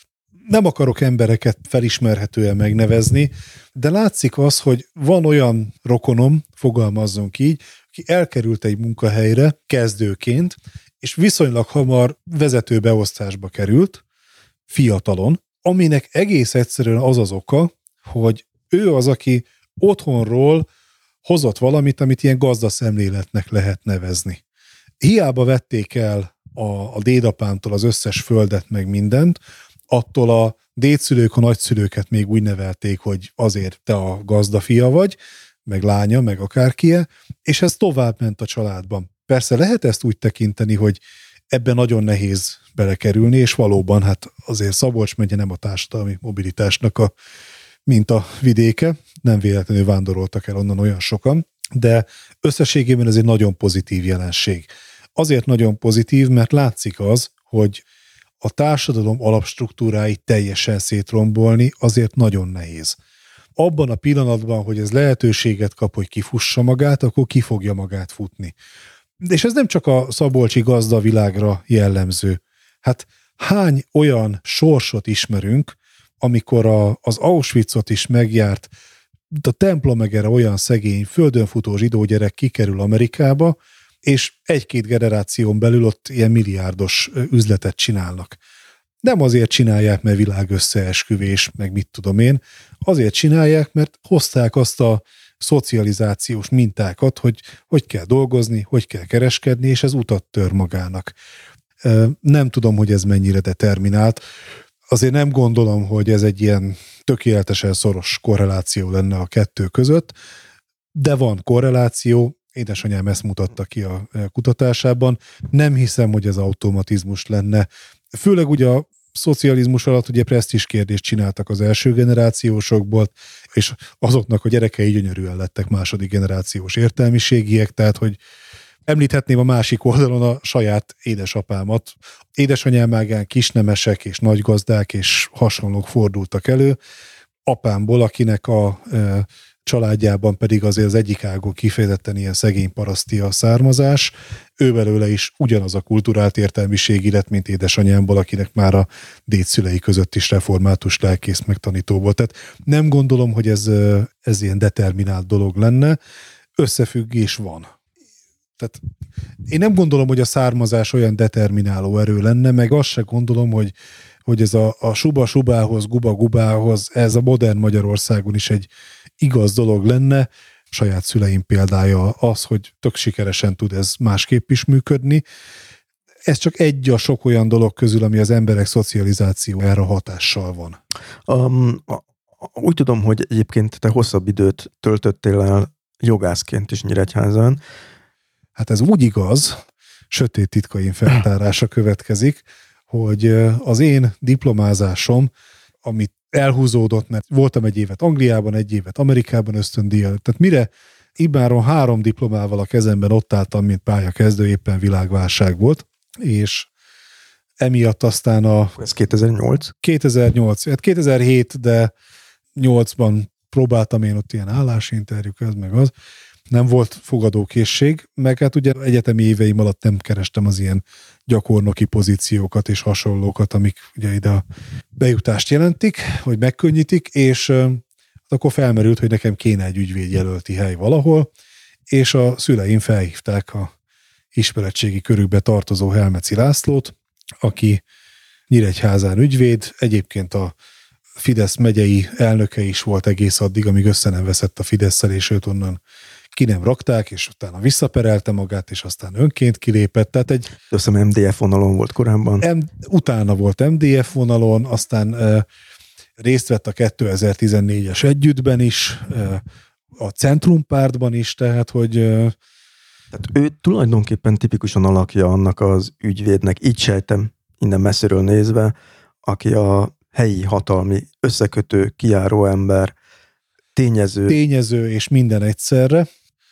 Nem akarok embereket felismerhetően megnevezni, de látszik az, hogy van olyan rokonom, fogalmazzunk így, aki elkerült egy munkahelyre kezdőként, és viszonylag hamar vezetőbeosztásba került, fiatalon, aminek egész egyszerűen az az oka, hogy ő az, aki otthonról hozott valamit, amit ilyen gazdaszemléletnek lehet nevezni. Hiába vették el a, a dédapámtól az összes földet, meg mindent, attól a dédszülők, a nagyszülőket még úgy nevelték, hogy azért te a gazdafia vagy, meg lánya, meg akárkie, és ez tovább ment a családban. Persze lehet ezt úgy tekinteni, hogy ebben nagyon nehéz belekerülni, és valóban hát azért Szabolcs megye nem a társadalmi mobilitásnak a mint a vidéke, nem véletlenül vándoroltak el onnan olyan sokan, de összességében ez egy nagyon pozitív jelenség. Azért nagyon pozitív, mert látszik az, hogy a társadalom alapstruktúráit teljesen szétrombolni azért nagyon nehéz. Abban a pillanatban, hogy ez lehetőséget kap, hogy kifussa magát, akkor ki fogja magát futni. És ez nem csak a szabolcsi gazdavilágra jellemző. Hát hány olyan sorsot ismerünk, amikor a, az Auschwitzot is megjárt, a templomegere olyan szegény, földönfutó zsidó gyerek kikerül Amerikába, és egy-két generáción belül ott ilyen milliárdos üzletet csinálnak. Nem azért csinálják, mert világ összeesküvés, meg mit tudom én, azért csinálják, mert hozták azt a szocializációs mintákat, hogy hogy kell dolgozni, hogy kell kereskedni, és ez utat tör magának. Nem tudom, hogy ez mennyire determinált. Azért nem gondolom, hogy ez egy ilyen tökéletesen szoros korreláció lenne a kettő között, de van korreláció, édesanyám ezt mutatta ki a kutatásában, nem hiszem, hogy ez automatizmus lenne. Főleg ugye a szocializmus alatt ugye presztízs kérdést csináltak az első generációsokból, és azoknak a gyerekei gyönyörűen lettek második generációs értelmiségiek, tehát hogy említhetném a másik oldalon a saját édesapámat. Édesanyám ágán kisnemesek és nagygazdák és hasonlók fordultak elő. Apámból, akinek a e, családjában pedig azért az egyik ágon kifejezetten ilyen szegény paraszti a származás, ő belőle is ugyanaz a kulturált értelmiségi lett, mint édesanyámból, akinek már a dédszülei között is református lelkész megtanító volt. Tehát nem gondolom, hogy ez, ez ilyen determinált dolog lenne. Összefüggés van. Tehát én nem gondolom, hogy a származás olyan determináló erő lenne, meg azt se gondolom, hogy, hogy ez a, a suba-subához, guba-gubához, ez a modern Magyarországon is egy igaz dolog lenne. Saját szüleim példája az, hogy tök sikeresen tud ez másképp is működni. Ez csak egy a sok olyan dolog közül, ami az emberek szocializációjára hatással van.
Um, úgy tudom, hogy egyébként te hosszabb időt töltöttél el jogászként is Nyíregyházán.
Hát ez úgy igaz, sötét titkaim feltárása következik, hogy az én diplomázásom, amit elhúzódott, mert voltam egy évet Angliában, egy évet Amerikában ösztöndíjjal. Tehát mire imáron három diplomával a kezemben ott álltam, mint pályakezdő, éppen világválság volt, és emiatt aztán a...
Ez kétezer-nyolc?
kétezer-nyolc, hát kétezer-hét, de nyolcban próbáltam én ott ilyen állásinterjúk, ez meg az. Nem volt fogadókészség, meg hát ugye egyetemi éveim alatt nem kerestem az ilyen gyakornoki pozíciókat és hasonlókat, amik ugye ide a bejutást jelentik, vagy megkönnyítik, és uh, akkor felmerült, hogy nekem kéne egy ügyvédjelölti hely valahol, és a szüleim felhívták a ismeretségi körükbe tartozó Helmeci Lászlót, aki Nyíregyházán ügyvéd, egyébként a Fidesz megyei elnöke is volt egész addig, amíg össze nem veszett a Fidesszel, és őt onnan ki nem rakták, és utána visszaperelte magát, és aztán önként kilépett. Tehát egy...
Összem em dé ef vonalon volt korábban.
M, utána volt em dé ef vonalon, aztán e, részt vett a kétezer-tizennégyes együttben is, e, a Centrumpártban is, tehát hogy... E,
tehát ő tulajdonképpen tipikusan alakja annak az ügyvédnek, így sejtem, innen messziről nézve, aki a helyi hatalmi összekötő, kijáró ember, tényező.
Tényező és minden egyszerre.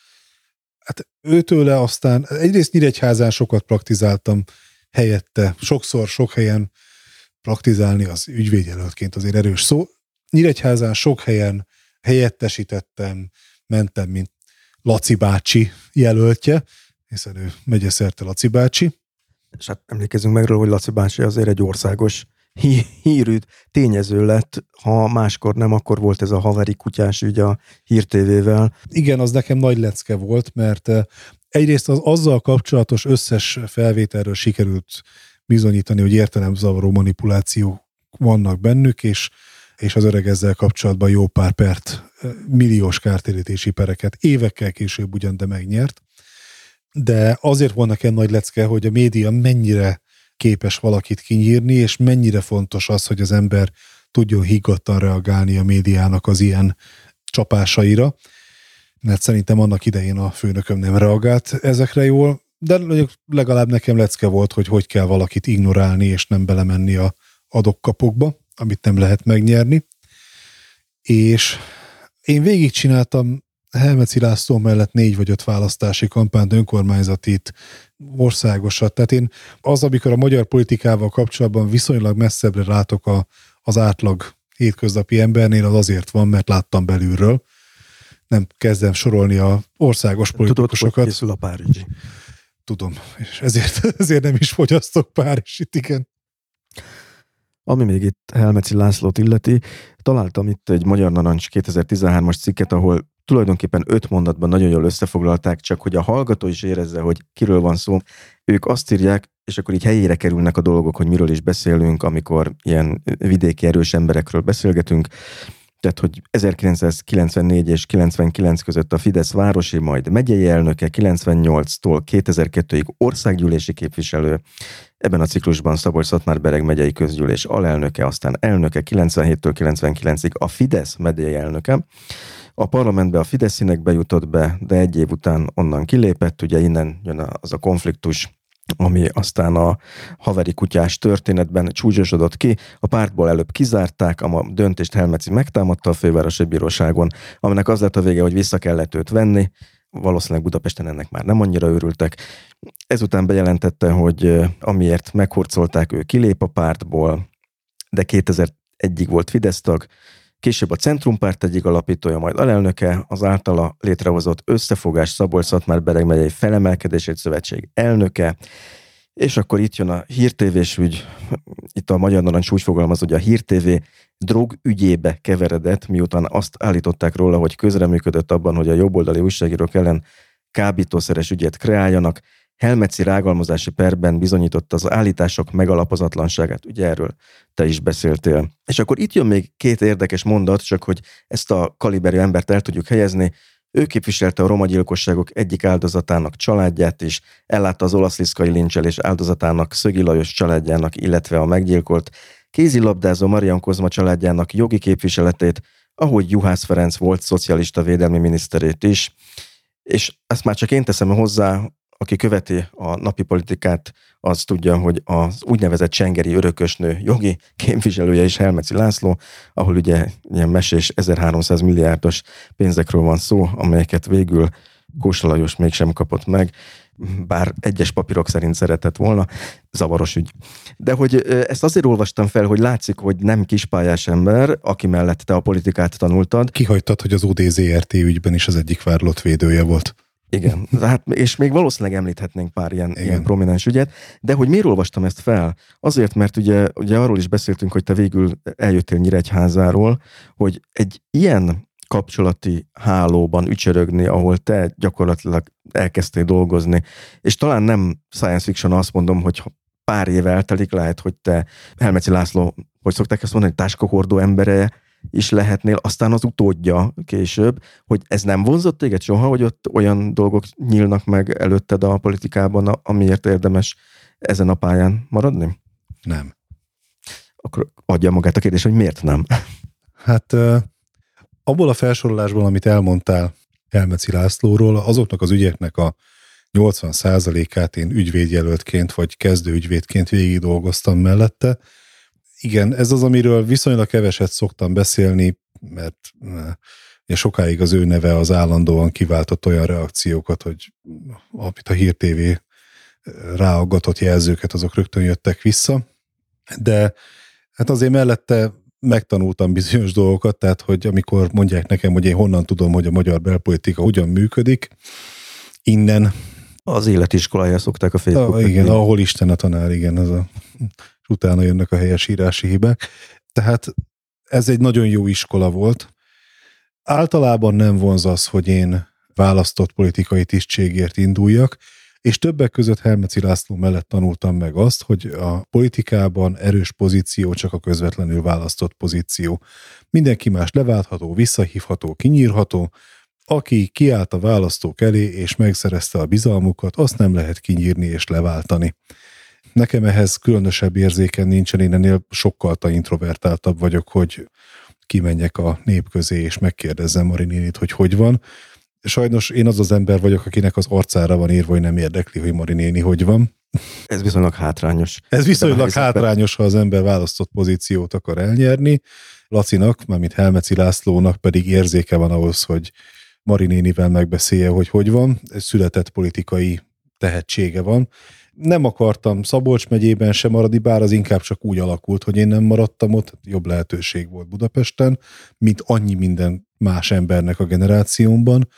Hát őtőle aztán, egyrészt Nyíregyházán sokat praktizáltam helyette, sokszor, sok helyen praktizálni az ügyvédjelöltként azért erős szó. Nyíregyházán sok helyen helyettesítettem, mentem, mint Laci bácsi jelöltje, hiszen ő megyeszerte Laci bácsi.
És hát emlékezzünk meg róla, hogy Laci bácsi azért egy országos hí- hírű tényező lett, ha máskor nem, akkor volt ez a haveri kutyás ügy a Hír té vével.
Igen, az nekem nagy lecke volt, mert egyrészt az azzal kapcsolatos összes felvételről sikerült bizonyítani, hogy értelemzavaró manipuláció vannak bennük, és, és az öreg ezzel kapcsolatban jó pár pert, milliós kártérítési pereket évekkel később ugyan, de megnyert. De azért van nekem nagy lecke, hogy a média mennyire képes valakit kinyírni, és mennyire fontos az, hogy az ember tudjon higgadtan reagálni a médiának az ilyen csapásaira, mert szerintem annak idején a főnököm nem reagált ezekre jól, de legalább nekem lecke volt, hogy hogy kell valakit ignorálni, és nem belemenni a adokkapokba, amit nem lehet megnyerni. És én végigcsináltam Helmeci László mellett négy vagy öt választási kampányt, önkormányzatit, országosat. Tehát én az, amikor a magyar politikával kapcsolatban viszonylag messzebbre látok a, az átlag hétköznapi embernél, az azért van, mert láttam belülről. Nem kezdem sorolni a országos politikusokat.
Tudod, hogy készül a párizsi.
Tudom, és ezért, ezért nem is fogyasztok Párizsit, igen.
Ami még itt Helmeci Lászlót illeti, találtam itt egy Magyar Narancs kétezer-tizenhármas cikket, ahol tulajdonképpen öt mondatban nagyon jól összefoglalták, csak hogy a hallgató is érezze, hogy kiről van szó. Ők azt írják, és akkor így helyére kerülnek a dolgok, hogy miről is beszélünk, amikor ilyen vidéki erős emberekről beszélgetünk. Tehát, hogy ezerkilencszázkilencvennégy és kilencvenkilenc között a Fidesz városi, majd megyei elnöke, kilencvennyolctól kétezer-kettőig országgyűlési képviselő, ebben a ciklusban Szabolcs-Szatmár-Bereg megyei közgyűlés alelnöke, aztán elnöke, kilencvenhéttől kilencvenkilencig a Fidesz megyei elnöke. A parlamentbe a Fidesz színek bejutott be, de egy év után onnan kilépett, ugye innen jön az a konfliktus, ami aztán a haveri kutyás történetben csúcsosodott ki. A pártból előbb kizárták, a döntést Helmeci megtámadta a fővárosi bíróságon, aminek az lett a vége, hogy vissza kellett őt venni. Valószínűleg Budapesten ennek már nem annyira örültek. Ezután bejelentette, hogy amiért meghurcolták, ő kilép a pártból, de kétezer-egyig volt Fidesz tag. Később a Centrumpárt egyik alapítója, majd alelnöke, az általa létrehozott Összefogás Szabolcs-Szatmár-Bereg megyei Felemelkedésért Szövetség elnöke, és akkor itt jön a Hír té vés ügy, itt a Magyar Narancs úgy fogalmaz, hogy a Hír té vé drogügyébe keveredett, miután azt állították róla, hogy közreműködött abban, hogy a jobboldali újságírók ellen kábítószeres ügyet kreáljanak. Helmeci rágalmazási perben bizonyította az állítások megalapozatlanságát. Ugye erről te is beszéltél. És akkor itt jön még két érdekes mondat, csak hogy ezt a kaliberű embert el tudjuk helyezni. Ő képviselte a roma gyilkosságok egyik áldozatának családját is, ellátta az olaszliszkai lincselés áldozatának, Szögi Lajos családjának, illetve a meggyilkolt kézilabdázó Marian Kozma családjának jogi képviseletét, ahogy Juhász Ferenc volt szocialista védelmi miniszterét is. És ezt már csak én teszem hozzá, aki követi a napi politikát, az tudja, hogy az úgynevezett csengeri örökösnő jogi képviselője is Helmetsy László, ahol ugye ilyen mesés ezerháromszáz milliárdos pénzekről van szó, amelyeket végül Kósa Lajos mégsem kapott meg, bár egyes papírok szerint szeretett volna, zavaros ügy. De hogy ezt azért olvastam fel, hogy látszik, hogy nem kispályás ember, aki mellett te a politikát tanultad.
Kihagytad, hogy az o dé zé er té ügyben is az egyik vádlott védője volt.
Igen, hát, és még valószínűleg említhetnénk pár ilyen, ilyen prominens ügyet, de hogy miért olvastam ezt fel? Azért, mert ugye, ugye arról is beszéltünk, hogy te végül eljöttél Nyíregyházáról, hogy egy ilyen kapcsolati hálóban ücsörögni, ahol te gyakorlatilag elkezdtél dolgozni, és talán nem science fiction azt mondom, hogy pár év eltelik, lehet, hogy te Helmetsy László, hogy szokták ezt mondani, táskahordó embere is lehetnél, aztán az utódja később, hogy ez nem vonzott téged soha, hogy ott olyan dolgok nyílnak meg előtted a politikában, amiért érdemes ezen a pályán maradni?
Nem.
Akkor adja magát a kérdés, hogy miért nem?
Hát abból a felsorolásból, amit elmondtál Helmetsy Lászlóról, azoknak az ügyeknek a nyolcvan százalékát én ügyvédjelöltként vagy kezdőügyvédként végig dolgoztam mellette. Igen, ez az, amiről viszonylag keveset szoktam beszélni, mert ja, sokáig az ő neve az állandóan kiváltott olyan reakciókat, hogy amit a Hír té vé ráaggatott jelzőket, azok rögtön jöttek vissza. De hát azért mellette megtanultam bizonyos dolgokat, tehát hogy amikor mondják nekem, hogy én honnan tudom, hogy a magyar belpolitika hogyan működik, innen.
Az életiskolája szokták a Facebookon.
Igen, így. Ahol Isten a tanár, igen, az a, és utána jönnek a helyesírási hibák. Tehát ez egy nagyon jó iskola volt. Általában nem vonz az, hogy én választott politikai tisztségért induljak, és többek között Helmetsy László mellett tanultam meg azt, hogy a politikában erős pozíció csak a közvetlenül választott pozíció. Mindenki más leváltható, visszahívható, kinyírható. Aki kiállt a választók elé és megszerezte a bizalmukat, azt nem lehet kinyírni és leváltani. Nekem ehhez különösebb érzéken nincsen, én ennél sokkal introvertáltabb vagyok, hogy kimenjek a nép közé és megkérdezzem Mari nénit, hogy hogy van. Sajnos én az az ember vagyok, akinek az arcára van írva, hogy nem érdekli, hogy Mari néni hogy van.
Ez viszonylag hátrányos.
Ez viszonylag hátrányos, ha az ember választott pozíciót akar elnyerni. Lacinak, mármint Helmetsy Lászlónak pedig érzéke van ahhoz, hogy Mari nénivel megbeszélje, hogy hogy van. Ez született politikai tehetsége van. Nem akartam Szabolcs megyében sem maradni, bár az inkább csak úgy alakult, hogy én nem maradtam ott, jobb lehetőség volt Budapesten, mint annyi minden más embernek a generációmban.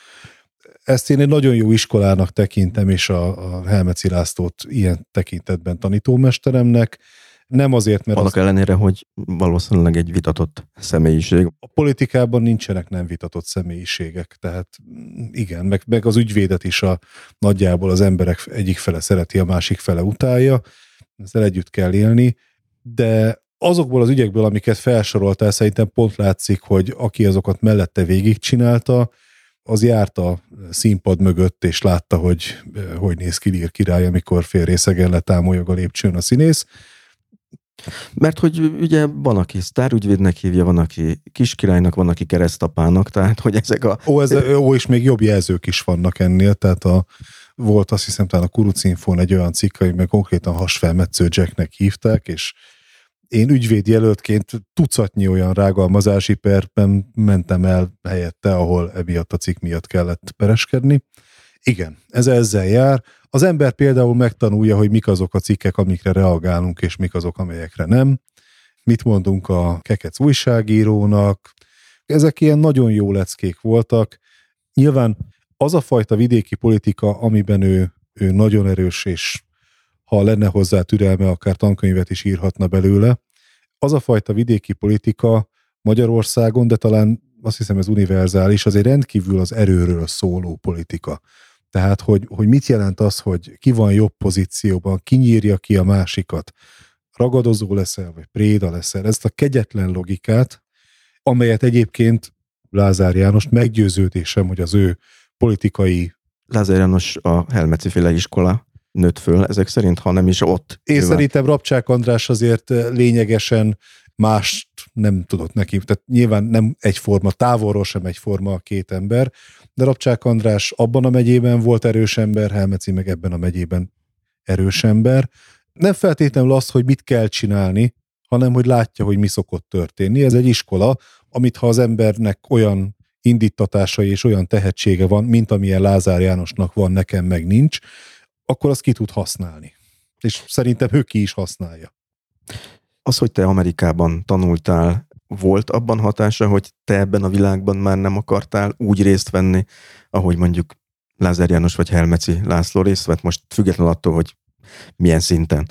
Ezt én egy nagyon jó iskolának tekintem, és a, a Helmetsy Lászlót ilyen tekintetben tanítómesteremnek. Nem azért, mert...
Annak az... ellenére, hogy valószínűleg egy vitatott személyiség.
A politikában nincsenek nem vitatott személyiségek, tehát igen, meg, meg az ügyvédet is a nagyjából az emberek egyik fele szereti, a másik fele utálja, ezzel együtt kell élni, de azokból az ügyekből, amiket felsoroltál, szerintem pont látszik, hogy aki azokat mellette végigcsinálta, az járt a színpad mögött, és látta, hogy hogy néz ki Lír király, amikor félrészegen letámolyog a lépcsőn a színész.
Mert hogy ugye van, aki sztárügyvédnek hívja, van, aki kiskirálynak, van, aki keresztapának, tehát hogy ezek a...
Ó, ez, ó, és még jobb jelzők is vannak ennél, tehát a, volt azt hiszem talán a Kurucinfón egy olyan cikk, amiben konkrétan hasfelmetsző Jacknek hívták, és én ügyvédjelöltként tucatnyi olyan rágalmazási perben mentem el helyette, ahol emiatt a cikk miatt kellett pereskedni. Igen, ez ezzel jár. Az ember például megtanulja, hogy mik azok a cikkek, amikre reagálunk, és mik azok, amelyekre nem. Mit mondunk a kekec újságírónak. Ezek ilyen nagyon jó leckék voltak. Nyilván az a fajta vidéki politika, amiben ő, ő nagyon erős, és ha lenne hozzá türelme, akár tankönyvet is írhatna belőle. Az a fajta vidéki politika Magyarországon, de talán azt hiszem ez univerzális, az egy rendkívül az erőről szóló politika. Tehát, hogy, hogy mit jelent az, hogy ki van jobb pozícióban, ki nyírja ki a másikat, ragadozó leszel, vagy préda leszel. Ezt a kegyetlen logikát, amelyet egyébként Lázár János meggyőződésem, hogy az ő politikai...
Lázár János a Helmetsy-féle iskola nőtt föl, ezek szerint, ha nem is ott.
Én nyilván. Szerintem Rabcsák András azért lényegesen mást nem tudott neki, tehát nyilván nem egyforma, távolról sem egyforma a két ember, de Rabcsák András abban a megyében volt erős ember, Helmeci meg ebben a megyében erős ember. Nem feltétlenül az, hogy mit kell csinálni, hanem hogy látja, hogy mi szokott történni. Ez egy iskola, amit ha az embernek olyan indítatásai és olyan tehetsége van, mint amilyen Lázár Jánosnak van, nekem meg nincs, akkor azt ki tud használni. És szerintem ő ki is használja.
Az, hogy te Amerikában tanultál, volt abban hatása, hogy te ebben a világban már nem akartál úgy részt venni, ahogy mondjuk Lázár János vagy Helmeci László részt vett, most függetlenül attól, hogy milyen szinten?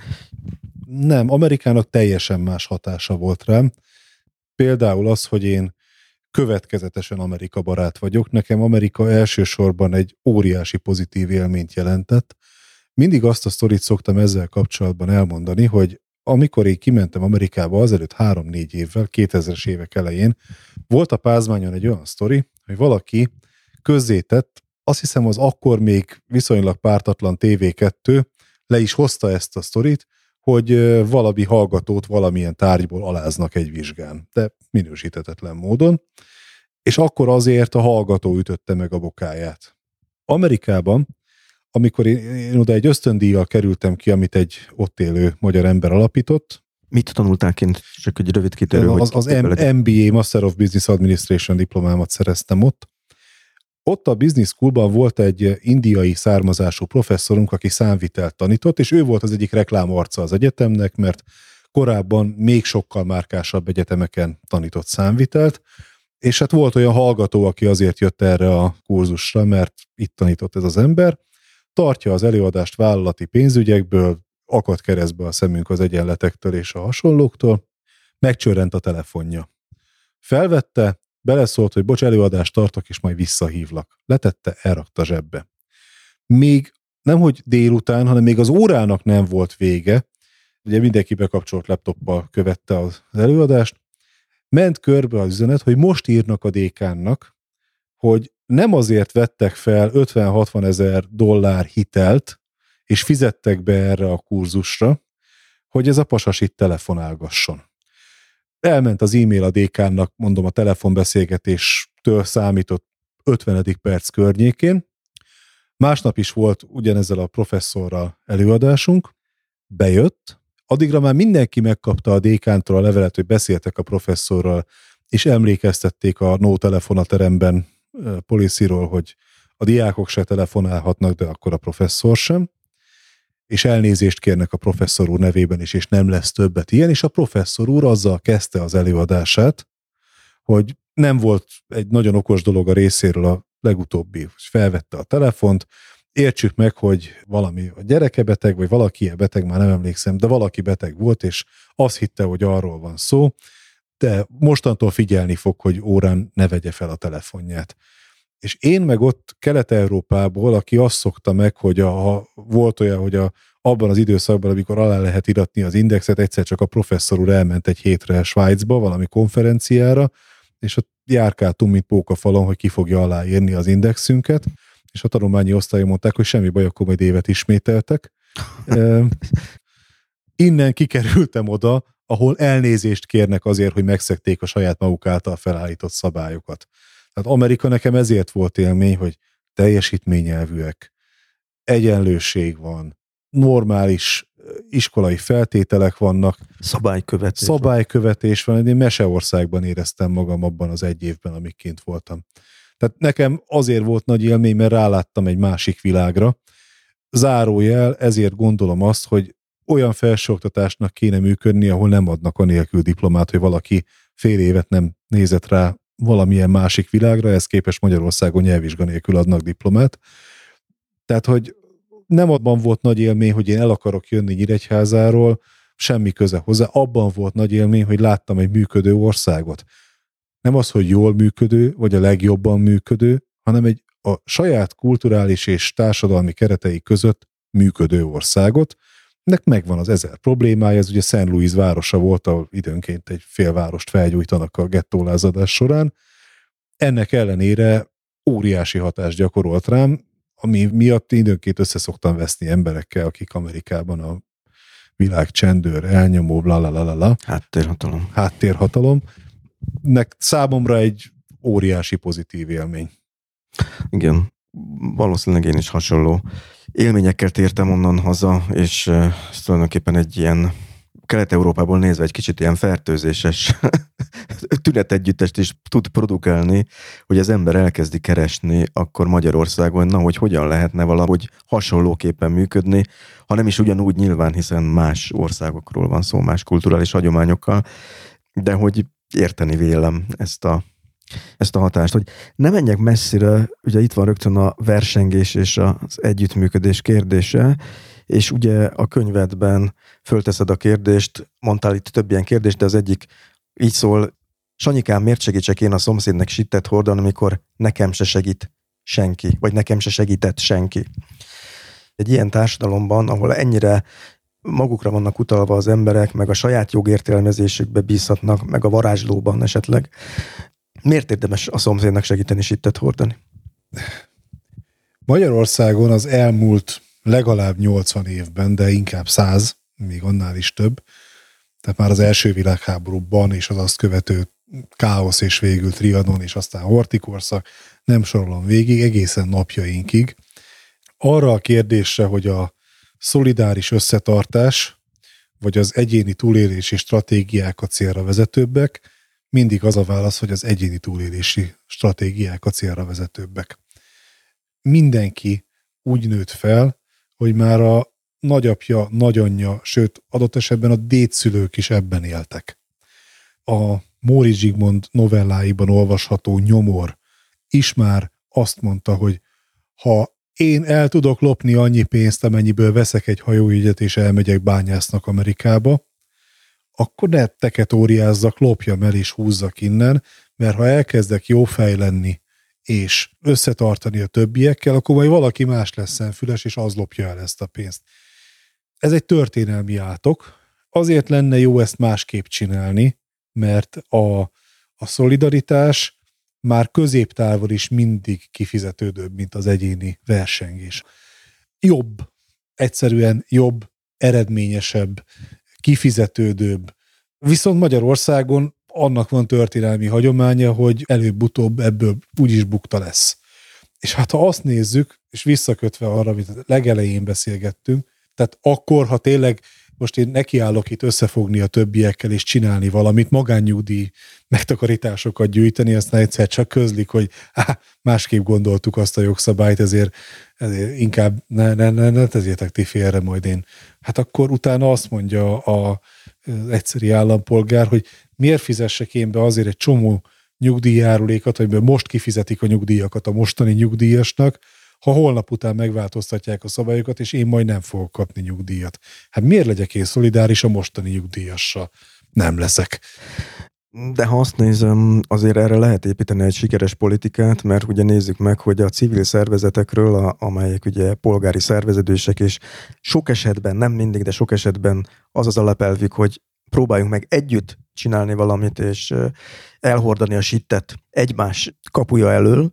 Nem, Amerikának teljesen más hatása volt rám. Például az, hogy én következetesen Amerika barát vagyok. Nekem Amerika elsősorban egy óriási pozitív élményt jelentett. Mindig azt a sztorit szoktam ezzel kapcsolatban elmondani, hogy amikor én kimentem Amerikába azelőtt három-négy évvel, kétezres évek elején, volt a Pázmányon egy olyan sztori, hogy valaki közzétett, azt hiszem az akkor még viszonylag pártatlan té vé kettő le is hozta ezt a sztorit, hogy valami hallgatót valamilyen tárgyból aláznak egy vizsgán, de minősíthetetlen módon, és akkor azért a hallgató ütötte meg a bokáját. Amerikában, amikor én, én oda egy ösztöndíjjal kerültem ki, amit egy ott élő magyar ember alapított.
Mit tanultál kint? Csak egy rövid kitérő.
Az, az em bé á, Master of Business Administration diplomámat szereztem ott. Ott a Business Schoolban volt egy indiai származású professzorunk, aki számvitelt tanított, és ő volt az egyik reklámarca az egyetemnek, mert korábban még sokkal márkásabb egyetemeken tanított számvitelt, és hát volt olyan hallgató, aki azért jött erre a kurzusra, mert itt tanított ez az ember, tartja az előadást vállalati pénzügyekből, akad keresztbe a szemünk az egyenletektől és a hasonlóktól, megcsörrent a telefonja. Felvette, beleszólt, hogy bocs, előadást tartok, és majd visszahívlak. Letette, elrakta zsebbe. Még nemhogy délután, hanem még az órának nem volt vége, ugye mindenki bekapcsolt laptoppal követte az előadást, ment körbe az üzenet, hogy most írnak a dékánnak, hogy nem azért vettek fel ötven-hatvan ezer dollár hitelt, és fizettek be erre a kurzusra, hogy ez a pasas itt telefonálgasson. Elment az e-mail a dékánnak, mondom, a telefonbeszélgetéstől számított ötvenedik perc környékén. Másnap is volt ugyanezzel a professzorral előadásunk, bejött, addigra már mindenki megkapta a dékántól a levelet, hogy beszéltek a professzorral, és emlékeztették a no telefonateremben policyról, hogy a diákok se telefonálhatnak, de akkor a professzor sem, és elnézést kérnek a professzor úr nevében is, és nem lesz többet ilyen, és a professzor úr azzal kezdte az előadását, hogy nem volt egy nagyon okos dolog a részéről a legutóbbi, hogy felvette a telefont, értsük meg, hogy valami a gyereke beteg, vagy valaki ilyen beteg, már nem emlékszem, de valaki beteg volt, és azt hitte, hogy arról van szó, de mostantól figyelni fog, hogy órán ne vegye fel a telefonját. És én meg ott Kelet-Európából, aki azt szokta meg, hogy a, ha volt olyan, hogy a, abban az időszakban, amikor alá lehet iratni az indexet, egyszer csak a professzor úr elment egy hétre Svájcba, valami konferenciára, és ott járkáltunk, mint pókafalon, hogy ki fogja aláírni az indexünket, és a tanulmányi osztályon mondták, hogy semmi baj, akkor majd évet ismételtek. e, innen kikerültem oda, ahol elnézést kérnek azért, hogy megszegték a saját maguk által felállított szabályokat. Tehát Amerika nekem ezért volt élmény, hogy teljesítményelvűek, egyenlőség van, normális iskolai feltételek vannak.
Szabálykövetés.
Szabálykövetés van. Én Meseországban éreztem magam abban az egy évben, amíg kint voltam. Tehát nekem azért volt nagy élmény, mert ráláttam egy másik világra. Zárójel, ezért gondolom azt, hogy olyan felsőoktatásnak kéne működni, ahol nem adnak anélkül diplomát, hogy valaki fél évet nem nézett rá valamilyen másik világra, ez képes Magyarországon nyelvvizsga nélkül adnak diplomát. Tehát, hogy nem abban volt nagy élmény, hogy én el akarok jönni Nyíregyházáról, semmi köze hozzá. Abban volt nagy élmény, hogy láttam egy működő országot. Nem az, hogy jól működő, vagy a legjobban működő, hanem egy a saját kulturális és társadalmi keretei között működő országot. Nek megvan az ezer problémája, ez ugye Saint Louis városa volt, ahol időnként egy félvárost felgyújtanak a gettólázadás során. Ennek ellenére óriási hatást gyakorolt rám, ami miatt időnként összeszoktam veszni emberekkel, akik Amerikában a világ csendőr, elnyomó, blablabla.
Háttérhatalom.
Háttérhatalom. Nek számomra egy óriási pozitív élmény.
Igen, valószínűleg én is hasonló élményekkel tértem onnan haza, és uh, tulajdonképpen egy ilyen Kelet-Európából nézve egy kicsit ilyen fertőzéses tünetegyüttest is tud produkálni, hogy az ember elkezdi keresni akkor Magyarországon, na, hogy hogyan lehetne valahogy hasonlóképpen működni, ha nem is ugyanúgy nyilván, hiszen más országokról van szó, más kulturális hagyományokkal, de hogy érteni vélem ezt a, ezt a hatást, hogy ne menjek messzire, ugye itt van rögtön a versengés és az együttműködés kérdése, és ugye a könyvedben fölteszed a kérdést, mondtál itt több ilyen kérdést, de az egyik így szól: Sanyikám, miért segítsek én a szomszédnek sittet hordani, amikor nekem se segít senki, vagy nekem se segített senki. Egy ilyen társadalomban, ahol ennyire magukra vannak utalva az emberek, meg a saját jogértelmezésükbe bízhatnak, meg a varázslóban esetleg, miért érdemes a szomszédnak segíteni sittet hordani?
Magyarországon az elmúlt legalább nyolcvan évben, de inkább száz, még annál is több, tehát már az első világháborúban és az azt követő káosz és végül Trianon és aztán Horthy-korszak, nem sorolom végig, egészen napjainkig. Arra a kérdésre, hogy a szolidáris összetartás vagy az egyéni túlélési stratégiák a célra vezetőbbek, mindig az a válasz, hogy az egyéni túlélési stratégiák a célra vezetőbbek. Mindenki úgy nőtt fel, hogy már a nagyapja, nagyanyja, sőt adott esetben a dédszülők is ebben éltek. A Móricz Zsigmond novelláiban olvasható Nyomor is már azt mondta, hogy ha én el tudok lopni annyi pénzt, amennyiből veszek egy hajójegyet és elmegyek bányásznak Amerikába, akkor ne teketóriázzak, lopjam el és húzzak innen, mert ha elkezdek jó fej lenni és összetartani a többiekkel, akkor majd valaki más lesz szemfüles, és az lopja el ezt a pénzt. Ez egy történelmi átok. Azért lenne jó ezt másképp csinálni, mert a, a szolidaritás már középtávon is mindig kifizetődőbb, mint az egyéni versengés. Jobb, egyszerűen jobb, eredményesebb, kifizetődőbb. Viszont Magyarországon annak van történelmi hagyománya, hogy előbb-utóbb ebből úgyis bukta lesz. És hát ha azt nézzük, és visszakötve arra, amit legelején beszélgettünk, tehát akkor, ha tényleg most én nekiállok itt összefogni a többiekkel és csinálni valamit, magánnyugdíj megtakarításokat gyűjteni, aztán egyszer csak közlik, hogy á, másképp gondoltuk azt a jogszabályt, ezért, ezért inkább ne, ne, ne, ne tegyétek ti félre, majd én. Hát akkor utána azt mondja a, az egyszeri állampolgár, hogy miért fizessek én be azért egy csomó nyugdíjjárulékat, hogy most kifizetik a nyugdíjakat a mostani nyugdíjasnak, ha holnap után megváltoztatják a szabályokat, és én majd nem fogok kapni nyugdíjat. Hát miért legyek én szolidáris a mostani nyugdíjassal? Nem leszek.
De ha azt nézem, azért erre lehet építeni egy sikeres politikát, mert ugye nézzük meg, hogy a civil szervezetekről, a, amelyek ugye polgári szerveződések, és sok esetben, nem mindig, de sok esetben az az alapelvük, hogy próbáljunk meg együtt csinálni valamit, és elhordani a sittet egymás kapuja elől.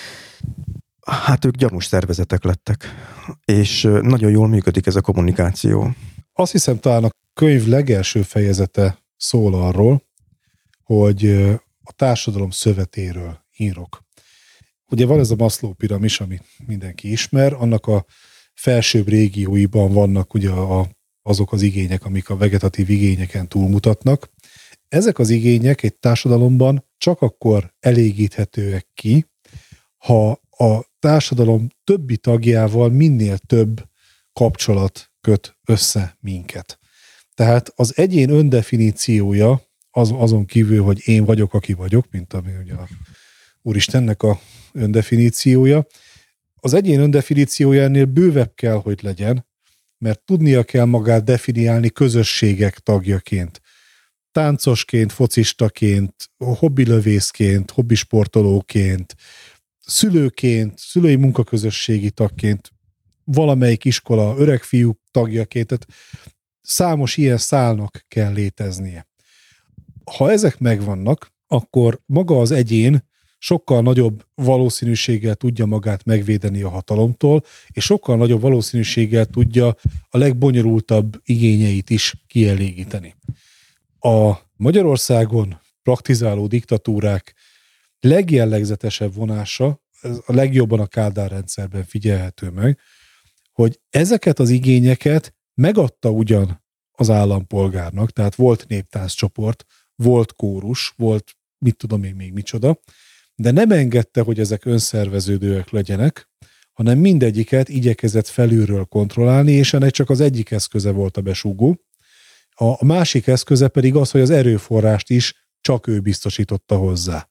Hát ők gyanús szervezetek lettek, és nagyon jól működik ez a kommunikáció.
Azt hiszem, talán a könyv legelső fejezete szól arról, hogy a társadalom szövetéről írok. Ugye van ez a Maslow piramis, amit mindenki ismer, annak a felsőbb régióiban vannak ugye a, azok az igények, amik a vegetatív igényeken túlmutatnak. Ezek az igények egy társadalomban csak akkor elégíthetőek ki, ha a társadalom többi tagjával minél több kapcsolat köt össze minket. Tehát az egyén öndefiníciója, az, azon kívül, hogy én vagyok, aki vagyok, mint ami ugye a Úristennek a öndefiníciója, az egyén öndefiníciója ennél bővebb kell, hogy legyen, mert tudnia kell magát definiálni közösségek tagjaként. Táncosként, focistaként, hobbilövészként, hobbisportolóként, szülőként, szülői munkaközösségi tagként, valamelyik iskola öreg fiú tagjaként, tehát számos ilyen szálnak kell léteznie. Ha ezek megvannak, akkor maga az egyén sokkal nagyobb valószínűséggel tudja magát megvédeni a hatalomtól, és sokkal nagyobb valószínűséggel tudja a legbonyolultabb igényeit is kielégíteni. A Magyarországon praktizáló diktatúrák legjellegzetesebb vonása, ez a legjobban a Kádár rendszerben figyelhető meg, hogy ezeket az igényeket megadta ugyan az állampolgárnak, tehát volt néptánccsoport, volt kórus, volt mit tudom én még micsoda, de nem engedte, hogy ezek önszerveződőek legyenek, hanem mindegyiket igyekezett felülről kontrollálni, és ennek csak az egyik eszköze volt a besúgó. A másik eszköze pedig az, hogy az erőforrást is csak ő biztosította hozzá.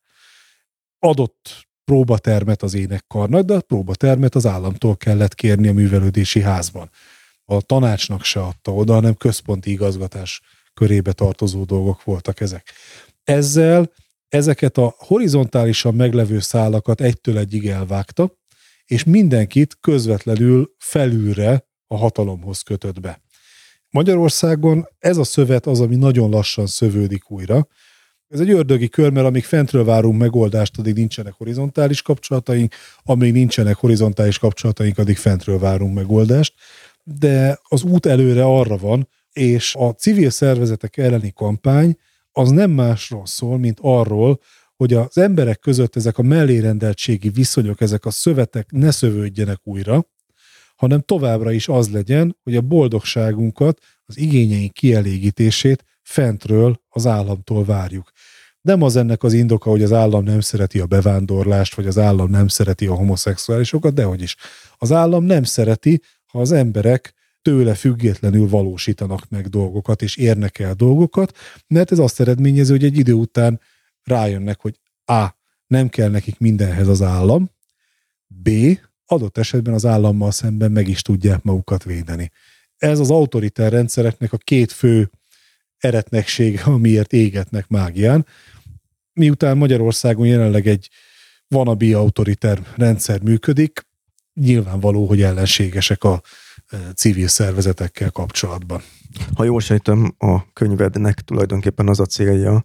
Adott próbatermet az énekkarnak, de a próbatermet az államtól kellett kérni a művelődési házban. A tanácsnak se adta oda, hanem központi igazgatás körébe tartozó dolgok voltak ezek. Ezzel ezeket a horizontálisan meglevő szálakat egytől egyig elvágta, és mindenkit közvetlenül felülre a hatalomhoz kötött be. Magyarországon ez a szövet az, ami nagyon lassan szövődik újra. Ez egy ördögi kör, mert amíg fentről várunk megoldást, addig nincsenek horizontális kapcsolataink, amíg nincsenek horizontális kapcsolataink, addig fentről várunk megoldást. De az út előre arra van, és a civil szervezetek elleni kampány az nem másról szól, mint arról, hogy az emberek között ezek a mellérendeltségi viszonyok, ezek a szövetek ne szövődjenek újra, hanem továbbra is az legyen, hogy a boldogságunkat, az igényeink kielégítését fentről az államtól várjuk. Nem az ennek az indoka, hogy az állam nem szereti a bevándorlást, vagy az állam nem szereti a homoszexuálisokat, dehogy is. Az állam nem szereti, ha az emberek tőle függetlenül valósítanak meg dolgokat, és érnek el dolgokat, mert ez azt eredményezi, hogy egy idő után rájönnek, hogy A. nem kell nekik mindenhez az állam, B. adott esetben az állammal szemben meg is tudják magukat védeni. Ez az autoritár rendszereknek a két fő eretneksége, amiért égetnek mágián. Miután Magyarországon jelenleg egy wannabe autoritár rendszer működik, nyilvánvaló, hogy ellenségesek a civil szervezetekkel kapcsolatban.
Ha jól sejtem, a könyvednek tulajdonképpen az a célja,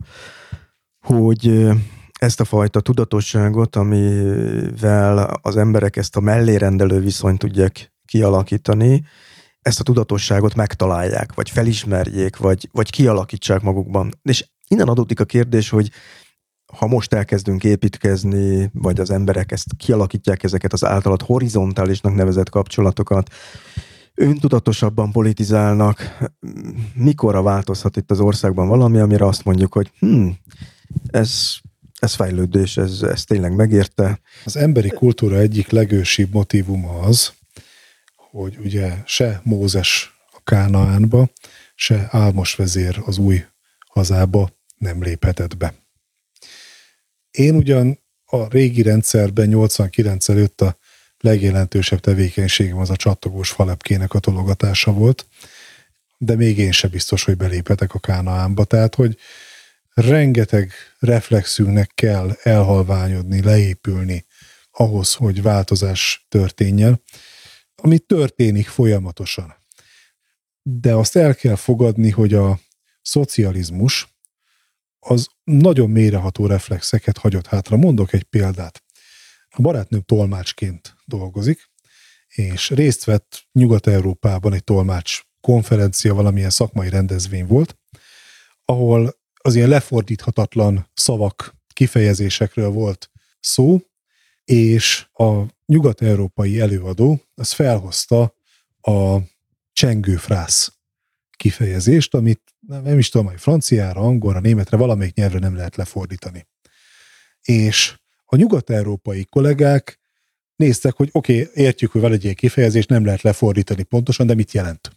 hogy ezt a fajta tudatosságot, amivel az emberek ezt a mellérendelő viszonyt tudják kialakítani, ezt a tudatosságot megtalálják, vagy felismerjék, vagy, vagy kialakítsák magukban. És innen adódik a kérdés, hogy ha most elkezdünk építkezni, vagy az emberek ezt kialakítják, ezeket az általad horizontálisnak nevezett kapcsolatokat, öntudatosabban politizálnak, mikorra változhat itt az országban valami, amire azt mondjuk, hogy hm, ez, ez fejlődés, ez, ez tényleg megérte.
Az emberi kultúra egyik legősibb motívuma az, hogy ugye se Mózes a Kánaánba, se Álmos vezér az új hazába nem léphetett be. Én ugyan a régi rendszerben nyolcvankilenc előtt a legjelentősebb tevékenységem az a csattogós falepkének a tologatása volt, de még én sem biztos, hogy beléphetek a Kánaánba. Tehát, hogy rengeteg reflexünknek kell elhalványodni, leépülni ahhoz, hogy változás történjen, ami történik folyamatosan. De azt el kell fogadni, hogy a szocializmus az nagyon mélyreható reflexeket hagyott hátra. Mondok egy példát. A barátnőm tolmácsként dolgozik, és részt vett Nyugat-Európában egy tolmács konferencia, valamilyen szakmai rendezvény volt, ahol az ilyen lefordíthatatlan szavak, kifejezésekről volt szó, és a nyugat-európai előadó az felhozta a csengőfrász kifejezést, amit nem is tudom, hogy franciára, angolra, németre, valamelyik nyelvre nem lehet lefordítani. És a nyugat-európai kollégák néztek, hogy oké, okay, értjük, hogy van egy ilyen kifejezés, nem lehet lefordítani pontosan, de mit jelent?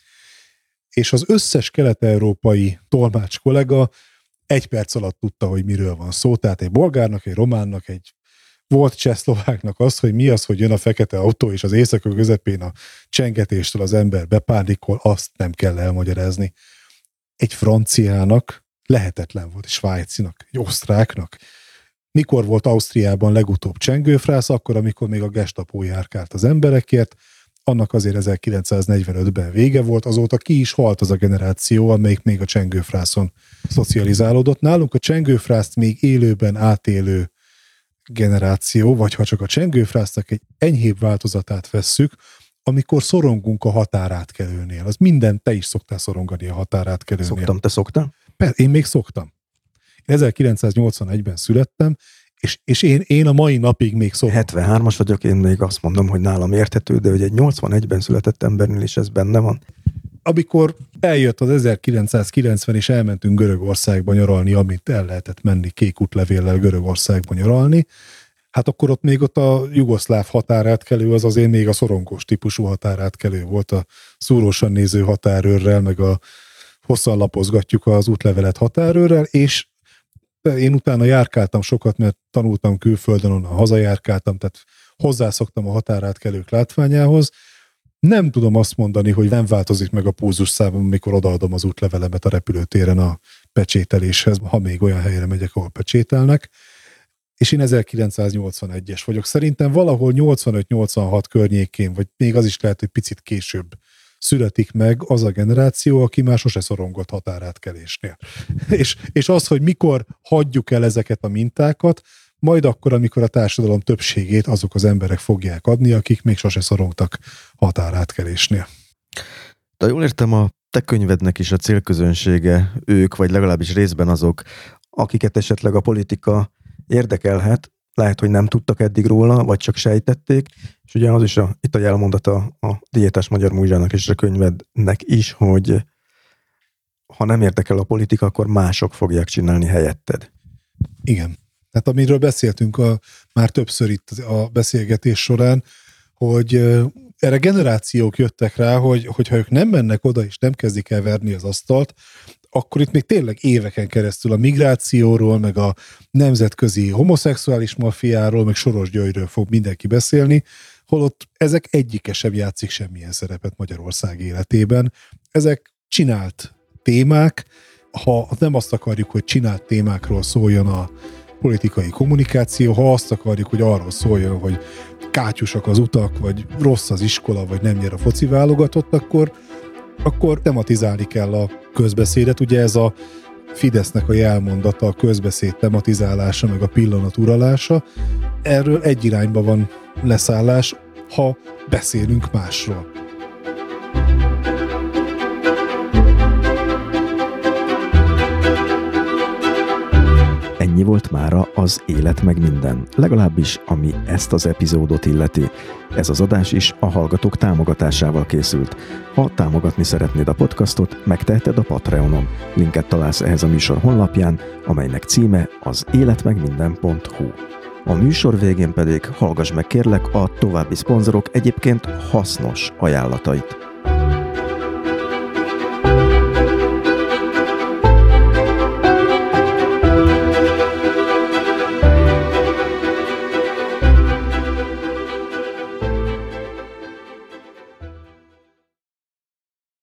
És az összes kelet-európai tolmács kollega egy perc alatt tudta, hogy miről van szó. Tehát egy bolgárnak, egy románnak, egy volt csehszlováknak az, hogy mi az, hogy jön a fekete autó, és az éjszaka közepén a csengetéstől az ember bepánikol, azt nem kell elmagyarázni. Egy franciának lehetetlen volt, egy svájcinak, egy osztráknak. Mikor volt Ausztriában legutóbb csengőfrász? Akkor, amikor még a Gestapo járkált az emberekért, annak azért ezerkilencszáznegyvenötben vége volt, azóta ki is halt az a generáció, amelyik még a csengőfrászon szocializálódott. Nálunk a csengőfrászt még élőben átélő generáció, vagy ha csak a csengőfráztak egy enyhébb változatát vesszük, amikor szorongunk a határátkelőnél. Az minden, te is szoktál szorongani a határátkelőnél.
Szoktam, te szoktál?
Persze, én még szoktam. Én ezerkilencszáznyolcvanegyben születtem, és, és én, én a mai napig még szoktam.
hetvenhármas vagyok, én még azt mondom, hogy nálam érthető, de hogy egy nyolcvanegyben született embernél is ez benne van.
Amikor eljött az ezerkilencszázkilencven, és elmentünk Görögországba nyaralni, amit el lehetett menni kék útlevéllel Görögországba nyaralni, hát akkor ott még ott a jugoszláv határátkelő az azért még a szorongós típusú határátkelő volt, a szúrósan néző határőrrel, meg a hosszan lapozgatjuk az útlevelet határőrrel, és én utána járkáltam sokat, mert tanultam külföldön, onnan hazajárkáltam, tehát hozzászoktam a határátkelők látványához. Nem tudom azt mondani, hogy nem változik meg a pulzusszámom, amikor odaadom az útlevelemet a repülőtéren a pecsételéshez, ha még olyan helyre megyek, ahol pecsételnek. És én ezerkilencszáznyolcvanegyes vagyok. Szerintem valahol nyolcvanöt-nyolcvanhat környékén, vagy még az is lehet, hogy picit később születik meg az a generáció, aki már sose szorongott határátkelésnél. és, és az, hogy mikor hagyjuk el ezeket a mintákat, majd akkor, amikor a társadalom többségét azok az emberek fogják adni, akik még sose szorongtak határátkelésnél.
De jól értem, a te könyvednek is a célközönsége ők, vagy legalábbis részben azok, akiket esetleg a politika érdekelhet, lehet, hogy nem tudtak eddig róla, vagy csak sejtették, és ugye az is a, itt a jelmondata a Diétás Magyar Múzsának és a könyvednek is, hogy ha nem érdekel a politika, akkor mások fogják csinálni helyetted.
Igen. Tehát amiről beszéltünk a, már többször itt a beszélgetés során, hogy erre generációk jöttek rá, hogy, hogyha ők nem mennek oda és nem kezdik el verni az asztalt, akkor itt még tényleg éveken keresztül a migrációról, meg a nemzetközi homoszexuális mafiáról, meg Soros Györgyről fog mindenki beszélni, holott ezek egyike sem játszik semmilyen szerepet Magyarország életében. Ezek csinált témák, ha nem azt akarjuk, hogy csinált témákról szóljon a politikai kommunikáció, ha azt akarjuk, hogy arról szóljon, hogy kátyusak az utak, vagy rossz az iskola, vagy nem nyer a foci válogatott, akkor, akkor tematizálni kell a közbeszédet. Ugye ez a Fidesznek a jelmondata, a közbeszéd tematizálása, meg a pillanat uralása. Erről egy irányba van leszállás, ha beszélünk másról.
Ennyi volt mára az Élet meg minden, legalábbis ami ezt az epizódot illeti. Ez az adás is a hallgatók támogatásával készült. Ha támogatni szeretnéd a podcastot, megteheted a Patreonon. Linket találsz ehhez a műsor honlapján, amelynek címe az életmegminden pont hu. A műsor végén pedig hallgass meg kérlek a további szponzorok egyébként hasznos ajánlatait.